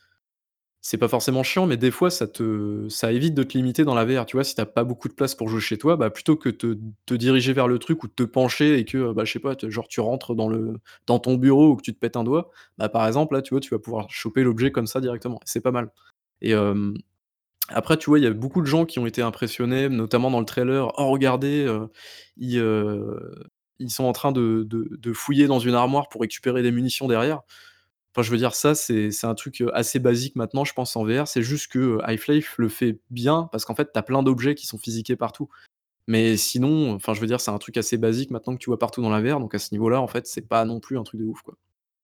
C'est pas forcément chiant, mais des fois ça te ça évite de te limiter dans la V R. Tu vois, si tu as pas beaucoup de place pour jouer chez toi, bah, plutôt que te te diriger vers le truc ou de te pencher et que, heu, bah, je sais pas, te genre tu rentres dans le dans ton bureau ou que tu te pètes un doigt, bah, par exemple là, tu vois, tu vas pouvoir choper l'objet comme ça directement. C'est pas mal et hem après, tu vois, il y a beaucoup de gens qui ont été impressionnés, notamment dans le trailer: «Oh regardez, heu, ils, heu, ils sont en train de de de fouiller dans une armoire pour récupérer des munitions derrière». Enfin, je veux dire ça, c'est c'est un truc, heu, assez basique maintenant, je pense, en V R. C'est juste que, heu, Half-Life le fait bien parce qu'en fait, tu as plein d'objets qui sont physiqués partout. Mais sinon, enfin, je veux dire, c'est un truc assez basique maintenant que tu vois partout dans la V R, donc à ce niveau-là, en fait, c'est pas non plus un truc de ouf, quoi.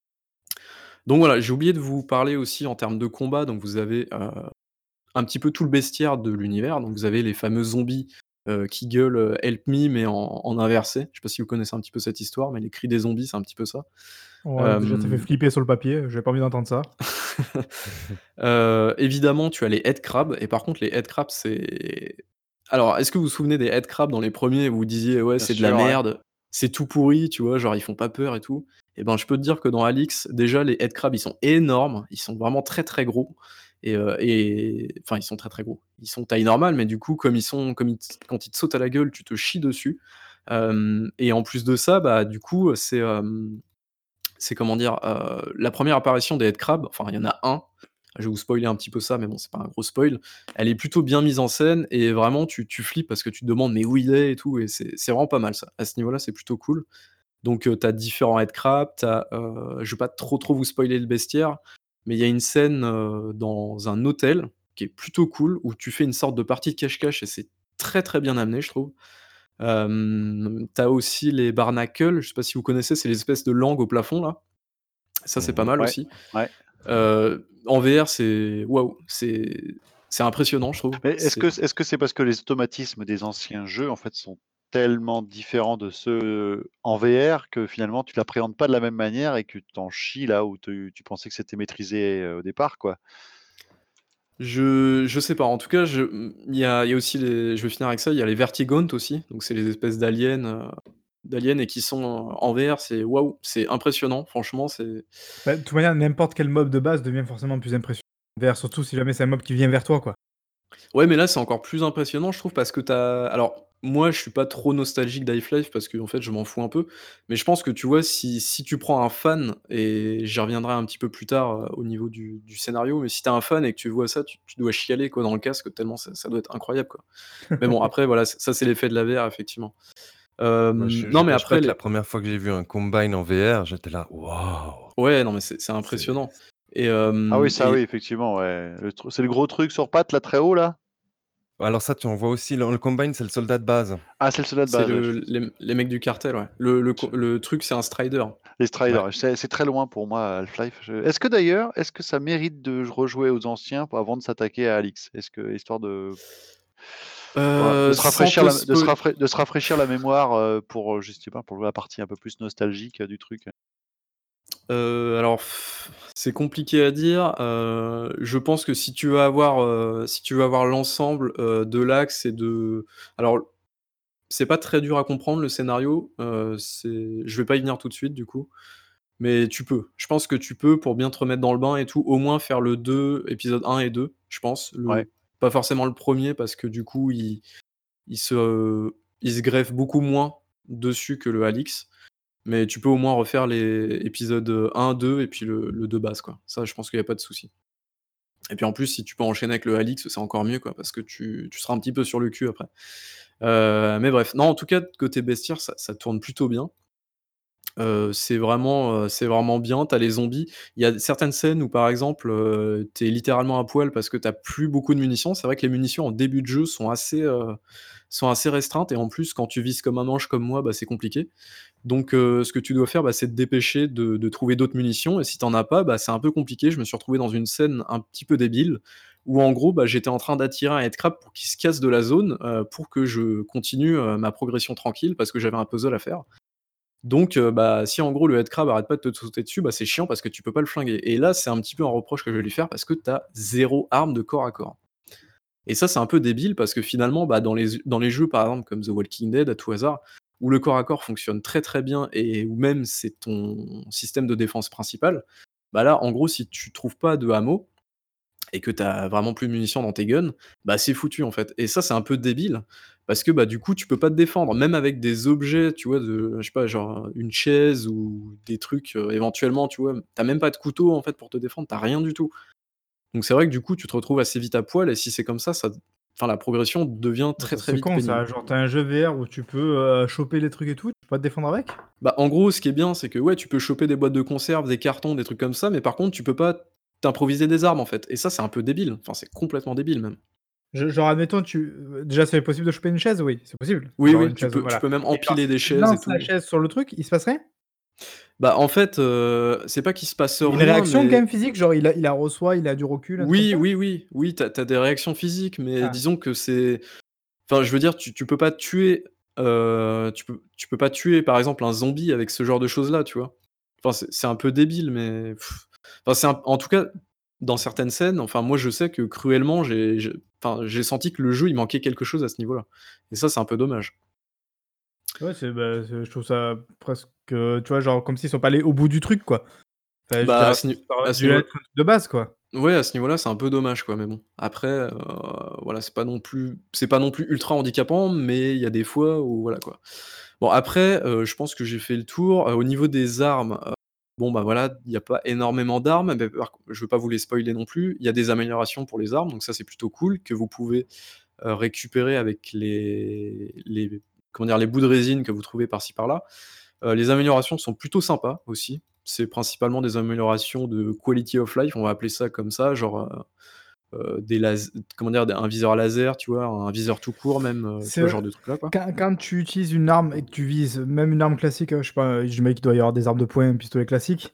Donc voilà, j'ai oublié de vous parler aussi en termes de combat, donc vous avez, heu un petit peu tout le bestiaire de l'univers. Donc vous avez les fameux zombies, heu, qui gueulent, heu: «Help me» mais en en inversé. Je sais pas si vous connaissez un petit peu cette histoire, mais les cris des zombies, c'est un petit peu ça. Ouais, déjà, ça fait Hem, flipper sur le papier, j'ai pas envie d'entendre ça. heu, évidemment, tu as les headcrabs et par contre les headcrabs, c'est alors est-ce que vous vous souvenez des headcrabs dans les premiers où vous disiez: «Ouais, Bien c'est de la sûr, ouais. merde, c'est tout pourri», tu vois? Genre ils font pas peur et tout. Et ben, je peux te dire que dans Alix, déjà les headcrabs, ils sont énormes, ils sont vraiment très, très gros et heu et enfin ils sont très, très gros. Ils sont taille normale, mais du coup comme ils sont comme ils t quand ils te sautent à la gueule, tu te chies dessus. Hem et en plus de ça, bah, du coup, c'est, hem c'est comment dire? Heu, la première apparition des headcrabs, enfin il y en a un, je vais vous spoiler un petit peu ça, mais bon, c'est pas un gros spoil. Elle est plutôt bien mise en scène et vraiment tu tu flippes parce que tu te demandes: «Mais où il est?» et tout et c'est c'est vraiment pas mal ça. À ce niveau-là, c'est plutôt cool. Donc heu, tu as différents headcrabs, tu as, heu, je vais pas trop, trop vous spoiler le bestiaire, mais il y a une scène, heu, dans un hôtel qui est plutôt cool, où tu fais une sorte de partie de cache-cache et c'est très, très bien amené, je trouve. Hem, tu as aussi les barnacles, je sais pas si vous connaissez, c'est les espèces de langues au plafond là. Ça, c'est pas Mmh. mal Ouais, aussi. ouais. Heu, en V R, c'est waouh, c'est c'est impressionnant, je trouve. Mais est-ce C'est que est-ce que c'est parce que les automatismes des anciens jeux, en fait, sont tellement différents de ceux en V R que finalement tu l'appréhendes pas de la même manière et que tu t'en chies là où tu tu pensais que c'était maîtrisé, heu, au départ, quoi? Je je sais pas, en tout cas, je mmh, il y a il y a aussi les je vais finir avec ça, il y a les Vertigaunt aussi, donc c'est les espèces d'aliens, heu, d'aliens et qui sont en en V R, c'est waouh, c'est impressionnant, franchement, c'est Bah, de toute manière, n'importe quel mob de base devient forcément plus impressionnant en V R, surtout si jamais c'est un mob qui vient vers toi, quoi. ouais, mais là, c'est encore plus impressionnant, je trouve, parce que tu as alors, moi, je suis pas trop nostalgique d'Half-Life parce qu'en fait, je m'en fous un peu, mais je pense que, tu vois, si si tu prends un fan et j'y reviendrai un petit peu plus tard, heu, au niveau du du scénario, mais si tu es un fan et que tu vois ça, tu tu dois chialer, quoi, dans le casque tellement ça ça doit être incroyable, quoi. Mais bon, après, voilà, ç ça, c'est l'effet de la V R, effectivement. Moi, Hem, je je non, mais cache pas après que la les première fois que j'ai vu un Combine en V R, j'étais là: «Waouh!» ouais, non, mais c'est c'est C'est impressionnant et Ah oui, hem ça oui, et effectivement, ouais. Le tru c'est le gros truc sur pattes là, très haut là? alors ça, tu en vois aussi dans le Combine, c'est le soldat de base. Ah, c'est le soldat de c'est base, ouais, le je les les mecs du cartel, ouais. Le le co le truc, c'est un Strider. les Ouais. Striders, c'est c'est très loin pour moi, Half-Life. Je est-ce que d'ailleurs, est-ce que ça mérite de rejouer aux anciens p avant de s'attaquer à Alix? Est-ce que histoire de voilà, de Heu, se sans rafraîchir te la de se spoil rafrai de se rafraîchir la mémoire, heu, pour, heu, je sais pas, pour la partie un peu plus nostalgique, heu, du truc? Heu, alors pff, c'est compliqué à dire, heu, je pense que si tu veux avoir, heu, si tu veux avoir l'ensemble, heu, de l'axe et de alors c'est pas très dur à comprendre le scénario, heu, c'est je vais pas y venir tout de suite du coup, mais tu peux. Je pense que tu peux pour bien te remettre dans le bain et tout, au moins faire le deux, épisode un et deux, je pense. Ouais. Le pas forcément le premier parce que du coup il il se il se greffe beaucoup moins dessus que le Alix, mais tu peux au moins refaire les épisodes, heu, un deux et puis le le de base quoi. Ça je pense qu'il y a pas de souci. Et puis en plus si tu peux enchaîner avec le Alix, c'est encore mieux quoi, parce que tu tu seras un petit peu sur le cul après. Heu, mais bref, non en tout cas côté bestiaire ça ça tourne plutôt bien. Heu, c'est vraiment, heu, c'est vraiment bien. Tu as les zombies. Il y a certaines scènes où, par exemple, heu, tu es littéralement à poil parce que tu as plus beaucoup de munitions. C'est vrai que les munitions en début de jeu sont assez, heu, sont assez restreintes et en plus quand tu vises comme un ange comme moi, bah, c'est compliqué. Donc heu, ce que tu dois faire, bah, c'est te dépêcher de de trouver d'autres munitions et si tu en as pas, bah, c'est un peu compliqué. Je me suis retrouvé dans une scène un petit peu débile où en gros, bah, j'étais en train d'attirer un headcrab pour qu'il se casse de la zone, heu, pour que je continue, heu, ma progression tranquille parce que j'avais un puzzle à faire. Donc heu, bah, si en gros le headcrab arrête pas de te sauter dessus, bah, c'est chiant parce que tu peux pas le flinguer et là, c'est un petit peu un reproche que je vais lui faire parce que tu as zéro arme de corps à corps et ça, c'est un peu débile parce que finalement, bah, dans les dans les jeux, par exemple, comme The Walking Dead, à tout hasard, où le corps à corps fonctionne très, très bien et où même c'est ton système de défense principal, bah, là, en gros, si tu trouves pas de ammo et que tu as vraiment plus de munitions dans tes guns, bah, c'est foutu, en fait et ça, c'est un peu débile parce que, bah, du coup, tu peux pas te défendre. Même avec des objets, tu vois, de je sais pas, genre, une chaise ou des trucs, heu, éventuellement, tu vois? Tu même pas de couteau, en fait, pour te défendre, tu rien du tout. Donc c'est vrai que, du coup, tu te retrouves assez vite à poil et si c'est comme ça, ça enfin, la progression devient Bah, très, ça très c'est vite con pénible. ça, genre tu as un jeu V R où tu peux, heu, choper les trucs et tout, tu peux pas te défendre avec? Bah, en gros, ce qui est bien, c'est que, ouais, tu peux choper des boîtes de conserve, des cartons, des trucs comme ça, mais par contre, tu peux pas t'improviser des armes, en fait et ça, c'est un peu débile. Enfin, c'est complètement débile, même. Je genre admettons tu heu, déjà c'est possible de choper une chaise? Oui, c'est possible? Oui, Genre oui, une tu chaise, peux tu voilà peux même et genre empiler si des tu chaises et lances la tout. chaise sur le truc, il se passe rien? Bah, en fait, heu, c'est pas qu'il se passe Il y a une rien, réaction quand mais même physique? Genre il la il la reçoit, il a du recul, un truc comme oui, ça? oui, oui, oui, tu as tu as des réactions physiques, mais Ah. disons que c'est enfin, je veux dire, tu tu peux pas tuer, heu, tu peux tu peux pas tuer, par exemple, un zombie avec ce genre de choses-là, tu vois? Enfin, c'est c'est un peu débile, mais pff, enfin, c'est un en tout cas, dans certaines scènes, enfin, moi, je sais que cruellement, j'ai je enfin, j'ai senti que le jeu, il manquait quelque chose à ce niveau-là et ça, c'est un peu dommage. Ouais, c'est bah, c'est je trouve ça presque, heu, tu vois, genre comme s'ils sont pas allés au bout du truc, quoi. Enfin, je veux Bah, à dire, ce ça ni ça aurait à ce dû niveau être un truc de base, quoi. ouais, à ce niveau-là, c'est un peu dommage, quoi, mais bon. Après, heu, voilà, c'est pas non plus c'est pas non plus ultra handicapant, mais il y a des fois où voilà, quoi. Bon après, heu, je pense que j'ai fait le tour. Heu, au niveau des armes, heu, bon, bah, voilà, il y a pas énormément d'armes, mais par co je veux pas vous les spoiler non plus. Il y a des améliorations pour les armes, donc ça, c'est plutôt cool, que vous pouvez, heu, récupérer avec les les comment dire? Les bouts de résine que vous trouvez par-ci par-là. Heu, les améliorations sont plutôt sympas aussi. C'est principalement des améliorations de quality of life, on va appeler ça comme ça, genre, heu heu, des las comment dire? Un viseur laser, tu vois? Un viseur tout court même, heu, tu C'est, vois? Ce heu, genre de trucs là, quoi. quand quand tu utilises une arme et que tu vises, même une arme classique, heu, je sais pas, heu, j'imagine qu'il doit y avoir des armes de poing, un pistolet classique.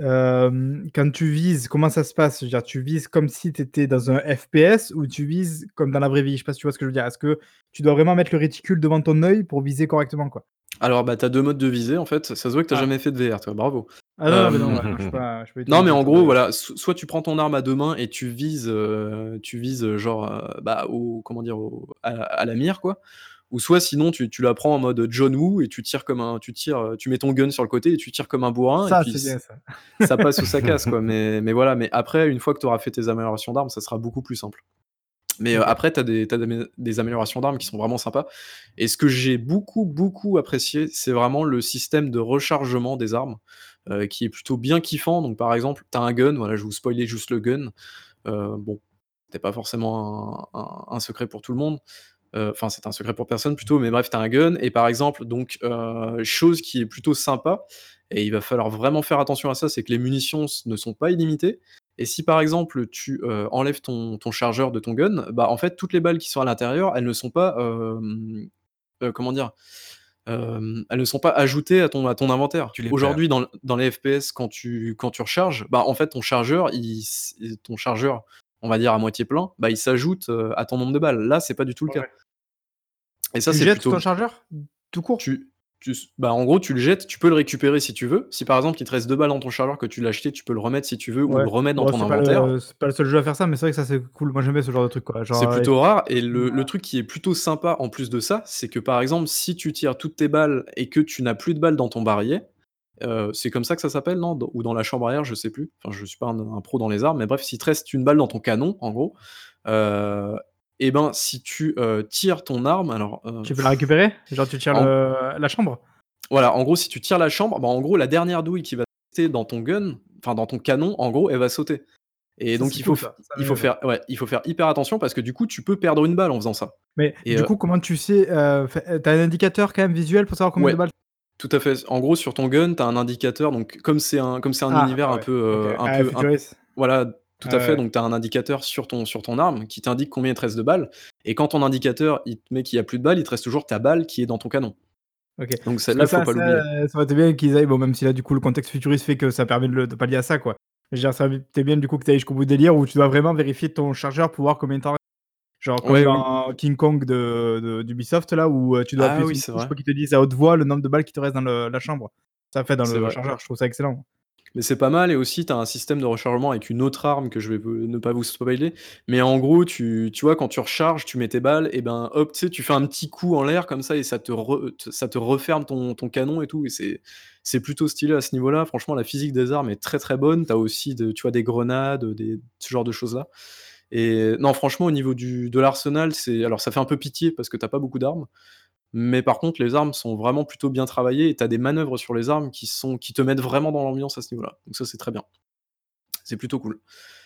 Hem, quand tu vises, comment ça se passe? Je veux dire, tu vises comme si tu étais dans un F P S ou tu vises comme dans la vraie vie? Je sais pas si tu vois ce que je veux dire? Est-ce que tu dois vraiment mettre le réticule devant ton œil pour viser correctement, quoi? Alors, bah, tu as deux modes de visée en fait, ça se voit que tu as Ah. jamais fait de V R toi, bravo. Ah non, non, mais non, ouais, non, je suis Hem, pas je suis pas du tout non, mais habitué en ce genre gros, de voilà, so soit tu prends ton arme à deux mains et tu vises, heu, tu vises, heu, genre, heu, bah, au comment dire? Au à à la mire quoi, ou soit sinon tu tu la prends en mode John Woo et tu tires comme un tu tires, heu, tu mets ton gun sur le côté et tu tires comme un bourrin et ça, puis c'est ç bien ça. ça passe ou ça casse quoi, mais mais voilà, mais après une fois que tu auras fait tes améliorations d'armes, ça sera beaucoup plus simple. Mais, heu, OK. après tu as des tu as des mé des améliorations d'armes qui sont vraiment sympas et ce que j'ai beaucoup, beaucoup apprécié, c'est vraiment le système de rechargement des armes, heu, qui est plutôt bien kiffant. Donc par exemple, tu as un gun, voilà, je vais vous spoiler juste le gun, heu, bon, c'est pas forcément un un un secret pour tout le monde, heu, enfin c'est un secret pour personne plutôt, mais bref, tu as un gun et par exemple donc, heu, chose qui est plutôt sympa et il va falloir vraiment faire attention à ça, c'est que les munitions s ne sont pas illimitées et si par exemple tu, heu, enlèves ton ton chargeur de ton gun, bah, en fait toutes les balles qui sont à l'intérieur, elles ne sont pas, hem, heu, comment dire? Hem, elles ne sont pas ajoutées à ton à ton inventaire. Tu les perds. Aujourd'hui dans l dans les F P S quand tu quand tu recharges, bah, en fait ton chargeur il s ton chargeur, on va dire à moitié plein, bah, il s'ajoute, heu, à ton nombre de balles. Là, c'est pas du tout le Ouais, cas ouais. et ça Tu c'est jettes plutôt ton b chargeur? Tout court? tu tu s bah, en gros, tu le jettes, tu peux le récupérer si tu veux. Si par exemple, il te reste deux balles dans ton chargeur que tu l'as acheté, tu peux le remettre si tu veux ou Ouais, le remettre dans bon, ton c'est pas inventaire. le c'est pas le seul jeu à faire ça, mais c'est vrai que ça, c'est cool. Moi, j'aime bien ce genre de truc, quoi. C'est Genre, heu, plutôt rare et le le truc qui est plutôt sympa en plus de ça, c'est que, par exemple, si tu tires toutes tes balles et que tu n'as plus de balles dans ton barillet, heu, c'est comme ça que ça s'appelle, non? Dans ou dans la chambre arrière, je sais plus. Enfin, je suis pas un un pro dans les armes, mais bref, s'il te reste une balle dans ton canon, en gros, heu et ben, si tu, heu, tires ton arme, alors, heu, tu peux la récupérer? Genre, tu tires en le la chambre? voilà, en gros, si tu tires la chambre, bah, en gros, la dernière douille qui va rester dans ton gun, enfin dans ton canon, en gros, elle va sauter et Ça, donc c'est il faut cool f ça, ça il j'aime faut bien ça. faire ouais, il faut faire hyper attention parce que du coup, tu peux perdre une balle en faisant ça Mais et du heu coup, comment tu sais, heu, enfin, heu, tu as un indicateur quand même visuel pour savoir combien de ouais, balles? tout à fait. En gros, sur ton gun, tu as un indicateur, donc comme c'est un comme c'est un Ah, univers bah, un ouais, peu, OK. heu, un Ah, peu un futuriste. voilà, tout Ouais, à fait, ouais. donc tu as un indicateur sur ton sur ton arme qui t'indique combien il te reste de balles et quand ton indicateur, il te met qu'il y a plus de balles, il te reste toujours ta balle qui est dans ton canon. OK. Donc Parce que celle-là, faut ça pas ça, l'oublier. heu, ça aurait été bien qu'ils aillent bon, même si là, du coup, le contexte futuriste fait que ça permet de le de pallier à ça, quoi. Je veux dire, ça aurait été bien, du coup, que tu ailles jusqu'au bout du délire où tu dois vraiment vérifier ton chargeur pour voir combien de temps reste. Genre comme Ouais, oui. dans King Kong de de d'Ubisoft là, où, heu, tu dois Ah appuyer oui, sur une c'est touche vrai, pour qu'ils te disent à haute voix le nombre de balles qui te reste dans le la chambre. Ça fait dans c'est le vrai. chargeur, je trouve ça excellent. Mais c'est pas mal et aussi tu as un système de rechargement avec une autre arme que je vais vous ne pas vous spoiler, mais en gros tu tu vois quand tu recharges, tu mets tes balles et ben, hop, tu sais, tu fais un petit coup en l'air comme ça et ça te re te ça te referme ton ton canon et tout et c'est c'est plutôt stylé à ce niveau-là. Franchement, la physique des armes est très, très bonne. Tu as aussi de tu vois, des grenades, des ce genre de choses-là et non, franchement, au niveau du de l'arsenal, c'est alors ça fait un peu pitié parce que tu as pas beaucoup d'armes, mais par contre, les armes sont vraiment plutôt bien travaillées et tu as des manœuvres sur les armes qui sont qui te mettent vraiment dans l'ambiance à ce niveau-là. Donc ça, c'est très bien. C'est plutôt cool.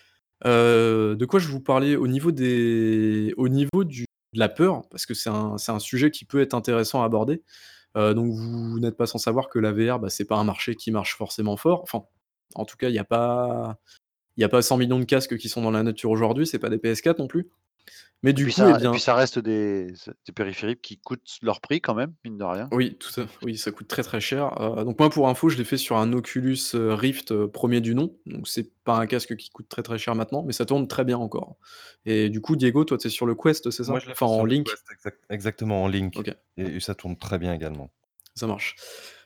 Heu, de quoi je vous parlais? Au niveau des au niveau du de la peur, parce que c'est un c'est un sujet qui peut être intéressant à aborder. Heu, donc vous n'êtes pas sans savoir que la V R, bah, c'est pas un marché qui marche forcément fort. Enfin, en tout cas, il y a pas il y a pas cent millions de casques qui sont dans la nature aujourd'hui, c'est pas des P S quatre non plus. Mais Et du puis coup, eh ça et puis bien ça reste des des périphériques qui coûtent leur prix quand même, mine de rien. oui, tout à oui, ça coûte très, très cher. Heu, donc moi, pour info, je l'ai fait sur un Oculus, heu, Rift, heu, un du nom. Donc c'est pas un casque qui coûte très, très cher maintenant, mais ça tourne très bien encore. Et du coup, Diego, toi, tu es sur le Quest, c'est Moi, ça? je l'ai Enfin, fait en sur le Link? Quest, exact exactement, en Link OK, et et ça tourne très bien également. ça marche.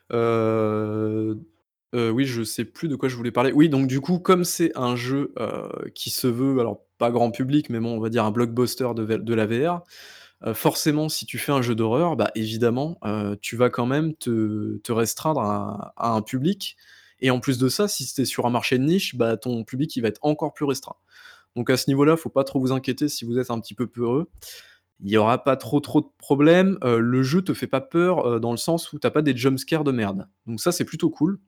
Heu, heu, oui, je sais plus de quoi je voulais parler. Oui, donc du coup, comme c'est un jeu, heu, qui se veut, alors pas grand public, mais bon, on va dire un blockbuster de vel de la V R. Heu, forcément, si tu fais un jeu d'horreur, bah, évidemment, heu, tu vas quand même te te restreindre à à un public et en plus de ça, si tu sur un marché de niche, bah, ton public, il va être encore plus restreint. Donc à ce niveau-là, faut pas trop vous inquiéter si vous êtes un petit peu peureux. Il y aura pas trop, trop de problèmes. Heu, le jeu te fait pas peur, heu, dans le sens où tu as pas des jump scares de merde. Donc ça, c'est plutôt cool.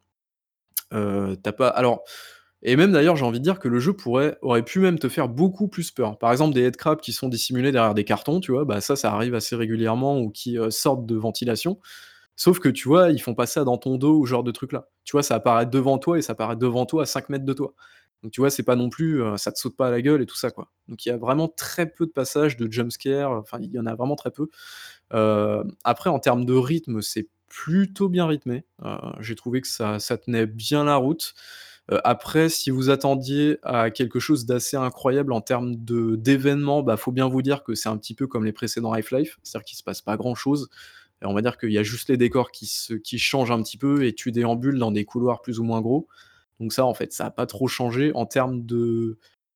Heu, tu pas alors et même d'ailleurs, j'ai envie de dire que le jeu pourrait aurait pu même te faire beaucoup plus peur. Par exemple, des headcrabs qui sont dissimulés derrière des cartons, tu vois? Bah, ça, ça arrive assez régulièrement ou qui, heu, sortent de ventilation. Sauf que, tu vois, ils font pas ça dans ton dos ou ce genre de truc là. Tu vois, ça apparaît devant toi et ça apparaît devant toi à cinq mètres de toi. Donc tu vois, c'est pas non plus, heu, ça te saute pas à la gueule et tout ça, quoi. Donc il y a vraiment très peu de passages de jump scare, enfin, il y en a vraiment très peu. Heu, après en termes de rythme, c'est plutôt bien rythmé. Heu, j'ai trouvé que ça ça tenait bien la route. Heu, après, si vous attendiez à quelque chose d'assez incroyable en termes de d'événements, bah, faut bien vous dire que c'est un petit peu comme les précédents Half-Life, c'est-à-dire qu'il se passe pas grand-chose. Et on va dire qu'il y a juste les décors qui se qui changent un petit peu et tu déambules dans des couloirs plus ou moins gros. Donc ça, en fait, ça a pas trop changé en termes de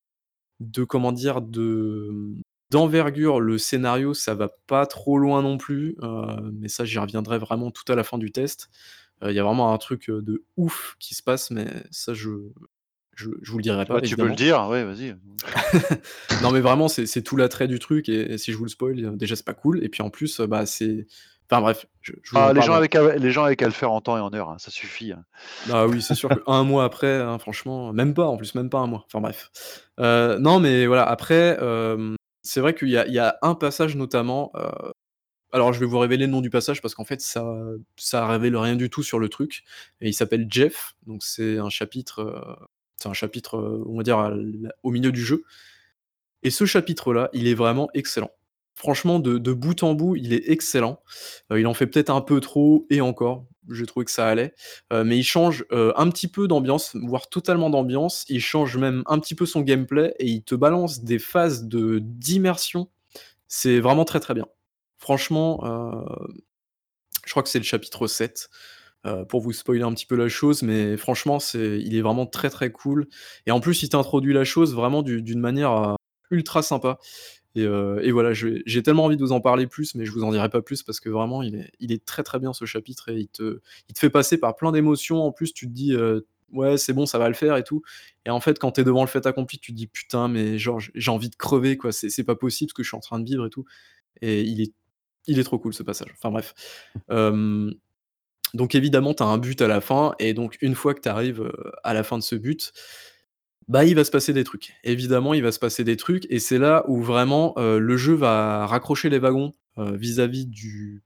de comment dire? De, mmh, d'envergure, le scénario, ça va pas trop loin non plus, heu, mais ça, j'y reviendrai vraiment tout à la fin du test. Heu, il y a vraiment un truc, heu, de ouf qui se passe, mais ça, je je je vous le dirai pas Bah, tu peux le évidemment. dire, ouais, vas-y. Non, mais vraiment, c'est c'est tout l'attrait du truc et et si je vous le spoil, heu, déjà, c'est pas cool et puis en plus, heu, bah, c'est enfin bref, je je vous en Ah, les gens parlerai. avaient qu'à les gens avaient qu'à le faire en temps et en heure, hein, ça suffit, hein. Ah oui, c'est sûr qu'un mois après, hein, franchement, même pas en plus, même pas un mois. Enfin bref. Heu, non, mais voilà, après, hem, c'est vrai qu'il y a il y a un passage notamment, heu, alors je vais vous révéler le nom du passage parce qu'en fait ça ça révèle rien du tout sur le truc et il s'appelle Jeff, donc c'est un chapitre, heu, c'est un chapitre, heu, on va dire à l au milieu du jeu et ce chapitre-là, il est vraiment excellent. Franchement, de de bout en bout, il est excellent. Heu, il en fait peut-être un peu trop et encore, j'ai trouvé que ça allait. Heu, mais il change, heu, un petit peu d'ambiance, voire totalement d'ambiance. Il change même un petit peu son gameplay et il te balance des phases de d'immersion. C'est vraiment très, très bien. Franchement, heu, Je crois que c'est le chapitre sept, heu, pour vous spoiler un petit peu la chose, mais franchement, c'est il est vraiment très, très cool et en plus, il t'introduit la chose vraiment d'u d'une manière, heu, ultra sympa et heu et voilà, je vais j'ai tellement envie de vous en parler plus, mais je vous en dirai pas plus parce que vraiment il est il est très, très bien ce chapitre et il te il te fait passer par plein d'émotions. En plus, tu te dis, heu: «Ouais, c'est bon, ça va le faire et tout» et en fait, quand tu es devant le fait accompli, tu te dis: «Putain, mais genre, j'ai j'ai envie de crever, quoi, c'est c'est pas possible ce que je suis en train de vivre et tout» et il est il est trop cool ce passage. Enfin bref, hem, donc évidemment, tu as un but à la fin et donc une fois que tu arrives, à la fin de ce but, bah, il va se passer des trucs. Évidemment, il va se passer des trucs et c'est là où vraiment, heu, le jeu va raccrocher les wagons, heu, vis-à-vis du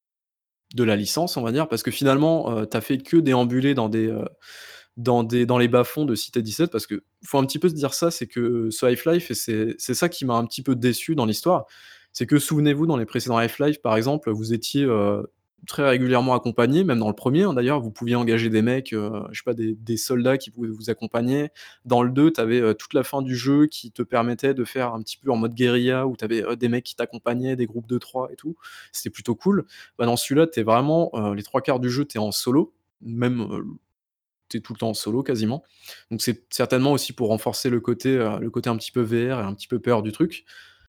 de la licence, on va dire, parce que finalement, heu, tu as fait que déambuler dans des, heu, dans des dans les bas-fonds de Cité dix-sept parce que faut un petit peu se dire ça, c'est que ce Half-Life et c'est c'est ça qui m'a un petit peu déçu dans l'histoire, c'est que souvenez-vous dans les précédents Half-Life, par exemple, vous étiez, heu, très régulièrement accompagnés, même dans le premier, hein, d'ailleurs, vous pouviez engager des mecs, heu, je sais pas, des des soldats qui pouvaient vous accompagner. Dans le deux, tu avais, heu, toute la fin du jeu qui te permettait de faire un petit peu en mode guérilla où tu avais, heu, des mecs qui t'accompagnaient, des groupes de trois et tout. C'était plutôt cool. Bah, dans celui-là, tu es vraiment, heu, les trois quarts du jeu, tu es en solo, même, heu, tu es tout le temps en solo quasiment. Donc c'est certainement aussi pour renforcer le côté, heu, le côté un petit peu V R et un petit peu peur du truc.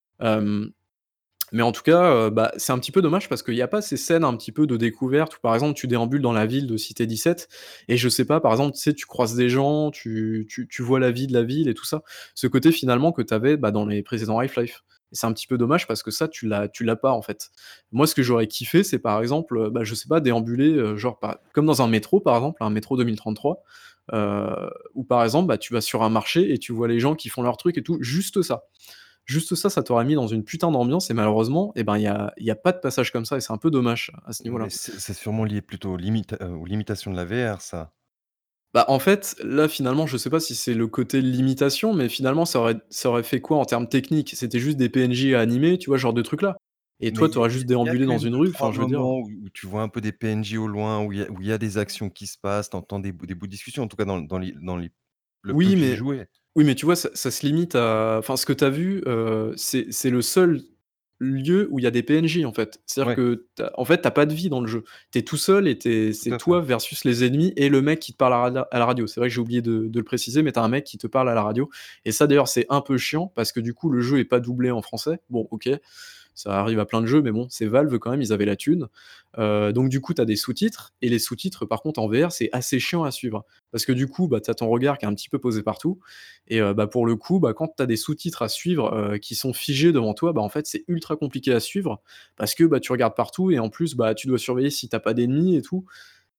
Hem, mais en tout cas, heu, bah, c'est un petit peu dommage parce qu'il y a pas ces scènes un petit peu de découverte où, par exemple, tu déambules dans la ville de Cité dix-sept et je sais pas, par exemple, tu sais, tu croises des gens, tu tu tu vois la vie de la ville et tout ça. Ce côté finalement que tu avais, bah, dans les précédents Half-Life et c'est un petit peu dommage parce que ça, tu l'as tu l'as pas, en fait. Moi, ce que j'aurais kiffé, c'est par exemple, heu, bah, je sais pas, déambuler, heu, genre par comme dans un métro, par exemple, un métro deux mille trente-trois, heu, où par exemple, bah, tu vas sur un marché et tu vois les gens qui font leurs trucs et tout, juste ça. Juste ça, ça t'aurait mis dans une putain d'ambiance et malheureusement, et ben, il y a il y a pas de passage comme ça et c'est un peu dommage à ce Mais niveau-là. c'est c'est sûrement lié plutôt aux limita heu, aux limitations de la V R ça. Bah, en fait, là, finalement, je sais pas si c'est le côté limitation, mais finalement, ça aurait ça aurait fait quoi en termes techniques? C'était juste des P N J à animer, tu vois, ce genre de trucs là? Et Mais toi, il tu y a aurais il y a juste il y a déambulé quand dans même une deux rue, enfin, trois je veux dire. moments où où tu vois un peu des P N J au loin, où il y a où il y a des actions qui se passent, tu entends des bouts des bouts de discussion, en tout cas dans dans les dans les le peu Oui, que j'ai mais joué. oui, mais tu vois, ça ça se limite à enfin, ce que tu as vu, heu, c'est c'est le seul lieu où il y a des P N J, en fait. C'est-à-dire Ouais, que tu as en fait, tu as pas de vie dans le jeu. Tu es tout seul et tu es tout c'est à fait. toi versus les ennemis et le mec qui te parle à rada à la radio. C'est vrai que j'ai oublié de de le préciser, mais tu as un mec qui te parle à la radio et ça, d'ailleurs, c'est un peu chiant parce que, du coup, le jeu est pas doublé en français. Bon, OK, ça arrive à plein de jeux, mais bon, c'est Valve quand même, ils avaient la thune. Heu, donc du coup, tu as des sous-titres et les sous-titres, par contre, en V R, c'est assez chiant à suivre. Parce que du coup, bah, tu as ton regard qui est un petit peu posé partout et heu, bah, pour le coup, bah, quand tu as des sous-titres à suivre, heu, qui sont figés devant toi, bah, en fait, c'est ultra compliqué à suivre parce que, bah, tu regardes partout et en plus, bah, tu dois surveiller si tu as pas d'ennemis et tout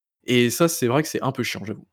et ça, c'est vrai que c'est un peu chiant, j'avoue.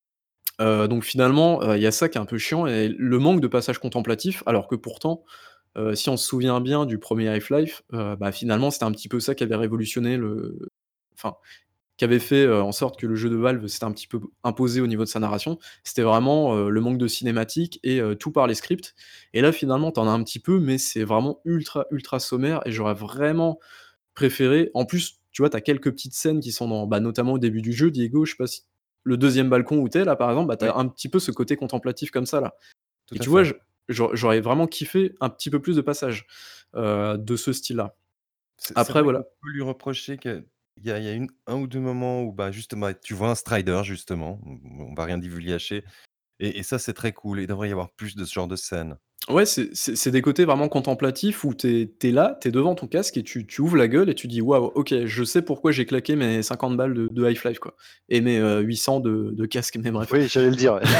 Heu, donc finalement, heu, il y a ça qui est un peu chiant et le manque de passage contemplatif, alors que pourtant, Heu, si on se souvient bien du premier Half-Life, heu, bah, finalement, c'était un petit peu ça qui avait révolutionné le enfin, qui avait fait, heu, en sorte que le jeu de Valve s'était un petit peu imposé au niveau de sa narration. C'était vraiment, heu, le manque de cinématiques et heu, tout par les scripts et là, finalement, tu en as un petit peu, mais c'est vraiment ultra, ultra sommaire et j'aurais vraiment préféré en plus, tu vois, tu as quelques petites scènes qui sont dans bah, notamment au début du jeu, Diego, je sais pas si le deuxième balcon où tu es là, par exemple, bah, tu Oui, as un petit peu ce côté contemplatif comme ça, là. tout Et à tu vois, fait. je j'au j'aurais vraiment kiffé un petit peu plus de passages, heu, de ce style-là. C'est c'est Après vrai qu'on voilà peut lui reprocher qu'il y a il y a une un ou deux moments où, bah, justement, tu vois un Strider justement, on on va rien divulgacher et et ça, c'est très cool et il devrait y avoir plus de ce genre de scènes. ouais, c'est c'est c'est des côtés vraiment contemplatifs où tu es tu es là, tu es devant ton casque et tu tu ouvres la gueule et tu dis: «Waouh, OK, je sais pourquoi j'ai claqué mes cinquante balles de de Half-Life, quoi et mes, heu, huit cents de de casque», mais bref. Oui, j'allais le dire, ouais.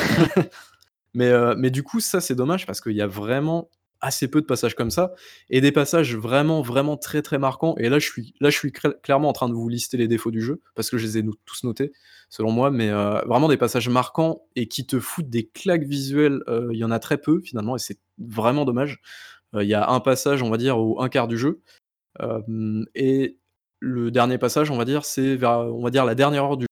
Mais, heu, mais du coup, ça, c'est dommage parce qu'il y a vraiment assez peu de passages comme ça et des passages vraiment, vraiment très, très marquants et là, je suis là, je suis cré clairement en train de vous lister les défauts du jeu parce que je les ai no tous notés, selon moi, mais, heu, vraiment des passages marquants et qui te foutent des claques visuelles, heu, il y en a très peu finalement et c'est vraiment dommage. Heu, il y a un passage, on va dire, au un quart du jeu, hem et le dernier passage, on va dire, c'est vers, on va dire, la dernière heure du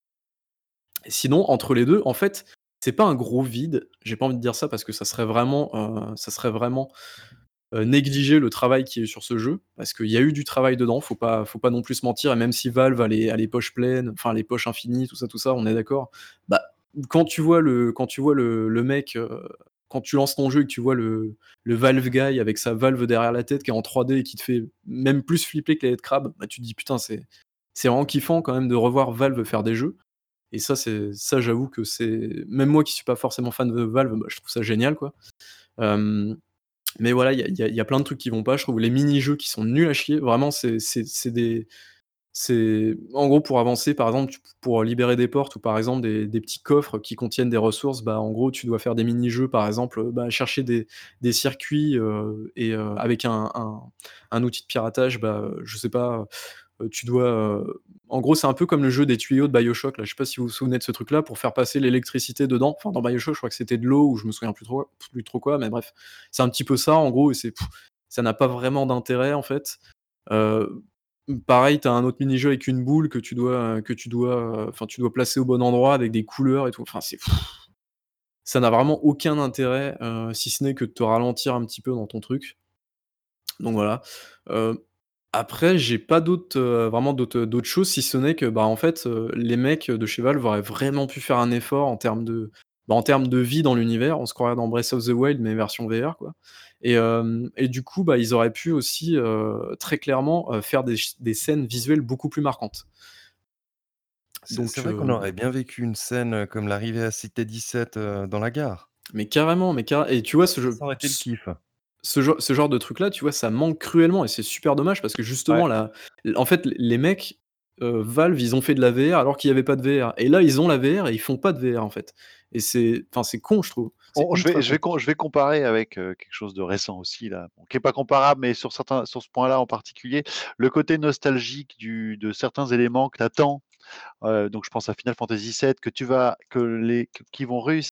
sinon, entre les deux, en fait, c'est pas un gros vide. J'ai pas envie de dire ça parce que ça serait vraiment, heu, ça serait vraiment, heu, négliger le travail qui est sur ce jeu. Parce qu'il y a eu du travail dedans, faut pas faut pas non plus se mentir et même si Valve a les a les poches pleines, enfin les poches infinies, tout ça, tout ça, on est d'accord. Bah, quand tu vois le quand tu vois le le mec, heu, quand tu lances ton jeu et que tu vois le le Valve guy avec sa valve derrière la tête qui est en trois D et qui te fait même plus flipper que les headcrabs, bah, tu te dis: «Putain, c'est c'est vraiment kiffant quand même de revoir Valve faire des jeux et ça, c'est ça, j'avoue que c'est même moi qui suis pas forcément fan de Valve, bah, je trouve ça génial, quoi. Hem, mais voilà, il y a il y a il y a plein de trucs qui vont pas. Je trouve les mini-jeux qui sont nuls à chier. Vraiment, c'est c'est c'est des c'est en gros, pour avancer, par exemple, tu pour libérer des portes ou par exemple des des petits coffres qui contiennent des ressources, bah, en gros, tu dois faire des mini-jeux, par exemple, heu, bah, chercher des des circuits, heu et heu, avec un un un outil de piratage, bah, heu, je sais pas, heu, tu dois, heu en gros, c'est un peu comme le jeu des tuyaux de BioShock, là. Je sais pas si vous vous souvenez de ce truc-là, pour faire passer l'électricité dedans. Enfin, dans BioShock, je crois que c'était de l'eau ou je me souviens plus trop plus trop quoi, mais bref. C'est un petit peu ça, en gros et c'est ça n'a pas vraiment d'intérêt, en fait. Heu, pareil, tu as un autre mini-jeu avec une boule que tu dois, que tu dois, enfin, tu dois placer au bon endroit avec des couleurs et tout. Enfin, c'est ça n'a vraiment aucun intérêt, heu, si ce n'est que de te ralentir un petit peu dans ton truc. Donc voilà. Heu, après, j'ai pas d'autres, heu, vraiment d'autres, d'autres choses, si ce n'est que, bah, en fait, heu, les mecs de chez Valve auraient vraiment pu faire un effort en termes de bah, en termes de vie dans l'univers. On se croirait dans Breath of the Wild, mais version V R, quoi et hem et du coup, bah, ils auraient pu aussi, heu, très clairement, heu, faire des ch des scènes visuelles beaucoup plus marquantes. C'est c'est Donc vrai qu'on heu aurait bien vécu une scène, heu, comme l'arrivée à Cité dix-sept, heu, dans la gare. mais carrément, mais cara et tu vois ce jeu Ça aurait été le ce kiff. ce genre ce genre de truc là, tu vois, ça manque cruellement et c'est super dommage parce que Ouais. justement là, l en fait, les mecs, heu, Valve, ils ont fait de la V R alors qu'il y avait pas de V R et là, ils ont la V R et ils font pas de V R, en fait et c'est enfin, c'est con, je trouve. C'est On je ultra vais je con. vais com je vais comparer avec, heu, quelque chose de récent aussi là, bon qui est pas comparable, mais sur certains sur ce point-là en particulier, le côté nostalgique du de certains éléments que tu attends, heu, donc je pense à Final Fantasy sept que tu vas que les q qui vont réussir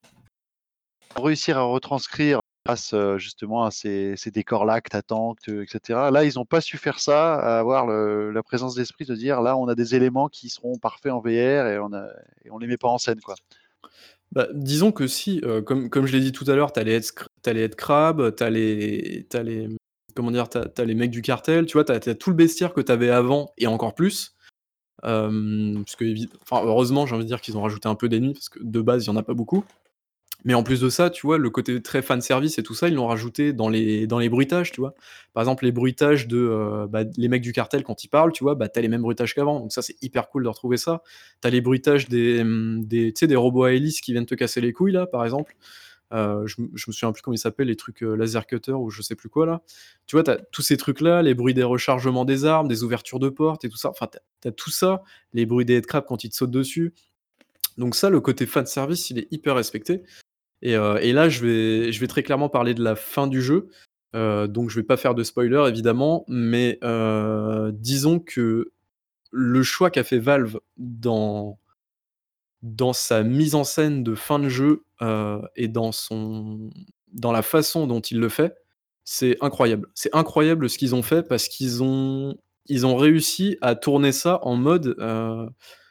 réussir à retranscrire grâce, heu, justement à ces ces décors-là que tu attends, que tu et cetera. Là, ils ont pas su faire ça, à avoir le la présence d'esprit de dire: «Là, on a des éléments qui seront parfaits en V R et on a et on les met pas en scène», quoi. Bah, disons que si, heu, comme comme je l'ai dit tout à l'heure, tu as les headscr tu as les headcrabs, tu as les tu as les, mmh, comment dire? Tu as tu as les mecs du cartel, tu vois? Tu as tu as tout le bestiaire que tu avais avant et encore plus. Hem, parce que évi enfin, heureusement, j'ai envie de dire qu'ils ont rajouté un peu d'ennemis parce que de base, il y en a pas beaucoup. Mais en plus de ça, tu vois, le côté très fan service et tout ça, ils l'ont rajouté dans les dans les bruitages, tu vois? Par exemple, les bruitages de, heu, bah, les mecs du cartel quand ils parlent, tu vois? Bah, tu as les mêmes bruitages qu'avant, donc ça, c'est hyper cool de retrouver ça. Tu as les bruitages des, mmh, des tu sais, des robots à hélice qui viennent te casser les couilles là, par exemple. Heu, je me je me souviens plus comment ils s'appellent, les trucs, heu, laser cutter ou je sais plus quoi là. Tu vois, tu as tous ces trucs-là, les bruits des rechargements des armes, des ouvertures de portes et tout ça. Enfin, tu as tu as tout ça, les bruits des headcrabs quand ils te sautent dessus. Donc ça, le côté fan service, il est hyper respecté. Et heu et là, je vais je vais très clairement parler de la fin du jeu. Heu, donc je vais pas faire de spoiler évidemment, mais heu, disons que le choix qu'a fait Valve dans dans sa mise en scène de fin de jeu, heu et dans son dans la façon dont il le fait, c'est incroyable. C'est incroyable ce qu'ils ont fait parce qu'ils ont ils ont réussi à tourner ça en mode, heu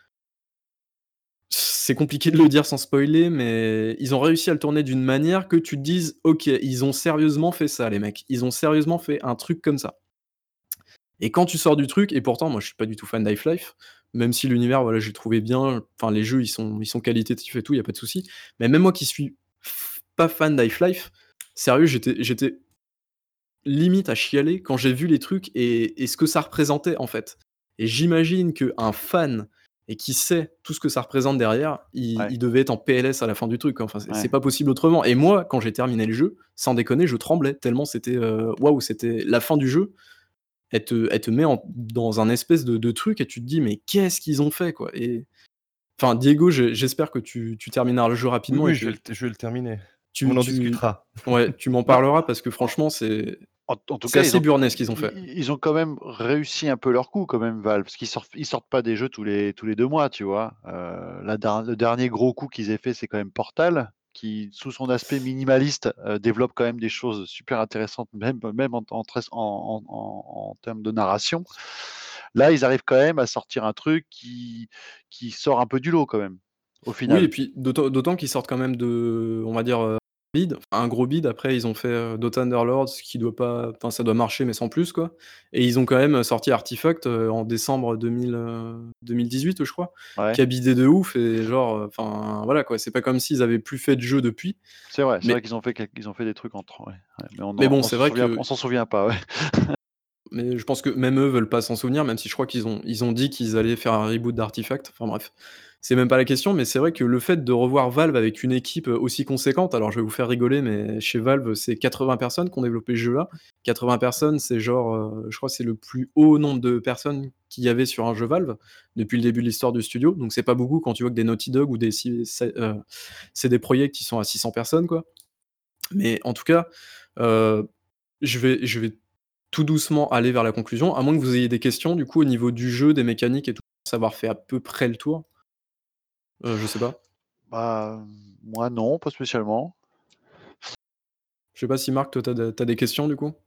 c'est compliqué de le dire sans spoiler, mais ils ont réussi à le tourner d'une manière que tu te dises: «OK, ils ont sérieusement fait ça les mecs. Ils ont sérieusement fait un truc comme ça» et quand tu sors du truc et pourtant moi je suis pas du tout fan d'Half-Life, même si l'univers, voilà, j'ai trouvé bien, enfin les jeux ils sont ils sont qualitatifs et tout, il y a pas de souci. Mais même moi qui suis f pas fan d'Half-Life, sérieux j'étais j'étais limite à chialer quand j'ai vu les trucs et et ce que ça représentait, en fait et j'imagine qu'un fan et qui sait tout ce que ça représente derrière, il Ouais, il devait être en P L S à la fin du truc, quoi. Enfin, c'est c'est ouais. pas possible autrement et moi, quand j'ai terminé le jeu, sans déconner, je tremblais tellement c'était, heu, waouh, c'était la fin du jeu, elle te elle te met en dans un espèce de de truc et tu te dis: «Mais qu'est-ce qu'ils ont fait, quoi?» et enfin, Diego, je j'espère que tu tu termineras le jeu Oui, rapidement et oui, je vais que le t je vais le terminer. On tu en tu discutera. ouais, tu m'en Bah, parleras parce que franchement, c'est en en tout c'est cas, ils assez ont burné ce qu'ils ont i fait. i ils ont quand même réussi un peu leur coup quand même Valve, parce qu'ils sortent ils sortent pas des jeux tous les tous les deux mois, tu vois? Heu, la der le dernier gros coup qu'ils aient fait, c'est quand même Portal, qui sous son aspect minimaliste, heu, développe quand même des choses super intéressantes, même même en en tress en en en en termes de narration. Là, ils arrivent quand même à sortir un truc qui qui sort un peu du lot quand même, au Oui et final. puis d'autant d'autant qu'ils sortent quand même de on va dire, heu, bid, enfin un gros bid. Après ils ont fait, heu, Dota Underlords qui doit pas enfin ça doit marcher mais sans plus quoi et ils ont quand même sorti Artifact, heu, en décembre deux mille, heu, deux mille dix-huit je crois, Ouais, qui a bidé de ouf et genre, heu, enfin voilà quoi. C'est pas comme s'ils avaient plus fait de jeux depuis c'est vrai, c'est vrai mais qu'ils ont fait quelq ils ont fait des trucs entre ouais, ouais, mais on mais en bon on c'est s'en vrai souvient que on s'en souvient pas, ouais. mais je pense que même eux veulent pas s'en souvenir, même si je crois qu'ils ont ils ont dit qu'ils allaient faire un reboot d'Artifact. Enfin bref, c'est même pas la question, mais c'est vrai que le fait de revoir Valve avec une équipe, heu, aussi conséquente, alors je vais vous faire rigoler, mais chez Valve, c'est quatre-vingts personnes qui ont développé ce jeu-là. quatre-vingts personnes, c'est genre, heu, je crois que c'est le plus haut nombre de personnes qu'il y avait sur un jeu Valve, depuis le début de l'histoire du studio. Donc c'est pas beaucoup quand tu vois que des Naughty Dog ou des C C heu, C D Projekt qui sont à six cents personnes, quoi. Mais en tout cas, heu, je vais je vais tout doucement aller vers la conclusion, à moins que vous ayez des questions du coup au niveau du jeu, des mécaniques et tout, savoir fait à peu près le tour. Heu, je sais pas. Bah, moi non, pas spécialement. Je sais pas si Marc, toi, tu as de tu as des questions du coup?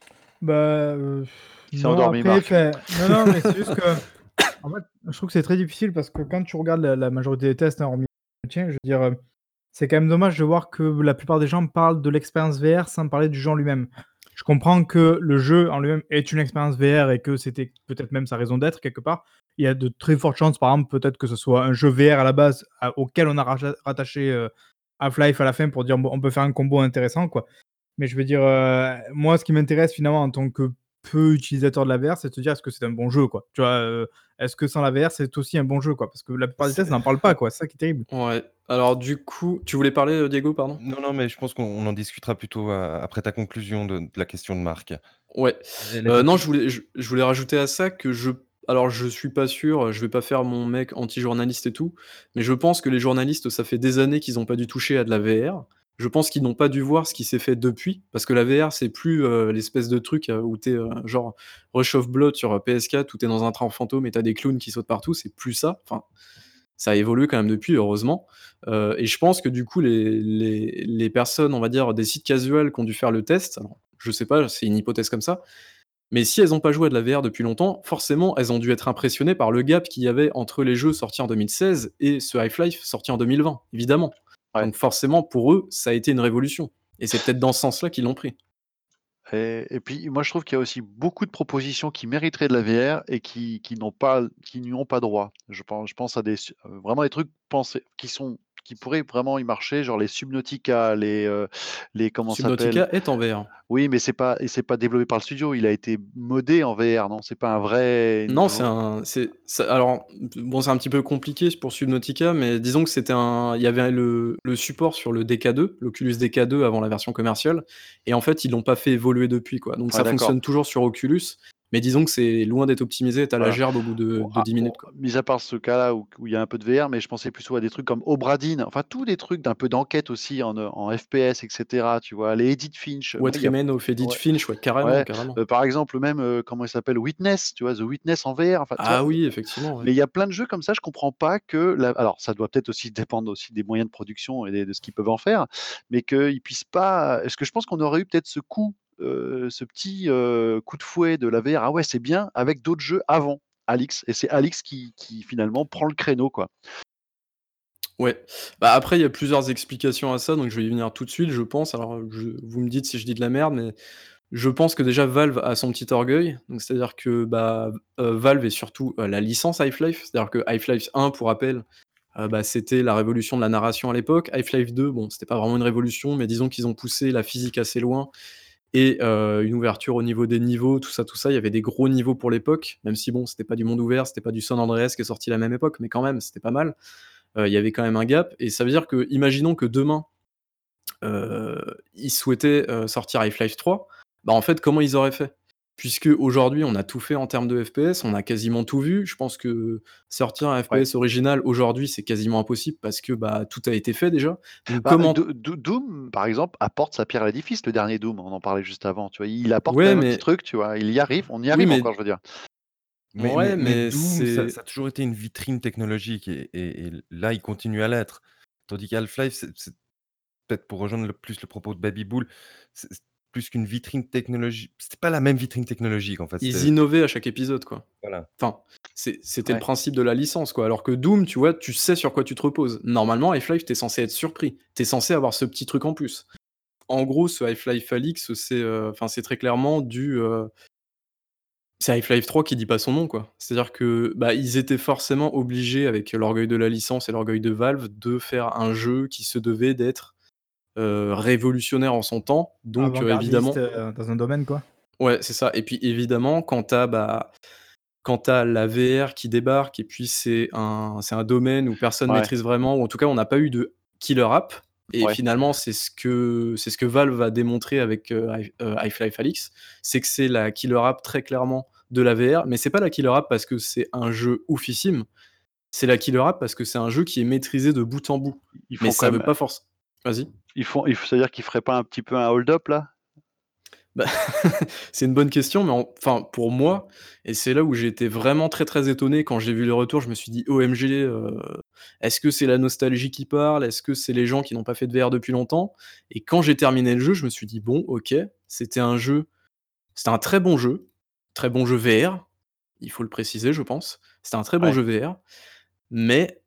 Bah, heu, Il s'est non endormi après, Marc. enfin non, non, mais c'est juste que en fait, je trouve que c'est très difficile parce que quand tu regardes la la majorité des tests, hein, hormis le tien, je veux dire, heu, c'est quand même dommage de voir que la plupart des gens parlent de l'expérience V R sans parler du jeu en lui-même. Je comprends que le jeu en lui-même est une expérience V R et que c'était peut-être même sa raison d'être quelque part. Il y a de très fortes chances, par exemple, peut-être que ce soit un jeu V R à la base à auquel on a racha rattaché, heu, Half-Life à la fin pour dire: «Bon, on peut faire un combo intéressant, quoi». Mais je veux dire, heu, moi, ce qui m'intéresse finalement en tant que peu utilisateur de la V R, c'est de se dire: «Est-ce que c'est un bon jeu, quoi?» Tu vois? Heu, est-ce que sans la V R, c'est aussi un bon jeu, quoi? Parce que la plupart des tests C'est n'en parlent pas, quoi. C'est ça qui est terrible. ouais. Alors du coup tu voulais parler, heu, Diego, pardon? Non, non, mais je pense qu'on on en discutera plutôt a après ta conclusion de de la question de Marc. Ouais. Elle Heu, était non, toute je voulais je je voulais rajouter à ça que je alors je suis pas sûr, je vais pas faire mon mec anti-journaliste et tout, mais je pense que les journalistes, ça fait des années qu'ils ont pas dû toucher à de la V R. Je pense qu'ils n'ont pas dû voir ce qui s'est fait depuis, parce que la V R, c'est plus, heu, l'espèce de truc, heu, où tu es, heu, genre Rush of Blood sur, heu, P S quatre où tu es dans un train fantôme et tu as des clowns qui sautent partout, c'est plus ça. Enfin, ça a évolué quand même depuis, heureusement. Heu et je pense que du coup les les les personnes, on va dire, des sites casuals qui ont dû faire le test, alors je sais pas, c'est une hypothèse comme ça, mais si elles ont pas joué à de la V R depuis longtemps, forcément, elles ont dû être impressionnées par le gap qu'il y avait entre les jeux sortis en deux mille seize et ce Half-Life sorti en deux mille vingt, évidemment. Ouais. Donc forcément, pour eux, ça a été une révolution et c'est peut-être dans ce sens-là qu'ils l'ont pris. Et et puis moi je trouve qu'il y a aussi beaucoup de propositions qui mériteraient de la V R et qui qui n'ont pas qui n'y ont pas droit. Je pense je pense à des su heu, vraiment des trucs pensés qui sont qui pourraient vraiment y marcher, genre les Subnautica, les, heu, les comment ça s'appelle? Subnautica est en V R. Oui, mais c'est pas et c'est pas développé par le studio, il a été modé en V R, non? C'est pas un vrai une Non, c'est v un c'est ça alors, bon, c'est un petit peu compliqué pour Subnautica, mais disons que c'était un il y avait le le support sur le D K deux, l'Oculus D K deux avant la version commerciale et en fait, ils l'ont pas fait évoluer depuis, quoi. Donc ouais, ça d'accord. fonctionne toujours sur Oculus, mais disons que c'est loin d'être optimisé, tu as la Voilà. gerbe au bout de Bon, de ah, dix bon, minutes, quoi. mis à part ce cas-là où où il y a un peu de V R, mais je pensais plutôt à des trucs comme Obradin, enfin tous des trucs d'un peu d'enquête aussi en, heu, en F P S et cetera, tu vois? Les Edith Finch, What moi il y a Remains of Edith ouais, Finch, ouais, carrément, ouais, carrément. heu, par exemple même, heu, comment il s'appelle? Witness, tu vois? The Witness en V R, enfin tu vois? Ah oui, effectivement, ouais. Mais il y a plein de jeux comme ça, je comprends pas que la alors ça doit peut-être aussi dépendre aussi des moyens de production et des de ce qu'ils peuvent en faire, mais qu'ils puissent pas est-ce que je pense qu'on aurait eu peut-être ce coup, heu, ce petit, heu, coup de fouet de la V R: «Ah ouais, c'est bien» avec d'autres jeux avant Alix et c'est Alix qui qui finalement prend le créneau, quoi. Ouais. Bah, après, il y a plusieurs explications à ça, donc je vais y venir tout de suite, je pense. Alors, je vous me dites si je dis de la merde, mais je pense que déjà Valve a son petit orgueil. Donc c'est-à-dire que, bah, heu, Valve et surtout, heu, la licence Half-Life, c'est-à-dire que Half-Life un, pour rappel, heu, bah, c'était la révolution de la narration à l'époque. Half-Life deux, bon, c'était pas vraiment une révolution, mais disons qu'ils ont poussé la physique assez loin et heu, une ouverture au niveau des niveaux, tout ça, tout ça. Il y avait des gros niveaux pour l'époque, même si bon, c'était pas du monde ouvert, c'était pas du San Andreas qui est sorti à la même époque, mais quand même, c'était pas mal. Heu, il y avait quand même un gap et ça veut dire que, imaginons que demain, heu, ils souhaitaient, heu, sortir Half-Life trois, bah, en fait, comment ils auraient fait? Puisque aujourd'hui, on a tout fait en termes de F P S, on a quasiment tout vu. Je pense que sortir un Ouais. F P S original aujourd'hui, c'est quasiment impossible parce que, bah, tout a été fait déjà. Donc Bah, comment Do Do Doom, par exemple, apporte sa pierre à l'édifice, le dernier Doom, on en parlait juste avant, tu vois? Il apporte quand ouais, même un petit mais truc, tu vois? Il y arrive, on y oui, arrive encore, mais je veux dire. Mais mais ouais, mais mais Doom, ça c'est ça a toujours été une vitrine technologique et et et là, il continue à l'être. Tandis qu'Half-Life, c'est c'est peut-être pour rejoindre le plus le propos de Baby Bull, c'est c'est plus qu'une vitrine technologique. C'était pas la même vitrine technologique, en fait, ils c'était innovaient à chaque épisode, quoi. voilà. Enfin, c'est c'était le Ouais. principe de la licence, quoi. Alors que Doom, tu vois, tu sais sur quoi tu te reposes. Normalement, Half-Life, tu es censé être surpris. Tu es censé avoir ce petit truc en plus. En gros, ce Half-Life Alyx, c'est, heu, enfin, c'est très clairement du, heu, c'est Half-Life trois qui dit pas son nom, quoi. C'est-à-dire que, bah, ils étaient forcément obligés, avec l'orgueil de la licence et l'orgueil de Valve, de faire un jeu qui se devait d'être, heu, révolutionnaire en son temps. Donc, heu, Avant-gardiste, évidemment heu, dans un domaine, quoi. Ouais, c'est ça et puis évidemment quand tu as, bah, quand tu as la V R qui débarque et puis c'est un c'est un domaine où personne Ouais. maîtrise vraiment ou en tout cas on n'a pas eu de killer app et Ouais. finalement c'est ce que c'est ce que Valve a démontré avec, heu, Half heu, Half-Life Alyx. C'est que c'est la killer app très clairement de la V R, mais c'est pas la killer app parce que c'est un jeu oufissime, c'est la killer app parce que c'est un jeu qui est maîtrisé de bout en bout. Ils Mais font ça quand veut même pas forc vas-y? ils font il f ça veut dire qu'ils feraient pas un petit peu un hold up là? Bah, c'est une bonne question, mais en enfin pour moi et c'est là où j'ai été vraiment très, très étonné quand j'ai vu les retours, je me suis dit: «O M G, heu, est-ce que c'est la nostalgie qui parle? Est-ce que c'est les gens qui n'ont pas fait de V R depuis longtemps?» et quand j'ai terminé le jeu, je me suis dit: «Bon OK, c'était un jeu c'était un très bon jeu, très bon jeu V R», il faut le préciser je pense. C'était un très bon Ouais. jeu V R, mais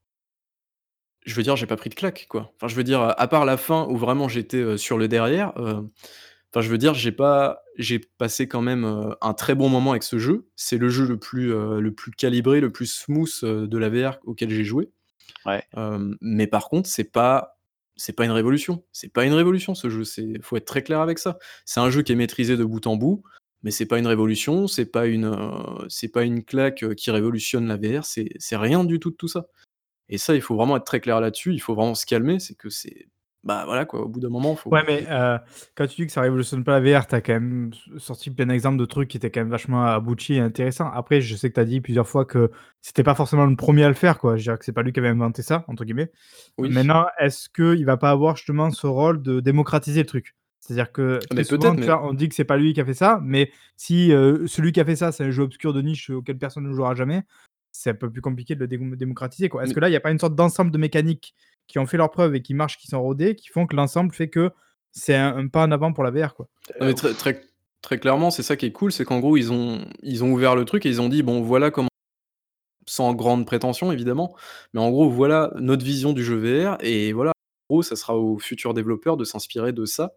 je veux dire, j'ai pas pris de claque quoi. Enfin je veux dire, à part la fin où vraiment j'étais, heu, sur le derrière, heu, enfin je veux dire, j'ai pas j'ai passé quand même, heu, un très bon moment avec ce jeu. C'est le jeu le plus, heu, le plus calibré, le plus smooth, heu, de la V R auquel j'ai joué. Ouais. Hem, mais par contre, c'est pas c'est pas une révolution. C'est pas une révolution ce jeu, c'est faut être très clair avec ça. C'est un jeu qui est maîtrisé de bout en bout, mais c'est pas une révolution, c'est pas une, heu, c'est pas une claque, heu, qui révolutionne la V R, c'est c'est rien du tout de tout ça et ça, il faut vraiment être très clair là-dessus, il faut vraiment se calmer, c'est que c'est bah, voilà quoi, au bout d'un moment, faut Ouais, mais heu, quand tu dis que ça révolutionne pas la V R, tu as quand même s sorti plein d'exemples de trucs qui étaient quand même vachement aboutis et intéressants. Après, je sais que tu as dit plusieurs fois que c'était pas forcément le premier à le faire, quoi. Je dirais que c'est pas lui qui avait «inventé ça» entre guillemets. oui. Maintenant, est-ce qu'il va pas avoir justement ce rôle de démocratiser le truc? C'est-à-dire que très Mais souvent, peut-être, tu mais vois, on dit que c'est pas lui qui a fait ça, mais si, heu, celui qui a fait ça, c'est un jeu obscur de niche auquel personne ne jouera jamais, c'est un peu plus compliqué de le démo démocratiser, quoi. Est-ce mais que là, il y a pas une sorte d'ensemble de mécaniques qui ont fait leurs preuves et qui marchent, qui sont rodées, qui font que l'ensemble fait que c'est un un pas en avant pour la V R, quoi? non, mais très très très clairement, c'est ça qui est cool, c'est qu'en gros, ils ont ils ont ouvert le truc et ils ont dit: «Bon, voilà comment» sans grande prétention évidemment, mais en gros, voilà notre vision du jeu V R et voilà, en gros, ça sera aux futurs développeurs de s'inspirer de ça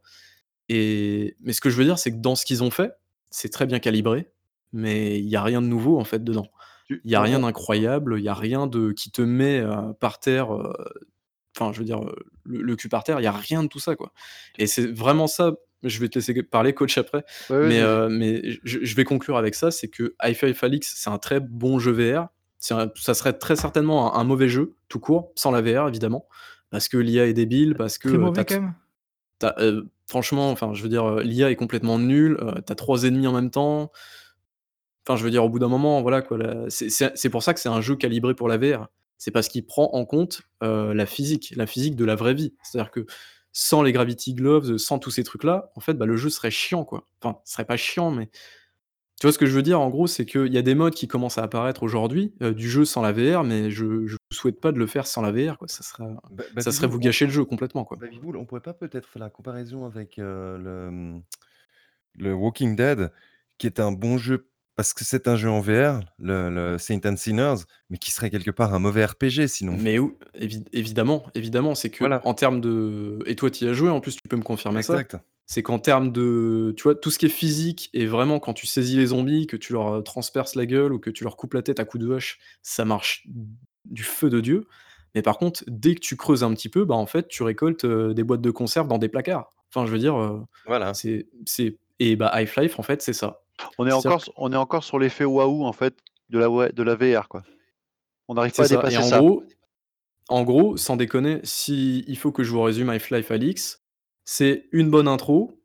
et mais ce que je veux dire, c'est que dans ce qu'ils ont fait, c'est très bien calibré, mais il y a rien de nouveau, en fait, dedans. Tu Il y a on rien on d'incroyable, il y a rien de qui te met, heu, par terre, heu, enfin, je veux dire, heu, le le cul par terre, il y a rien de tout ça, quoi et c'est vraiment ça je vais te laisser parler coach après, Ouais, mais vas-y, vas-y. heu, mais je je vais conclure avec ça, c'est que Half-Life Alyx, c'est un très bon jeu V R. C'est un ça serait très certainement un un mauvais jeu, tout court, sans la V R évidemment, parce que l'I A est débile, parce que, Très heu, tu mauvais as quand t même? tu as, heu, franchement, enfin, je veux dire, heu, l'I A est complètement nulle, heu, tu as trois ennemis en même temps. Enfin, je veux dire, au bout d'un moment, voilà quoi, la c'est c'est c'est pour ça que c'est un jeu calibré pour la V R. C'est parce qu'il prend en compte, heu, la physique, la physique de la vraie vie. C'est-à-dire que sans les Gravity Gloves, sans tous ces trucs-là, en fait, bah, le jeu serait chiant, quoi. Enfin, ce serait pas chiant, mais tu vois ce que je veux dire? En gros, c'est qu'il y a des modes qui commencent à apparaître aujourd'hui, heu, du jeu sans la V R, mais je je vous souhaite pas de le faire sans la V R, quoi. Ça sera Ba ça serait Babiboul, vous on gâcher le jeu complètement, quoi. Babiboul, on pourrait pas peut-être faire la comparaison avec, heu, le, mmh, le Walking Dead, qui est un bon jeu parce que c'est un jeu en V R, le le Saints and Sinners, mais qui serait quelque part un mauvais R P G sinon. Mais ou évid évidemment, évidemment, c'est Voilà, qu'en termes de et toi, tu y as joué en plus, tu peux me confirmer ça? exact. C'est qu'en termes de tu vois, tout ce qui est physique et vraiment quand tu saisis les zombies, que tu leur, heu, transperces la gueule ou que tu leur coupes la tête à coups de hache, ça marche du feu de Dieu. Mais par contre, dès que tu creuses un petit peu, bah, en fait, tu récoltes, heu, des boîtes de conserve dans des placards. Enfin, je veux dire, heu, Voilà. c'est c'est et bah, Half-Life, en fait, c'est ça. On est C'est-à-dire encore que s on est encore sur l'effet waouh, en fait, de la ouais, de la V R, quoi. On n'arrive c'est pas à ça et dépasser en ça. gros En gros, sans déconner, si il faut que je vous résume Half-Life Alyx, c'est une bonne intro.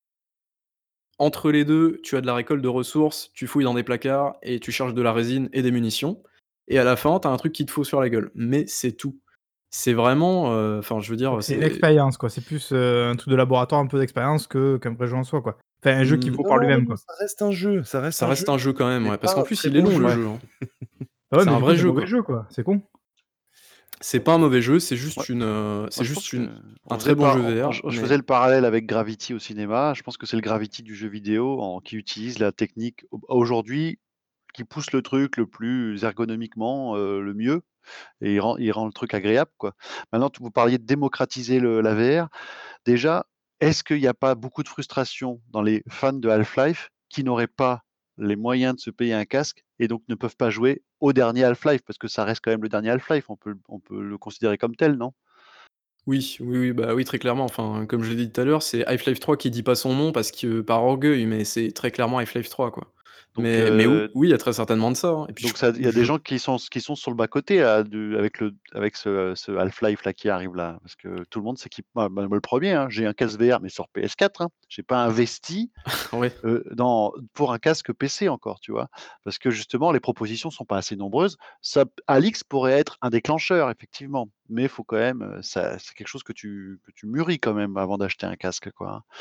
Entre les deux, tu as de la récolte de ressources, tu fouilles dans des placards et tu cherches de la résine et des munitions et à la fin, tu as un truc qui te fout sur la gueule. Mais c'est tout. C'est vraiment, heu, enfin, je veux Donc dire, c'est une c'est expérience, quoi. C'est plus, heu, un truc de laboratoire, un peu d'expérience que qu'un vrai jeu en soi, quoi. Enfin, un jeu qui mmh, vaut Non, par non, non, lui-même, non, quoi. ça reste un jeu, ça reste ça un jeu, reste un jeu quand même, mais ouais, parce pas qu'en un plus, très il est bon long le jeu. Ouais. jeu, hein. Bah ouais, C'est mais un du coup, vrai c'est un jeu, mauvais quoi. jeu, quoi. C'est con. C'est pas un mauvais jeu, c'est juste Ouais. une, heu, Moi, c'est je pense juste une que on un faisait très le bon jeu par on V R, je je faisais mais le parallèle avec Gravity au cinéma. Je pense que c'est le Gravity du jeu vidéo en qui utilise la technique au aujourd'hui, qui pousse le truc le plus ergonomiquement, heu, le mieux et il rend il rend le truc agréable, quoi. Maintenant, t vous parliez de démocratiser le la V R. Déjà, est-ce qu'il y a pas beaucoup de frustration dans les fans de Half-Life qui n'auraient pas les moyens de se payer un casque et donc ne peuvent pas jouer au dernier Half-Life? Parce que ça reste quand même le dernier Half-Life, on peut on peut le considérer comme tel, non? Oui, oui, oui, bah, oui, très clairement. Enfin, comme je l'ai dit tout à l'heure, c'est Half-Life trois qui dit pas son nom parce que par orgueil, mais c'est très clairement Half-Life trois, quoi. Donc, Mais mais ou heu oui, il y a très certainement de ça, hein et puis je donc ça il y a des je gens qui sont qui sont sur le bas-côté là, du avec le avec ce ce Half-Life là qui arrive là. Parce que tout le monde s'équipe moi moi le premier, hein, j'ai un casque V R mais sur P S quatre, hein. J'ai pas investi, ouais, heu, dans pour un casque P C encore, tu vois? Parce que justement les propositions sont pas assez nombreuses. Ça p Alix pourrait être un déclencheur effectivement, mais il faut quand même, heu, ça c'est quelque chose que tu que tu mûris quand même avant d'acheter un casque, quoi, hein.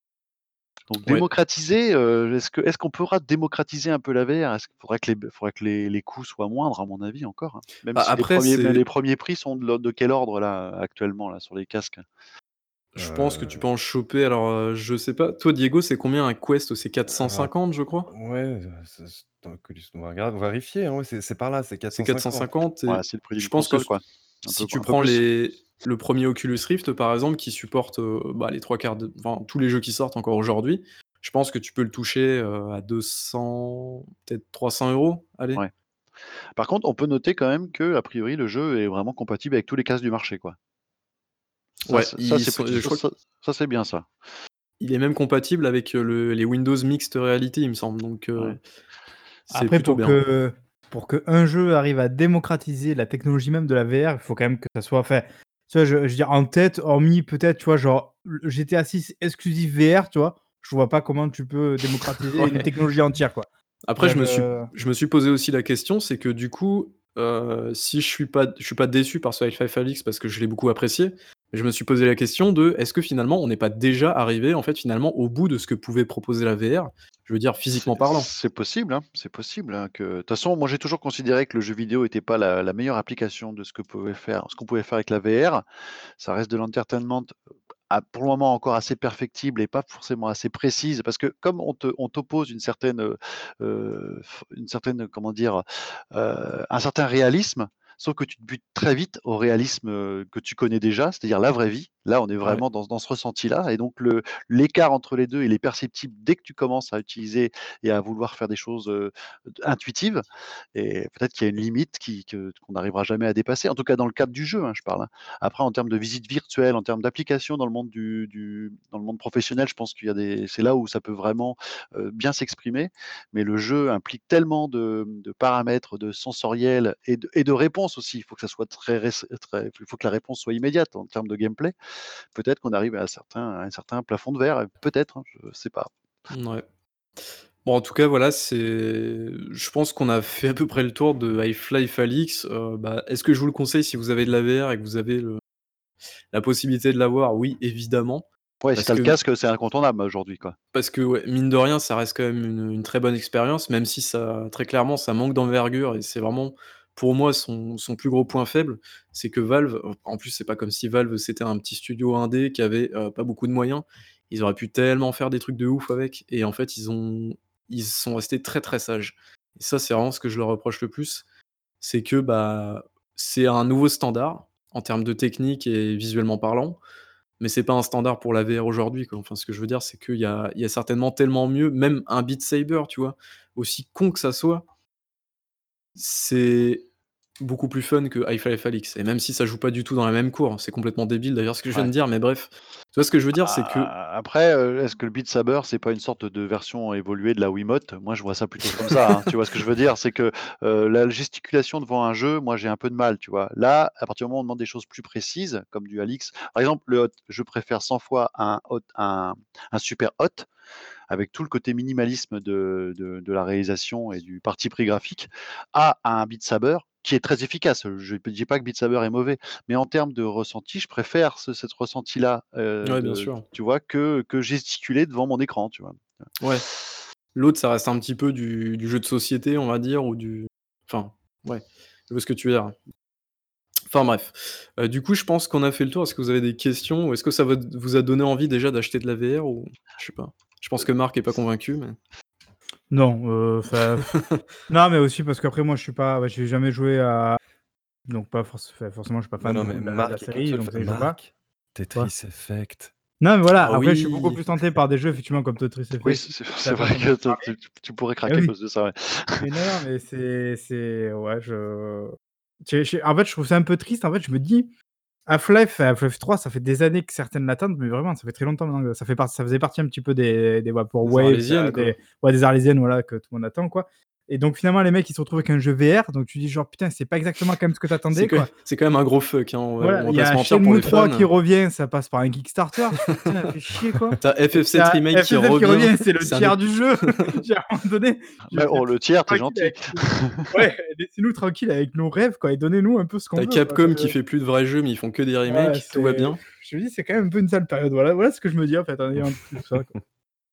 Donc ouais. démocratiser, heu, est-ce que est-ce qu'on pourra démocratiser un peu la V R? Est-ce qu'il faudrait que les b faudrait que les les coûts soient moindres à mon avis encore, hein? Même Bah, si les après premiers mais les c'est premiers prix sont de l'or de quel ordre là, actuellement là, sur les casques? je pense que tu Heu, peux en choper alors, heu, je sais pas. Toi, Diego, c'est combien un Quest? C'est alors quatre cent cinquante, je crois? ouais, heu, c'est c attends Oculus, on va regarder, on va vérifier, hein, ouais, c'est c'est par là, c'est C'est quatre cent cinquante. quatre cent cinquante Ouais, et c'est le prix je d'une pense que console s quoi, un peu si tu un peu prends plus. les le premier Oculus Rift, par exemple, qui supporte, heu, bah, les trois quarts de enfin, tous les jeux qui sortent encore aujourd'hui, je pense que tu peux le toucher, heu, à deux cents, peut-être trois cents euros. Allez. Ouais. Par contre, on peut noter quand même qu'a priori le jeu est vraiment compatible avec tous les casques du marché, quoi. Ça Ouais, c'est ça ils c'est sont plutôt je ça crois ça ça c'est bien ça. qu'il est même compatible avec, heu, le les Windows Mixed Reality, il me semble, donc Ouais. heu, c'est Après plutôt pour bien. que pour qu'un jeu arrive à démocratiser la technologie même de la V R, il faut quand même que ça soit enfin, tu vois, je je veux dire en tête, hormis peut-être, tu vois, genre le G T A six exclusif V R, tu vois? Je vois pas comment tu peux démocratiser une Ouais. technologie entière, quoi. Après, Enfin je me suis je je me suis posé aussi la question, c'est que du coup, heu, si je suis pas je suis pas déçu par ce Half-Life Alyx parce que je l'ai beaucoup apprécié, mais je me suis posé la question de: «Est-ce que finalement on n'est pas déjà arrivé, en fait, finalement, au bout de ce que pouvait proposer la V R?» Je veux dire C'est physiquement parlant. c'est possible, hein, c'est possible, hein, que de toute façon, moi j'ai toujours considéré que le jeu vidéo était pas la la meilleure application de ce que pouvait faire ce qu'on pouvait faire avec la V R. Ça reste de l'entertainment, à pour le moment encore assez perfectible et pas forcément assez précise parce que comme on te on t'oppose une certaine, heu heu, f une certaine, comment dire? Heu, un certain réalisme, sauf que tu te butes très vite au réalisme, heu, que tu connais déjà, c'est-à-dire la vraie vie. Là, on est Ouais. vraiment dans dans ce ressenti-là et donc le l'écart entre les deux, il est perceptible dès que tu commences à utiliser et à vouloir faire des choses, heu, intuitives et peut-être qu'il y a une limite qui que qu'on n'arrivera jamais à dépasser. En tout cas dans le cadre du jeu, hein, je parle, hein. Après en termes de visite virtuelle, en termes d'application dans le monde du du dans le monde professionnel, je pense qu'il y a des c'est là où ça peut vraiment, heu, bien s'exprimer. Mais le jeu implique tellement de de paramètres, de sensoriel et de et de réponses aussi. Il faut que ça soit très rés très il faut que la réponse soit immédiate en termes de gameplay. Peut-être qu'on arrive à un certain à un certain plafond de verre, peut-être, hein, je sais pas. Mouais. Bon, en tout cas, voilà, c'est je pense qu'on a fait à peu près le tour de Half-Life Alyx. Heu, bah, est-ce que je vous le conseille si vous avez de la V R et que vous avez le la possibilité de l'avoir? Oui, évidemment, Ouais, si tu parce as le que casque, c'est incontournable aujourd'hui, quoi. Parce que ouais, mine de rien, ça reste quand même une une très bonne expérience, même si ça très clairement, ça manque d'envergure et c'est vraiment, pour moi, son son plus gros point faible. C'est que Valve, en en plus, c'est pas comme si Valve, c'était un petit studio indé qui avait, heu, pas beaucoup de moyens. Ils auraient pu tellement faire des trucs de ouf avec et en fait, ils ont ils sont restés très, très sages et ça, c'est vraiment ce que je leur reproche le plus. C'est que, bah, c'est un nouveau standard en termes de technique et visuellement parlant, mais c'est pas un standard pour la V R aujourd'hui, quoi. Enfin, ce que je veux dire, c'est qu'il y a il y a certainement tellement mieux, même un Beat Saber, tu vois? Aussi con que ça soit, c'est beaucoup plus fun que Half-Life Alyx et même si ça joue pas du tout dans la même cour, c'est complètement débile d'ailleurs ce que je viens Ouais. de dire, mais bref. Tu vois ce que je veux dire? C'est que A après, heu, est-ce que le Beat Saber, c'est pas une sorte de version évoluée de la Wiimote? Moi, je vois ça plutôt comme ça, hein. Tu vois ce que je veux dire? C'est que, heu, la gesticulation devant un jeu, moi, j'ai un peu de mal, tu vois? Là, à partir du moment où on demande des choses plus précises, comme du Alix par exemple, le Hot, je préfère cent fois un Hot un un Super Hot avec tout le côté minimalisme de de de la réalisation et du parti pris graphique, à un Beat Saber qui est très efficace. Je ne dis pas que Beat Saber est mauvais, mais en termes de ressenti, je préfère ce cet ressenti-là, heu, ouais, bien de sûr. tu vois, que que gesticuler devant mon écran, tu vois? Ouais. L'autre, ça reste un petit peu du du jeu de société, on va dire, ou du enfin, ouais, je vois ce que tu veux dire. Enfin bref, heu, du coup, je pense qu'on a fait le tour. Est-ce que vous avez des questions ou est-ce que ça va vous a donné envie déjà d'acheter de la V R ou je sais pas? Je pense que Marc est pas convaincu, mais non, heu, enfin non, mais aussi parce qu'après moi je suis pas ouais, j'ai jamais joué à donc pas forc enfin forcément je suis pas Non, fan non, du coup mais de la de la Marc, il y a qu'une série, seule donc fa ça y joue pas. Marc, Quoi? Tetris Effect. Non, mais voilà, ah après je suis beaucoup oui! plus tenté par des jeux effectivement comme Tetris Oui, Effect, c'est c'est la c'est vrai façon dont que c'est te parlé. tu tu pourrais Eh craquer à oui, cause de ça, ouais. mais non, non, mais c'est c'est ouais, je tu sais, je en fait, je trouve ça un peu triste. En fait, je me dis Half-Life, Half-Life trois, ça fait des années que certaines l'attendent, mais vraiment, ça fait très longtemps maintenant que ça fait partie ça faisait partie un petit peu des des ouais, pour Des Waves, Arlésiennes, heu, quoi. des ouais, des Arlésiennes, voilà, que tout le monde attend, quoi et donc finalement, les mecs, ils se retrouvent avec un jeu V R, donc tu dis genre: «Putain, c'est pas exactement quand même ce que tu C'est attendais, quand quoi». c'est quand même un gros fuck, hein, on va Voilà, on va il y pas se a mentir pour Shenmue les trois qui fans. revient, ça passe par un Kickstarter. Je fais: «Putain, fait chier, quoi» Tu as et F F puis tu sept as remake qui F F sept qui revient, revient, c'est le c'est un tiers ép du jeu. J'ai à un moment donné, je Mais fais: oh, le tiers, t'es «Tranquille gentil. avec nos» ouais, laissez-nous tranquilles avec nos rêves, quoi et donnez-nous un peu ce Tu qu'on as veut, quoi. Capcom qui C'est fait plus de vrais jeux, mais ils font que des ouais, remakes, tout va c'est bien. je me dis: «C'est quand même un peu une sale période». Voilà voilà ce que je me dis, en fait, en ayant tout ça, quoi.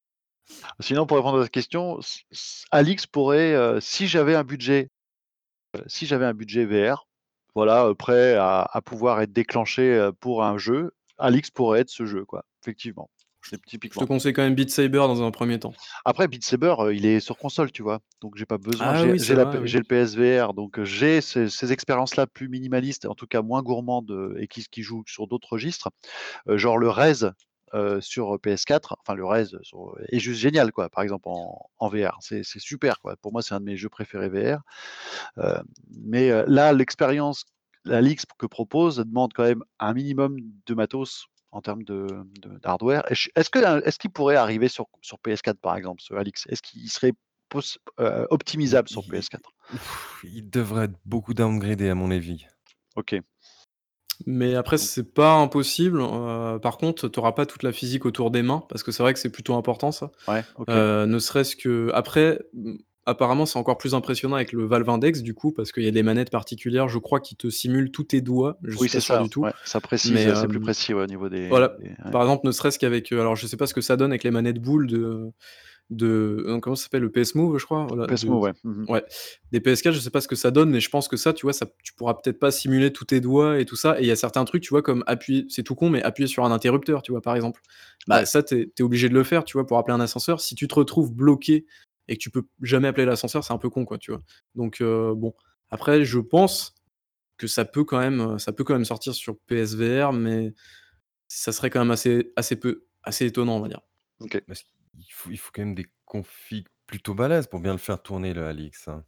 Sinon, pour répondre à ta question, s s Alix pourrait, heu, si j'avais un budget, heu, si j'avais un budget V R, voilà, heu, prêt à à pouvoir être déclenché, heu, pour un jeu, Alix pourrait être ce jeu, quoi, effectivement. Je C'est je te typiquement. conseille quand même Beat Saber dans un premier temps. Après Beat Saber, heu, il est sur console, tu vois? Donc j'ai pas besoin Ah j'ai oui, j'ai c'est la vrai, P oui. j'ai le P S V R, donc heu, j'ai ces ces expériences-là plus minimalistes, en tout cas moins gourmandes, heu et qui qui jouent sur d'autres registres. Heu, genre le Rez, heu, sur, P S quatre, enfin le Rez sur est juste génial, quoi, par exemple en en V R. C'est c'est super, quoi. Pour moi, c'est un de mes jeux préférés V R. Heu, mais heu, là, l'expérience, la Alix que propose demande quand même un minimum de matos en termes de de d'hardware. Et ch est-ce que un est-ce qu'il pourrait arriver sur sur P S quatre, par exemple, ce Alix? Est-ce qu'il serait poss heu, Il optimisable sur il P S quatre? Ouf, il devrait être beaucoup downgradé à mon avis. OK. Mais après, Donc c'est pas impossible, heu, par contre, tu auras pas toute la physique autour des mains, parce que c'est vrai que c'est plutôt important ça. ouais, OK. Heu, ne serait-ce que après, mmh, apparemment, c'est encore plus impressionnant avec le Valve Index du coup, parce qu'il y a des manettes particulières, je crois, qui te simulent tous tes doigts, je Oui, suis pas c'est sûr ça, du tout. ouais, ça Mais, précise, c'est plus hem, précis, ouais, au niveau des voilà, des ouais. par exemple, ne serait-ce qu'avec, heu, alors je sais pas ce que ça donne avec les manettes boules de de heu, comment ça s'appelle? Le P S Move, je crois? Voilà, P S Move, de ouais. Mmh mh. ouais, des P S quatre, je sais pas ce que ça donne, mais je pense que ça, tu vois, ça tu pourras peut-être pas simuler tous tes doigts et tout ça et il y a certains trucs, tu vois, comme appuyer c'est tout con, mais appuyer sur un interrupteur, tu vois, par exemple. Bah, Ouais. ça, tu es tu es obligé de le faire, tu vois, pour appeler un ascenseur. Si tu te retrouves bloqué et que tu peux jamais appeler l'ascenseur, c'est un peu con, quoi, tu vois? Donc heu, bon, après, je pense que ça peut quand même, heu, ça peut quand même sortir sur P S V R, mais ça serait quand même assez assez peu assez étonnant, on va dire. OK. Parce qu'il faut il faut quand même des configs plutôt balèzes pour bien le faire tourner le Alix, hein.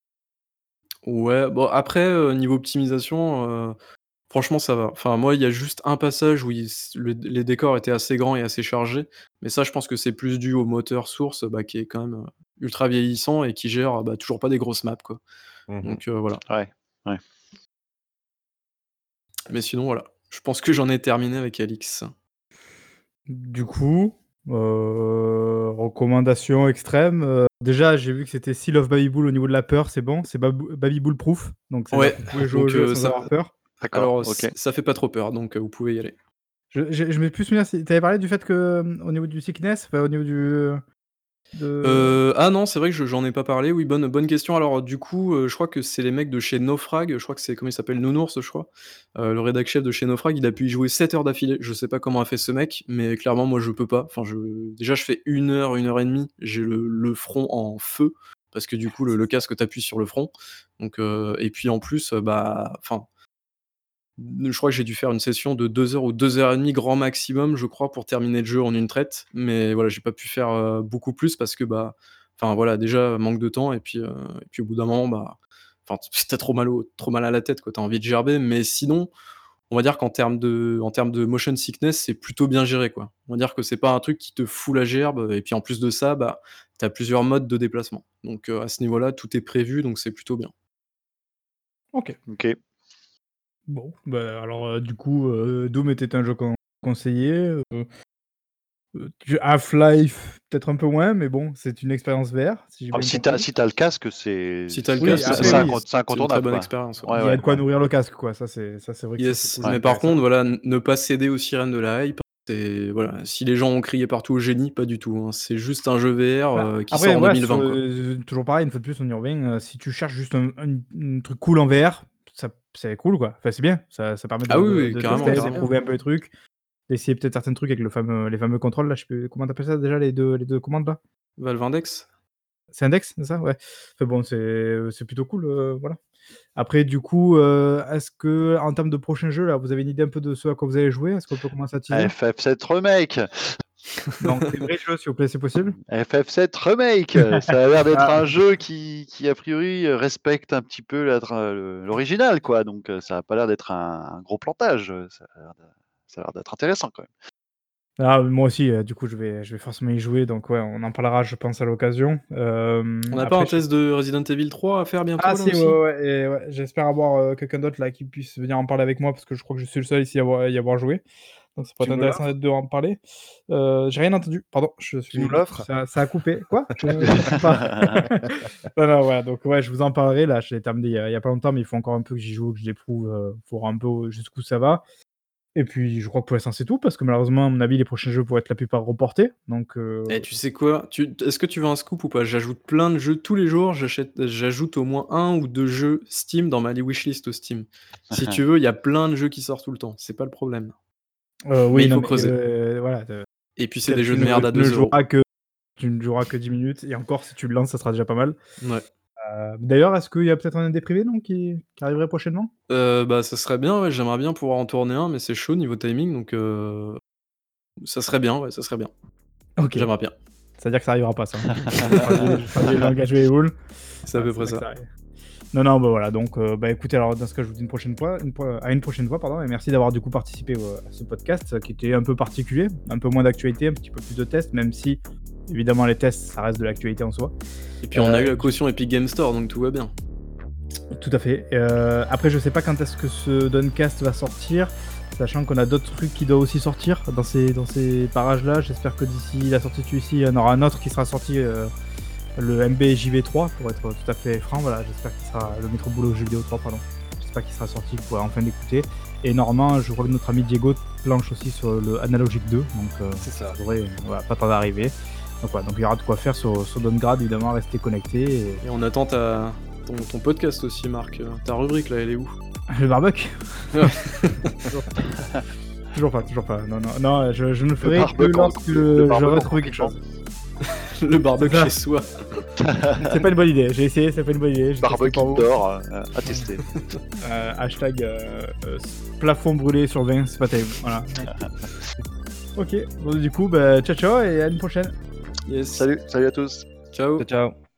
Ouais, bon après, heu, niveau optimisation, heu, franchement ça va. Enfin moi, il y a juste un passage où il s le les décors étaient assez grands et assez chargés, mais ça je pense que c'est plus dû au moteur source, bah, qui est quand même, heu, ultra vieillissant et qui gère, bah, toujours pas des grosses maps, quoi. Mmh mh. Donc heu, voilà. Ouais, ouais. Mais sinon voilà, je pense que j'en ai terminé avec Alix. Du coup, heu, recommandation extrême, heu, déjà, j'ai vu que c'était Seal of Babybel au niveau de la peur, c'est bon, c'est babou Babybel proof, donc c'est-à-dire Ouais, que vous pouvez jouer au donc jeu heu, sans ça avoir peur. D'accord, alors ç OK. ça fait pas trop peur, donc heu, vous pouvez y aller. Je je je m'ai plus souvenir si tu avais parlé du fait que, mmh, au niveau du sickness, enfin au niveau du de Heu, ah non, c'est vrai que je j'en ai pas parlé, oui, bonne bonne question. Alors, du coup, heu, je crois que c'est les mecs de chez Naufrag, je crois que c'est comment il s'appelle? Nounours, je crois. Heu, le rédac chef de chez Naufrag, il a pu y jouer sept heures d'affilée. Je sais pas comment a fait ce mec, mais clairement, moi, je peux pas. Enfin, je déjà, je fais une heure, une heure et demie, j'ai le le front en feu parce que, du coup, le le casque t'appuie sur le front. Donc heu et puis, en plus, heu, bah, enfin, je crois que j'ai dû faire une session de deux heures ou deux heures et demie grand maximum, je crois, pour terminer le jeu en une traite. Mais voilà, j'ai pas pu faire, heu, beaucoup plus parce que, bah, enfin voilà, déjà manque de temps et puis, heu et puis au bout d'un moment, bah, enfin, tu as trop mal au trop mal à la tête, quoi, tu as envie de gerber. Mais sinon, on va dire qu'en termes de en termes de motion sickness, c'est plutôt bien géré, quoi. On va dire que c'est pas un truc qui te fout la gerbe et puis en plus de ça, bah, tu as plusieurs modes de déplacement. Donc, heu, à ce niveau-là, tout est prévu, donc c'est plutôt bien. OK. OK. Bon, bah, alors, heu, du coup, heu, Doom était un jeu con conseillé, heu heu, tu Half-Life, peut-être un peu moins, mais bon, c'est une expérience V R, si j'ai Ah, bien si tu as compris. si tu as le casque, c'est Si tu as le c'est Oui, casque, c'est après c'est c'est oui, incont c'est c'est une très incontournable, bonne quoi. expérience, ouais. Ouais, il y a ouais, de quoi ouais. nourrir le casque, quoi, ça c'est ça c'est vrai que ça c'est Yes, cool, c'est mais par intéressant. contre, voilà, n ne pas céder aux sirènes de la hype. C'est voilà, si les gens ont crié partout au génie, pas du tout, hein. C'est juste un jeu V R, Bah, heu, qui après, sort en voilà, sur, deux mille vingt, quoi. heu, toujours pareil, une fois de plus, on y revient, heu, si tu cherches juste un un un truc cool en V R, ça c'est cool, quoi. Enfin, c'est bien, ça ça permet Ah de oui, de oui, de carrément, tester, carrément. d'éprouver un peu les trucs, d'essayer peut-être certains trucs avec le fameux les fameux contrôles là, je sais plus comment tu appelles ça déjà les deux les deux commandes là? Valve Index? C'est Index, c'est ça? Ouais. Enfin bon, c'est, heu, c'est plutôt cool, heu, voilà. Après du coup, heu, est-ce qu'en termes de prochains jeux là, vous avez une idée un peu de ce à quoi vous allez jouer? Est-ce qu'on peut commencer à teaser? F F sept Remake! Donc, des vrais jeux, s'il vous plaît, c'est possible? F F sept Remake, ça a l'air d'être Ah. un jeu qui qui a priori, heu, respecte un petit peu la tra le l'original quoi, donc heu, ça a pas l'air d'être un un gros plantage, heu, ça a l'air de ça a l'air d'être intéressant quand même. Ah, moi aussi, heu, du coup, je vais je vais forcément y jouer, donc ouais, on en parlera, je pense, à l'occasion. Hem, On n'a pas après un je sais test de Resident Evil trois à faire Ah bientôt là si, ouais, aussi? ouais, ouais et ouais, j'espère avoir, heu, quelqu'un d'autre là qui puisse venir en parler avec moi parce que je crois que je suis le seul ici à avoir y avoir joué. Donc ça pourrait Tu être nous intéressant l'offres? d'être deux à en parler. Heu, j'ai rien entendu, pardon, je Tu nous suis l'offres? ça ça a coupé. Quoi? Je je comprends pas. Non, non, ouais, donc ouais, je vous en parlerai là, je l'ai terminé il y a il y a pas longtemps, mais il faut encore un peu que j'y joue, que je l'éprouve, heu, pour voir un peu jusqu'où ça va. Et puis je crois que pour l'instant c'est tout parce que malheureusement, à mon avis, les prochains jeux pourraient être la plupart reportés, donc heu Eh, tu sais quoi? Tu est-ce que tu veux un scoop ou pas? J'ajoute plein de jeux tous les jours, j'achète j'ajoute au moins un ou deux jeux Steam dans ma li wishlist Steam. Si tu veux, il y a plein de jeux qui sortent tout le temps, c'est pas le problème. Heu, Mais oui, il non, faut mais creuser. heu, voilà, de Et puis c'est que des jeux tu de ne merde à tu ne deux euros. joueras que tu ne joueras que dix minutes et encore si tu le lances, ça sera déjà pas mal. Mouais. Heu, d'ailleurs, est-ce qu'il y a peut-être un indé privé non qui qui arriverait prochainement? Heu, bah, ça serait bien, ouais, j'aimerais bien pouvoir en tourner un, mais c'est chaud niveau timing donc heu, ça serait bien, ouais, ça serait bien. OK. J'aimerais bien. C'est-à-dire que ça arrivera pas ça, hein? Traduit traduit le langage Weoul. C'est à Ouais, peu c'est près vrai que ça. ça arrive. Non, non, bah, voilà, donc heu, bah, écoutez, alors dans ce cas, je vous dis une prochaine fois une fois à une prochaine fois, pardon et merci d'avoir du coup participé au à ce podcast, heu, qui était un peu particulier, un peu moins d'actualité, un petit peu plus de tests, même si évidemment les tests, ça reste de l'actualité en soi. Et puis on a eu Heu, la caution Epic Games Store, donc tout va bien. Tout à fait. Heu, après, je sais pas quand est-ce que ce Downcast va sortir, sachant qu'on a d'autres trucs qui doivent aussi sortir dans ces dans ces parages-là. J'espère que d'ici la sortie de celui-ci, il y en aura un autre qui sera sorti, heu, le M B J V trois pour être tout à fait franc, voilà. J'espère qu'il sera le Métro Boulot Jeux vidéo trois, pardon. J'espère qu'il sera sorti, vous pourrez enfin l'écouter et normalement, je crois que notre ami Diego planche aussi sur le Analogic deux, donc heu, C'est ça. ça devrait, voilà, pas tarder à arriver. Donc voilà, donc il y aura de quoi faire sur sur Downgrade, évidemment, restez connectés et Et on attend ta ton ton podcast aussi, Marc, heu, ta rubrique là, elle est où? le barbecue? Ouais. Toujours pas, toujours pas. Non, non, non, je je ne le ferai que barbecue en- lorsque le je barbecue en retrouve quelque chose. Le barbecue C'est ça. chez soi. C'est pas une bonne idée, j'ai essayé, c'est pas une bonne idée. J'ai testé Barbecue pour vous. d'or, euh, à tester. Euh, hashtag euh, euh, plafond brûlé sur vingt, c'est pas terrible. Voilà. Ok, bon, du coup, bah, ciao ciao et à une prochaine. Yes. Salut, salut à tous. Ciao. Ciao, ciao.